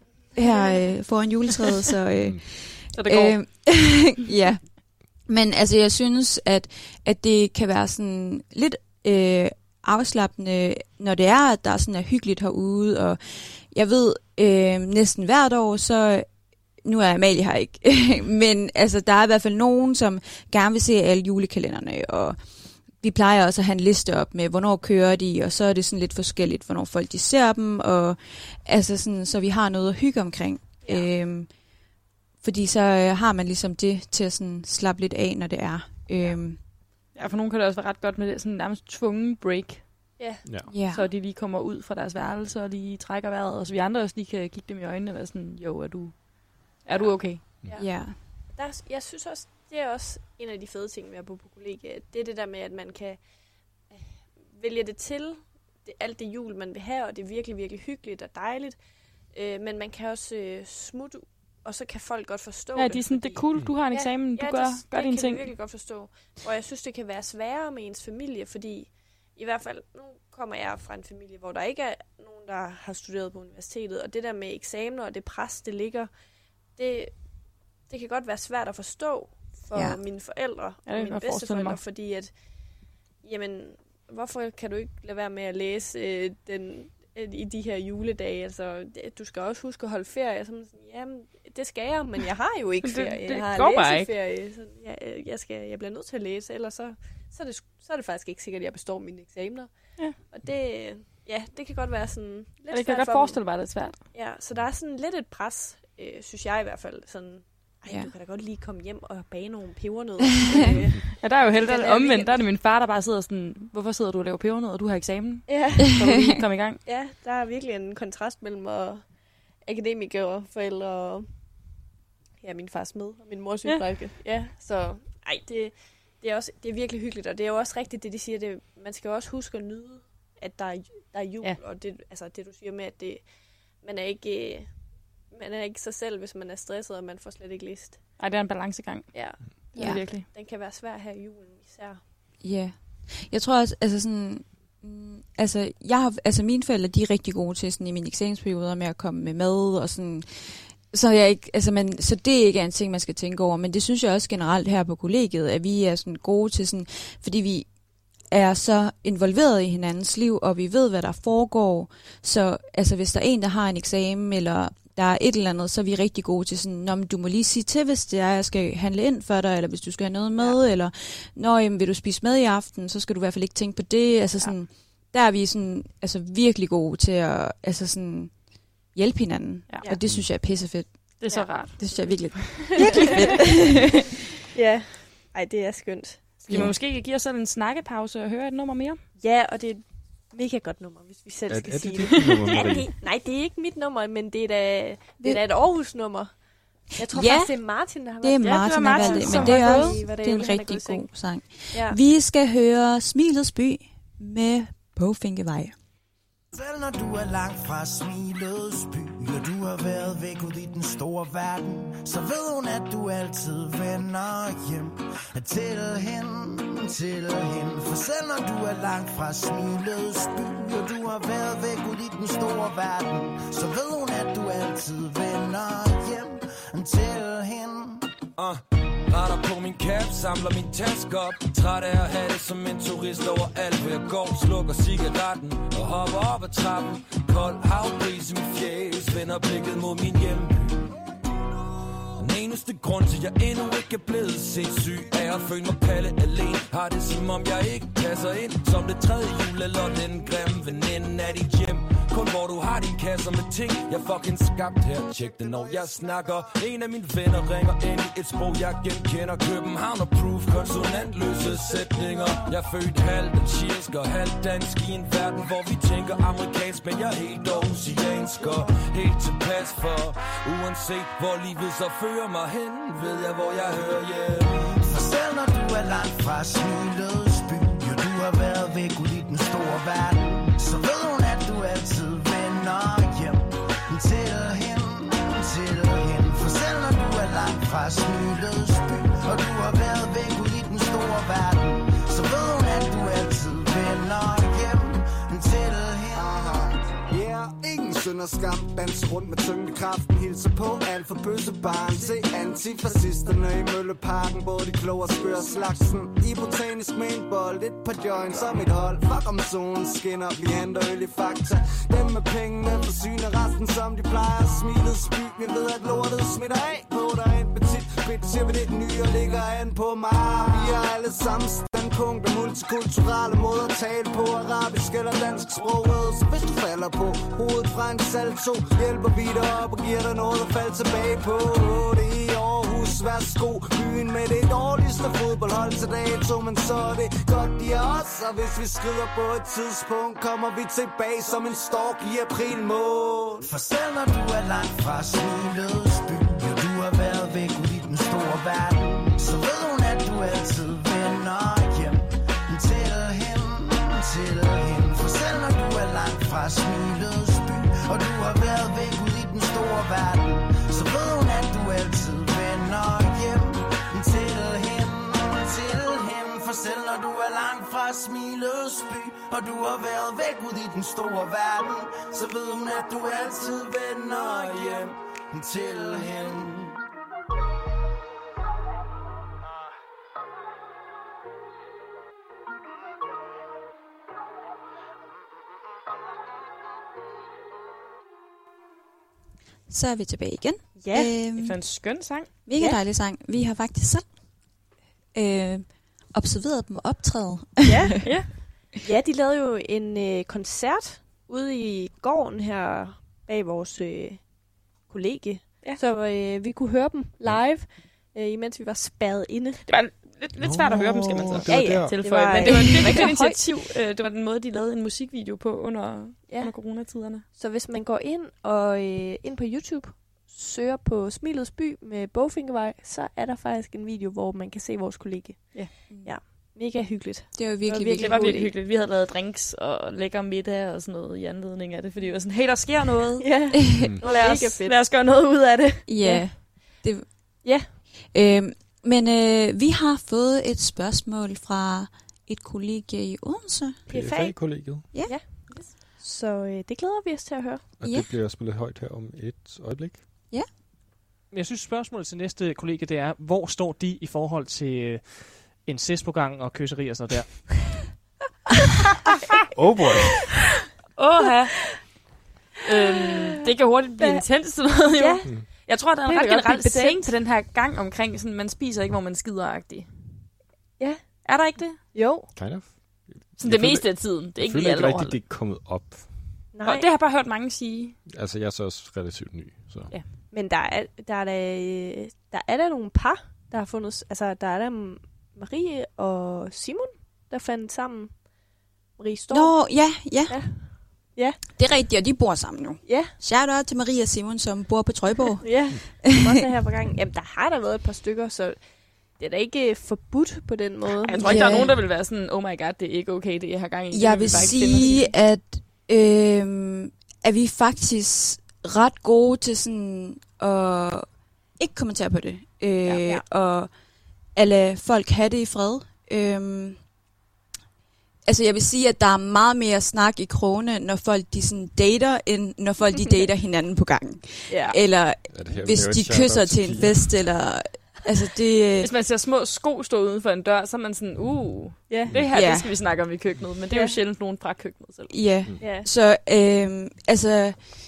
her øh, foran juletræet, så... Øh, Så det går. Øh, ja, men altså jeg synes, at, at det kan være sådan lidt øh, afslappende, når det er, at der sådan er hyggeligt herude, og jeg ved øh, næsten hvert år, så nu er Amalie her ikke, men altså der er i hvert fald nogen, som gerne vil se alle julekalenderne, og vi plejer også at have en liste op med, hvornår kører de, og så er det sådan lidt forskelligt, hvornår folk de ser dem, og altså sådan, så vi har noget at hygge omkring. Ja. Øhm, Fordi så øh, har man ligesom det til at sådan slappe lidt af, når det er. Øhm, Ja, for nogen kan det også være ret godt med det, sådan nærmest tvungen break. Ja. Ja. ja. Så de lige kommer ud fra deres værelse og lige trækker vejret, og så vi andre også lige kan kigge dem i øjnene og være sådan, jo, er du, er du okay? ja. Der, er- jeg synes også, det er også en af de fede ting ved at bo på kollegie. Det er det der med, at man kan øh, vælge det til, det, alt det jul, man vil have, og det er virkelig, virkelig hyggeligt og dejligt. Øh, men man kan også øh, smutte, og så kan folk godt forstå Ja, det. de er sådan, det er cool, du har en eksamen, du ja, gør, det, gør det dine kan ting. jeg virkelig godt forstå. Og jeg synes, det kan være sværere med ens familie, fordi i hvert fald, nu kommer jeg fra en familie, hvor der ikke er nogen, der har studeret på universitetet, og det der med eksamener og det pres, det ligger, det, det kan godt være svært at forstå for Ja. ja. mine forældre Ja, det og kan mine jeg forestille bedsteforældre, mig. fordi at, jamen, hvorfor kan du ikke lade være med at læse øh, den, øh, i de her juledage? Altså, det, du skal også huske at holde ferie. Så man sådan, jamen, det skal jeg, men jeg har jo ikke Det- ferie. det jeg har går bare ikke. læseferie. Så jeg, øh, jeg, skal, jeg bliver nødt til at læse, ellers så, så, er det, så er det faktisk ikke sikkert, at jeg består mine eksamener. Ja. Og det, ja, det kan godt være sådan lidt Ja, det kan svært jeg godt for dem. forestille mig, at det er svært. Ja, så der er sådan lidt et pres, øh, synes jeg i hvert fald, sådan ej, Ja. du kan da godt lige komme hjem og bage nogle pebernødder. øh, Ja, der er jo helt Den er omvendt. virkelig- Der er det min far, der bare sidder sådan, hvorfor sidder du og laver pebernødder? Du har eksamen. ja. Så du lige komme i gang. ja, der er virkelig en kontrast mellem at akademikere, forældre og ja, min fars med og min mors sygeplejerske. Ja. ja, så ej, det, det, er også, det er virkelig hyggeligt, og det er jo også rigtigt, det de siger. Det, man skal jo også huske at nyde, at der er, der er jul, Ja. og det, altså, det du siger med, at det, man, er ikke, øh, man er ikke sig selv, hvis man er stresset, og man får slet ikke lyst. Ej, det er en balancegang. Ja, Det er Ja. virkelig. den kan være svær her i julen især. Ja. Jeg tror også, altså sådan... mm, Altså, jeg har, altså mine forældre, de er rigtig gode til sådan i mine eksamensperioder med at komme med mad og sådan... Så, jeg ikke, altså man, så det ikke er en ting, man skal tænke over. Men det synes jeg også generelt her på kollegiet, at vi er sådan gode til sådan... Fordi vi er så involveret i hinandens liv, og vi ved, hvad der foregår. Så altså, hvis der er en, der har en eksamen, eller der er et eller andet, så er vi rigtig gode til sådan, Nå, men du må lige sige til, hvis det er, jeg skal handle ind for dig, eller hvis du skal have noget med, ja. eller Nå, jamen, vil du spise med i aften, så skal du i hvert fald ikke tænke på det. Altså sådan, der er vi sådan, altså virkelig gode til at altså sådan, hjælpe hinanden. Ja. Og det synes jeg er pissefedt. Det er så Ja. rart. Det synes jeg er virkelig, virkelig fedt. Ja, ej, det er skønt. Skal vi måske give os selv en snakkepause og høre et nummer mere? Ja, og det er et mega godt nummer, hvis vi selv Er, skal er det sige dit det. nummer, Ja, Marie? det. Nej, det er ikke mit nummer, men det er da, det er da et Aarhus-nummer. Jeg tror Ja. faktisk, det er Martin, der har Det er valgt det var Martin, der har Martin, valgt det, som men det er har også gået i, hvad det er en han er gået i rigtig seng. god sang. Ja. Vi skal høre Smilets by med Påfinkevej. Selv når du er langt fra Smilets by, og du har været væk ud i den store verden, så ved hun, at du altid vender hjem til hende, til hende. For selv når du er langt fra Smilets by, og du har været væk ud i den store verden, så ved hun, at du altid vender hjem til hende. Uh, retter på min cap, samler min taske op. Træt af at have det som en turist overalt, hvor jeg går, slukker cigaretten og hopper op ad trappen. Kold havbris i min fjæs, vender blikket mod min hjemby. Den eneste grund til, at jeg endnu ikke er blevet sindssyg, er at føle mig palle alene. Har det som om jeg ikke passer ind, som det tredje jul eller den grimme veninde af dit hjem. Kun hvor du har din kasser med ting, jeg fucking skabt her. Tjek det, når jeg snakker. En af mine venner ringer ind i et sprog, jeg genkender. København og proof, konsonantløse sætninger. Jeg er født halvt dansk og halvt dansk i en verden, hvor vi tænker amerikansk, men jeg er helt oceansk og helt tilpas for. Uanset hvor livet så fører mig hen, ved jeg hvor jeg hører hjemme. For selv når du er langt fra Smilets by, og du har været væk ud i den store verden, så ved hun, at du altid vender hjem til hende, til hende. For selv når du er langt fra Smilets by, og du har været væk ud i den store verden, så ved hun, at du altid vender hjem til hende. Yeah, ingen synd og skam. Danser rundt med tyngdekraften. Hilser på alt for bøssebarn. Se antifascisterne i Mølleparken. Både de kloge og skøre slagsen. I botanisk med en bold. Et par joints som et hold. Fuck om solen skinner. Vi henter øl i Fakta. Dem med pengene forsyner resten som de plejer. Smilets by. Vi ved at lortet smitter af på dig. En petit bitch. Siger vi det nye og ligger an på mig. Vi er alle sammen standpunkter. Multikulturelle måder at tale på. Arabisk eller dansk sproget. Så hvis du falder på hovedet fra en salto, hjælper vi dig op og giver dig noget at falde tilbage på. Det er i Aarhus, værsgo. Byen med det dårligste fodboldhold til dato, men så er det godt de er os. Og hvis vi skrider på et tidspunkt, kommer vi tilbage som en stork i april måned. For selv når du er langt fra Smilets by, og du har været væk ud i den store verden, så ved hun, at du altid vender hjem til hende, til hende. For selv når du er langt fra Smilets by, og du har været væk ud i den store verden, så ved hun, at du altid vender hjem til hende, til hende. For selv når du er langt fra Smilets by, og du har været væk ud i den store verden, så ved hun, at du altid vender hjem til hende. Så er vi tilbage igen. Ja, øhm, Det er en skøn sang. mega Ja. dejlig sang. Vi har faktisk selv øh, observeret dem optræde. ja. Ja. Ja, de lavede jo en øh, koncert ude i gården her bag vores øh, kollegie. Ja. Så øh, vi kunne høre dem live, øh, imens vi var spærret inde. Det var lidt, lidt svært at høre dem, skal man så. Det var Ja, ja. der. Tilføje. Det var, Men det var øh, et virkelig rigtig godt højt. initiativ. Øh, Det var den måde, de lavede en musikvideo på under, Ja. under coronatiderne. Så hvis man går ind og øh, ind på YouTube, søger på Smilets By med Bogfinkervej, så er der faktisk en video, hvor man kan se vores kollega. Ja. Ja. Mega hyggeligt. Det var virkelig, virkelig virkelig Det var god virkelig idé. hyggeligt. Vi havde lavet drinks og lækker middag og sådan noget i anledning af det, fordi vi var sådan, hey, der sker noget. Ja. Mm. Lad Mega os, fedt. lad os gøre noget ud af det. Ja. Det, Ja. Øhm, men øh, vi har fået et spørgsmål fra et kollega i Odense. P F A-kollegiet. Så øh, det glæder vi os til at høre. Og Ja. det bliver spillet højt her om et øjeblik. Jeg synes, spørgsmålet til næste kollega, det er, hvor står de i forhold til øh, incest-program og kysseri og sådan noget der? Oh boy. Åh, øhm, det kan hurtigt blive Hvad? intenst sådan noget, jo. Ja. Jeg tror, der er en Det ret kan godt generel blive ting betændt. til den her gang omkring, sådan, man spiser ikke, hvor man skider-agtigt. Ja. Er der ikke det? Jo. Kind of. Sådan Jeg det føler- meste af tiden. Det er Jeg ikke føler lige ikke alle rigtigt, overholdt. det er kommet op. Nej. Og det har jeg bare hørt mange sige. Altså, jeg er så også relativt ny, så... Ja. Men der er, der, er der, øh, der er der nogle par, der har fundet... Altså, der er der Marie og Simon, der fandt sammen. Marie Storm. Nå, ja, ja. Ja. Ja. Det er rigtigt, og de bor sammen nu. Ja. Shout out til Maria Simon, som bor på Trøjborg. Ja, som også er her på gang. Jamen, der har der været et par stykker, så det er da ikke øh, forbudt på den måde. Jeg tror ikke, der er Ja. nogen, der vil være sådan, oh my god, det er ikke okay, det jeg har gang i. Det Jeg vi vil bare ikke finde os i. sige, at, øh, at vi er faktisk ret gode til sådan at ikke kommentere på det. Øh, Ja, ja. Og at lade folk have det i fred. Øh, altså jeg vil sige, at der er meget mere snak i krogene, når folk de sådan dater, end når folk de dater hinanden på gangen. Ja. Eller Er det her, hvis vi laver de et shout-out kysser til en piger? fest, eller... Altså det... Hvis man ser små sko stå uden for en dør, så er man sådan, uh, Ja. det her, Ja. det skal vi snakke om i køkkenet. Men det er Ja. jo sjældent nogen fra køkkenet selv. Ja, Ja. så øh, altså...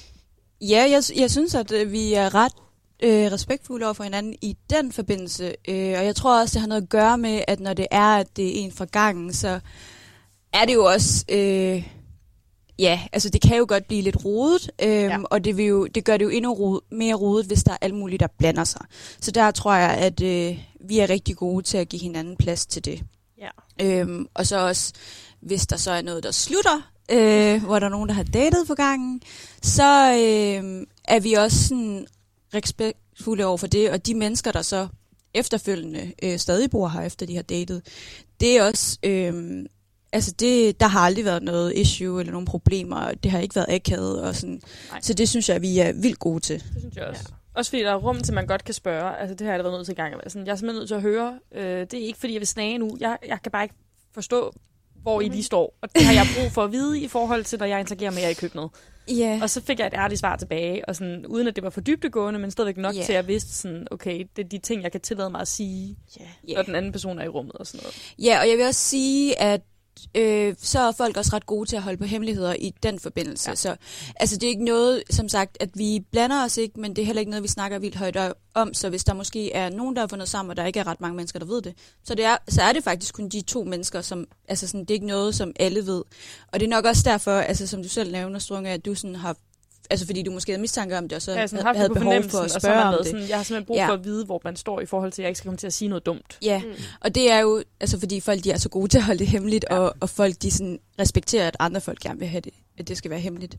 Ja, jeg, jeg synes, at øh, vi er ret øh, respektfulde over for hinanden i den forbindelse. Øh, og jeg tror også, det har noget at gøre med, at når det er, at det er en fra gangen, så er det jo også... Øh, ja, altså det kan jo godt blive lidt rodet, øh, ja. Og det, vil jo, det gør det jo endnu rod, mere rodet, hvis der er alt muligt, der blander sig. Så der tror jeg, at øh, vi er rigtig gode til at give hinanden plads til det. Ja. Øhm, og så også, hvis der så er noget, der slutter, øh, hvor der er nogen, der har datet på gangen, så øh, er vi også sådan respektfulde over for det, og de mennesker, der så efterfølgende øh, stadig bor her, efter de har datet, det er også, øh, altså det, der har aldrig været noget issue eller nogle problemer, og det har ikke været akavet, og sådan. Så det synes jeg, vi er vildt gode til. Det synes jeg også. Ja. Også fordi der er rum til, man godt kan spørge. Altså det har jeg da været nødt til i gang. Sådan, jeg er simpelthen nødt til at høre. Øh, det er ikke, fordi jeg vil snage nu. Jeg, jeg kan bare ikke forstå, hvor I lige står. Og det har jeg brug for at vide i forhold til, når jeg interagerer med jer i køkkenet. Ja. Og så fik jeg et ærligt svar tilbage, og sådan, uden at det var for dybdegående, men stadigvæk nok Ja. til, at jeg vidste, sådan, okay, det er de ting, jeg kan tillade mig at sige, Ja. når den anden person er i rummet og sådan noget. Ja, og jeg vil også sige, at øh, så er folk også ret gode til at holde på hemmeligheder i den forbindelse. Ja. Så altså, det er ikke noget, som sagt, at vi blander os ikke, men det er heller ikke noget, vi snakker vildt højt om. Så hvis der måske er nogen, der har fundet sammen, og der ikke er ret mange mennesker, der ved det, så, det er, så er det faktisk kun de to mennesker, som, altså sådan, det er ikke noget, som alle ved. Og det er nok også derfor, altså som du selv nævner, Strunge, at du sådan har, altså fordi du måske havde mistanke om det, og så Jeg har sådan havde, haft havde det på behov for fornemmelsen, at og så har spørge man om været det. sådan, jeg har simpelthen brug Ja. for at vide, hvor man står i forhold til, at jeg ikke skal komme til at sige noget dumt. Ja, Mm. og det er jo, altså fordi folk de er så gode til at holde det hemmeligt, ja. og, og folk de sådan respekterer, at andre folk gerne vil have det, at det skal være hemmeligt.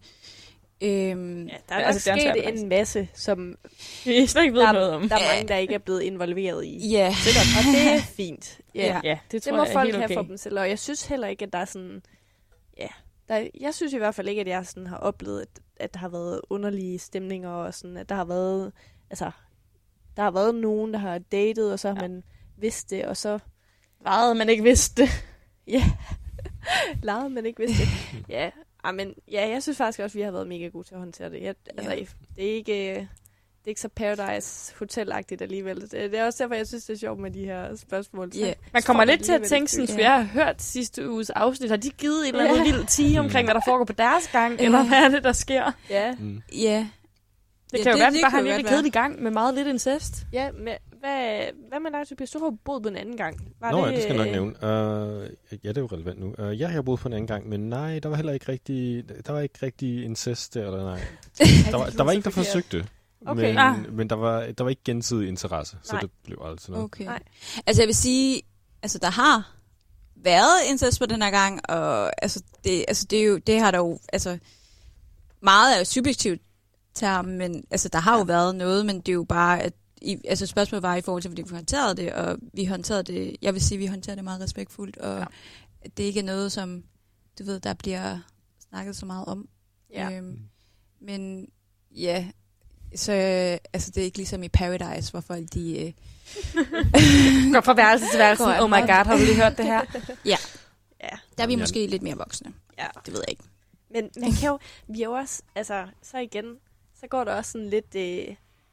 Øhm, Ja, der er Altså, altså, det er en svær sket balance. en masse, som Vi slet ikke ved der, noget om. der er mange, der ikke er blevet involveret i. ja, Og det er fint. Ja. Ja. Ja, det tror Det må jeg er folk helt have okay. for dem selv, og jeg synes heller ikke, at der er sådan... Ja, der, jeg synes i hvert fald ikke, at jeg sådan har oplevet, at, at der har været underlige stemninger, og sådan, at der har været... Altså, der har været nogen, der har datet, og så har Ja. man vidst det, og så... Meget, man ikke vidste det. Ja, leget, men ikke vidste det. Ja, ah, men, ja, jeg synes faktisk også, at vi har været mega gode til at håndtere det. Jeg, altså, Ja. det er ikke... øh, Det er ikke så Paradise Hotel-agtigt alligevel. Det, det er også derfor, jeg synes, det er sjovt med de her spørgsmål. Så Ja. Man kommer får lidt til at alligevel tænke et sådan, følelse. for jeg har hørt sidste uges afsnit, har de givet en eller anden Ja. vild tige omkring, hvad der foregår på deres gang, Ja. eller hvad er det, der sker? Ja, Mm. ja. Det Ja, kan jo det- være, at det vi bare har kunne en jo virkelig godt være. kedelig gang med meget lidt incest. ja men hvad, hvad med dig, Tobias? Du har boet på en anden gang. Var Nå det, ja, det skal jeg nok øh, nævne. Uh, ja, det er jo relevant nu. Uh, ja, jeg har boet på en anden gang, men nej, der var heller ikke rigtig, der var ikke rigtig incest der, eller nej. Der var, der var en, der forsøgte. Okay. Men, Ah. men der, var, der var ikke gensidig interesse, så Nej. det blev aldrig sådan noget. Okay. Nej. Altså jeg vil sige, altså der har været incest på den her gang, og altså det, altså det er jo, det har der jo, altså meget er jo subjektivt term, men altså der har jo været noget, men det er jo bare, at i, altså spørgsmålet var i forhold til, hvordan vi håndterede det, og vi håndterede det, jeg vil sige, vi håndterede det meget respektfuldt, og Ja. ja. det ikke er noget, som, du ved, der bliver snakket så meget om. Ja. Øhm, men ja, så øh, altså det er ikke ligesom i Paradise, hvor folk de... Øh, Går fra værelse til værelse. Går Oh my amok. god, har du lige hørt det her? Ja. der er vi Ja. måske lidt mere voksne. Ja. Det ved jeg ikke. Men man kan jo, vi er jo også, altså, så igen, så går der også sådan lidt, øh,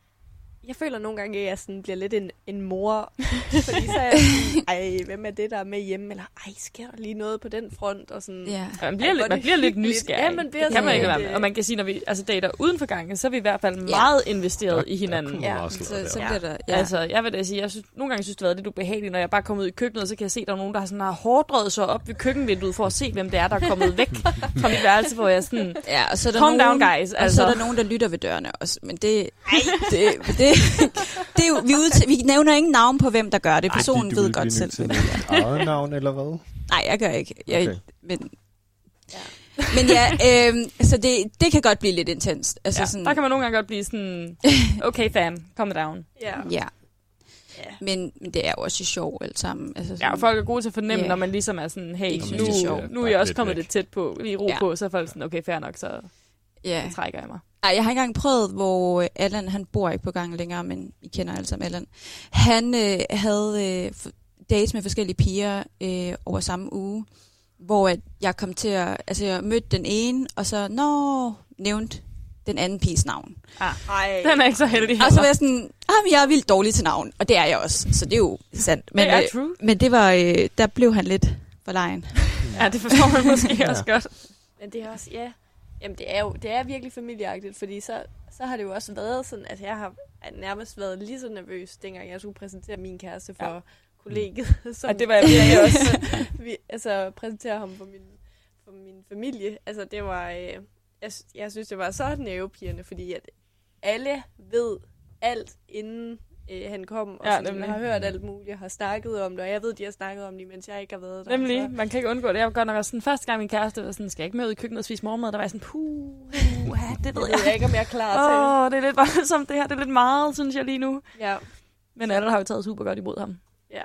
jeg føler nogle gange, at jeg sådan bliver lidt en, en mor, fordi så er jeg sådan, ej, hvem er det, der er med hjemme, eller ej, sker der lige noget på den front, og sådan, Ja. Ja, man bliver, Ej, lidt, hvor er man det bliver lidt hyggeligt. nysgerrig. Ja, man bliver det kan man sådan ikke lidt, være med. øh, Og man kan sige, når vi altså dater uden for gangen, så er vi i hvert fald meget investeret i hinanden. Der Ja, kommer også noget Så, så der. bliver der... Ja. Altså, jeg vil da sige, jeg synes, nogle gange synes det har været lidt ubehageligt, når jeg bare kommer ud i køkkenet, så kan jeg se, at der er nogen, der har sådan har hårdrøjet sig op ved køkkenvinduet for at se, hvem det er, der er kommet væk fra mit værelse, hvor jeg er sådan, Ja, og så er der calm nogen, down guys. Og Altså. så er der nogen, der lytter ved dørene også. Men det, det, det, det er jo, vi, udtager, vi nævner ingen navn på, hvem der gør det. Personen Du ved vil godt blive selv. nødt til dit eget navn, eller hvad? Nej, jeg gør ikke. Jeg, Okay. okay. Men, Ja. men ja, øhm, så det, det kan godt blive lidt intenst. Altså Ja, sådan, der kan man nogle gange godt blive sådan, okay fam, calm down. ja. ja. Ja. Men, men det er jo også sjov alt sammen. Altså sådan, Ja, og folk er gode til at fornemme, Ja. når man ligesom er sådan, hey, Det synes nu, jeg er sjovt. nu er jeg også Lidt kommet væk. lidt tæt på, lige ro Ja. på, så er folk sådan, okay, fair nok, så ja. trækker jeg mig. Ej, jeg har engang prøvet, hvor øh, Allan, han bor ikke på gangen længere, men I kender alle sammen Allan. Han øh, havde øh, f- dates med forskellige piger øh, over samme uge, hvor at jeg kom til at, altså jeg mødte den ene, og så, nå, nævnte den anden piges navn. Ej. Den er ikke så heldig Og så var jeg sådan, ah, men jeg er vildt dårlig til navn, og det er jeg også, så det er jo sandt. Men, det er øh, true. men det var, øh, der blev han lidt for lejen. Ja, det forstår man måske Ja. også godt. Men det er også, ja, jamen det er jo, det er virkelig familieagtigt, fordi så, så har det jo også været sådan, at jeg har nærmest været lige så nervøs, dengang jeg skulle præsentere min kæreste for Ja. ja. kollegiet. Som, Ja, det var jeg virkelig også. vi, altså, præsentere ham for min, for min familie. Altså, det var, øh, jeg, jeg synes, det var så nervepirrende, fordi at alle ved alt, inden øh, han kom, og Ja, ja, sådan, nemlig. har hørt alt muligt, har snakket om det, og jeg ved, de har snakket om det, mens jeg ikke har været der. Nemlig, Så, man kan ikke undgå det. Jeg var godt nok også sådan, første gang min kæreste var sådan, skal jeg ikke med ud i køkkenet og spise morgenmad? Der var jeg sådan, puh, puh det det ved ved jeg jeg ikke, om jeg er klar til. Åh, oh, det er lidt voldsomt det her. Det er lidt meget, synes jeg lige nu. Ja, Men alle har jo taget super godt imod ham. ja.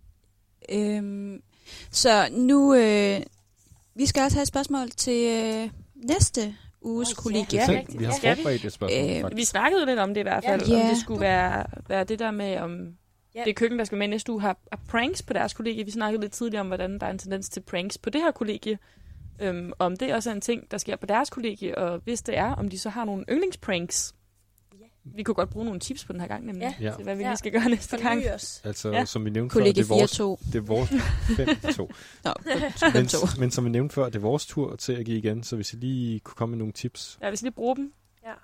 Øhm, så nu, øh, vi skal også have et spørgsmål til øh, næste uges Åh, ja. kollegie. Ja, Så, rigtigt. vi har Skal vi? forberedt et spørgsmål, Øh, faktisk. Vi snakkede jo lidt om det i hvert fald. Ja. Om Ja. det skulle være, være det der med, om Ja. det køkken, der skal med næste uge, har, har pranks på deres kollegie. Vi snakkede lidt tidligere om, hvordan der er en tendens til pranks på det her kollegie. Øhm, om det også er en ting, der sker på deres kollegie, og hvis det er, om de så har nogle yndlingspranks. Ja. Vi kunne godt bruge nogle tips på den her gang, nemlig. Ja. Ja. Til hvad vi Ja. lige skal gøre næste gang. Forny os. Altså, Ja. som vi nævnte før, Kollegie det er vores, fire to. det er vores fem to. Nå, Men, fem to. men som vi nævnte før, det er vores tur til at give igen, så hvis I lige kunne komme med nogle tips. Ja, hvis vi lige bruger dem.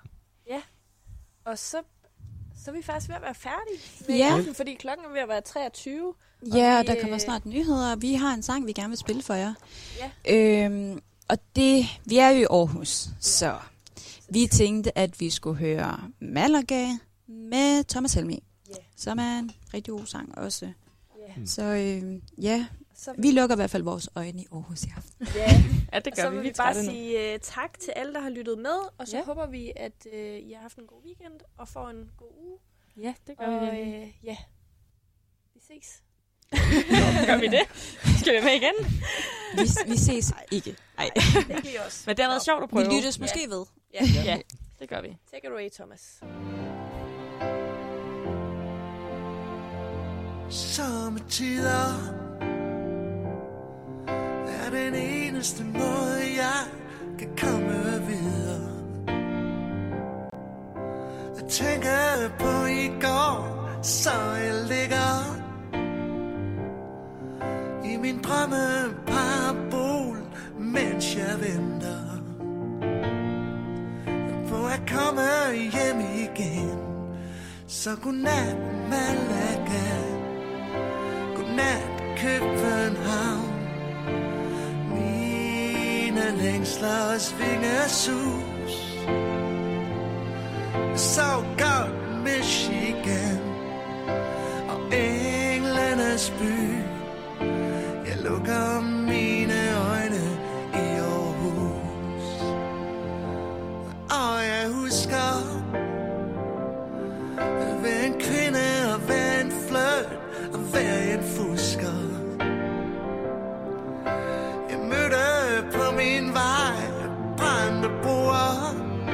Og så, så er vi faktisk ved at være færdige med Ja. aften, fordi klokken er ved at være treogtyve. Ja, Og og vi, der øh, kommer snart nyheder. Vi har en sang, vi gerne vil spille for jer. Ja. Øhm, og det, vi er jo i Aarhus, så vi tænkte, at vi skulle høre Malaga med Thomas Helmig, Ja. som er en rigtig god sang også. Ja. Så øhm, ja, Så, vi lukker i hvert fald vores øjne i Aarhus i aften. ja. Ja, det Og gør så vi. vil Vi vi tager bare det nu. sige uh, tak til alle, der har lyttet med, og så Ja. ja. håber vi, at uh, I har haft en god weekend og får en god uge. Ja, det gør Og vi. virkelig. uh, ja, vi ses. Gør vi det? Skal vi med igen? Vi, vi ses ikke. Ej. Det kan I også. Men det har været sjovt at Vi prøve. lyttes måske ved. Ja. Ja, det gør vi. Take it away, Thomas. Sommetider er den eneste måde, jeg kan komme videre. Jeg tænker på i går, så jeg ligger i min drømme parabol, mens jeg venter på at komme hjem igen. Så godnat, Malaga. Godnat, København. Mine længsler og svingesus så godt Michigan og englenes by. Jeg lukker mine øjne i Aarhus, og jeg husker at være en kvinde og være en flirt og være en fusker. Jeg mødte på min vej brændte bord,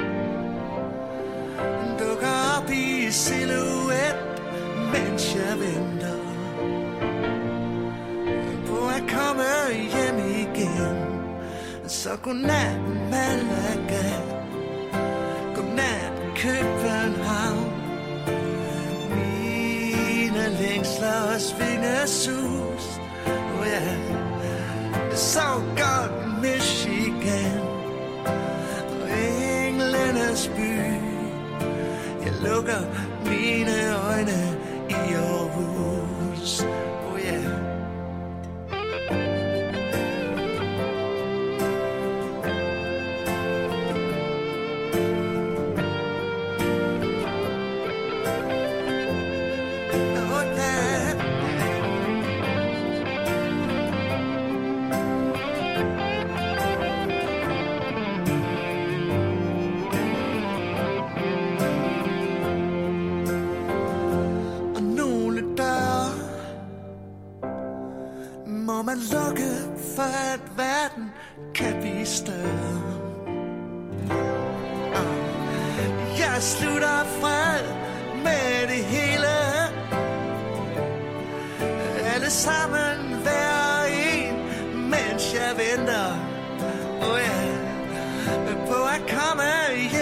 dukker op i silhuet, mens jeg venter på at komme hjem igen. Så godnat Malaga, godnat København. Mine længsler svinger sus, oh ja, så godt Michigan og englenes by. Jeg lukker mine øjne i Aarhus, oh ja. Man lukke for at verden kan blive større. Jeg slutter fred med det hele. Alle sammen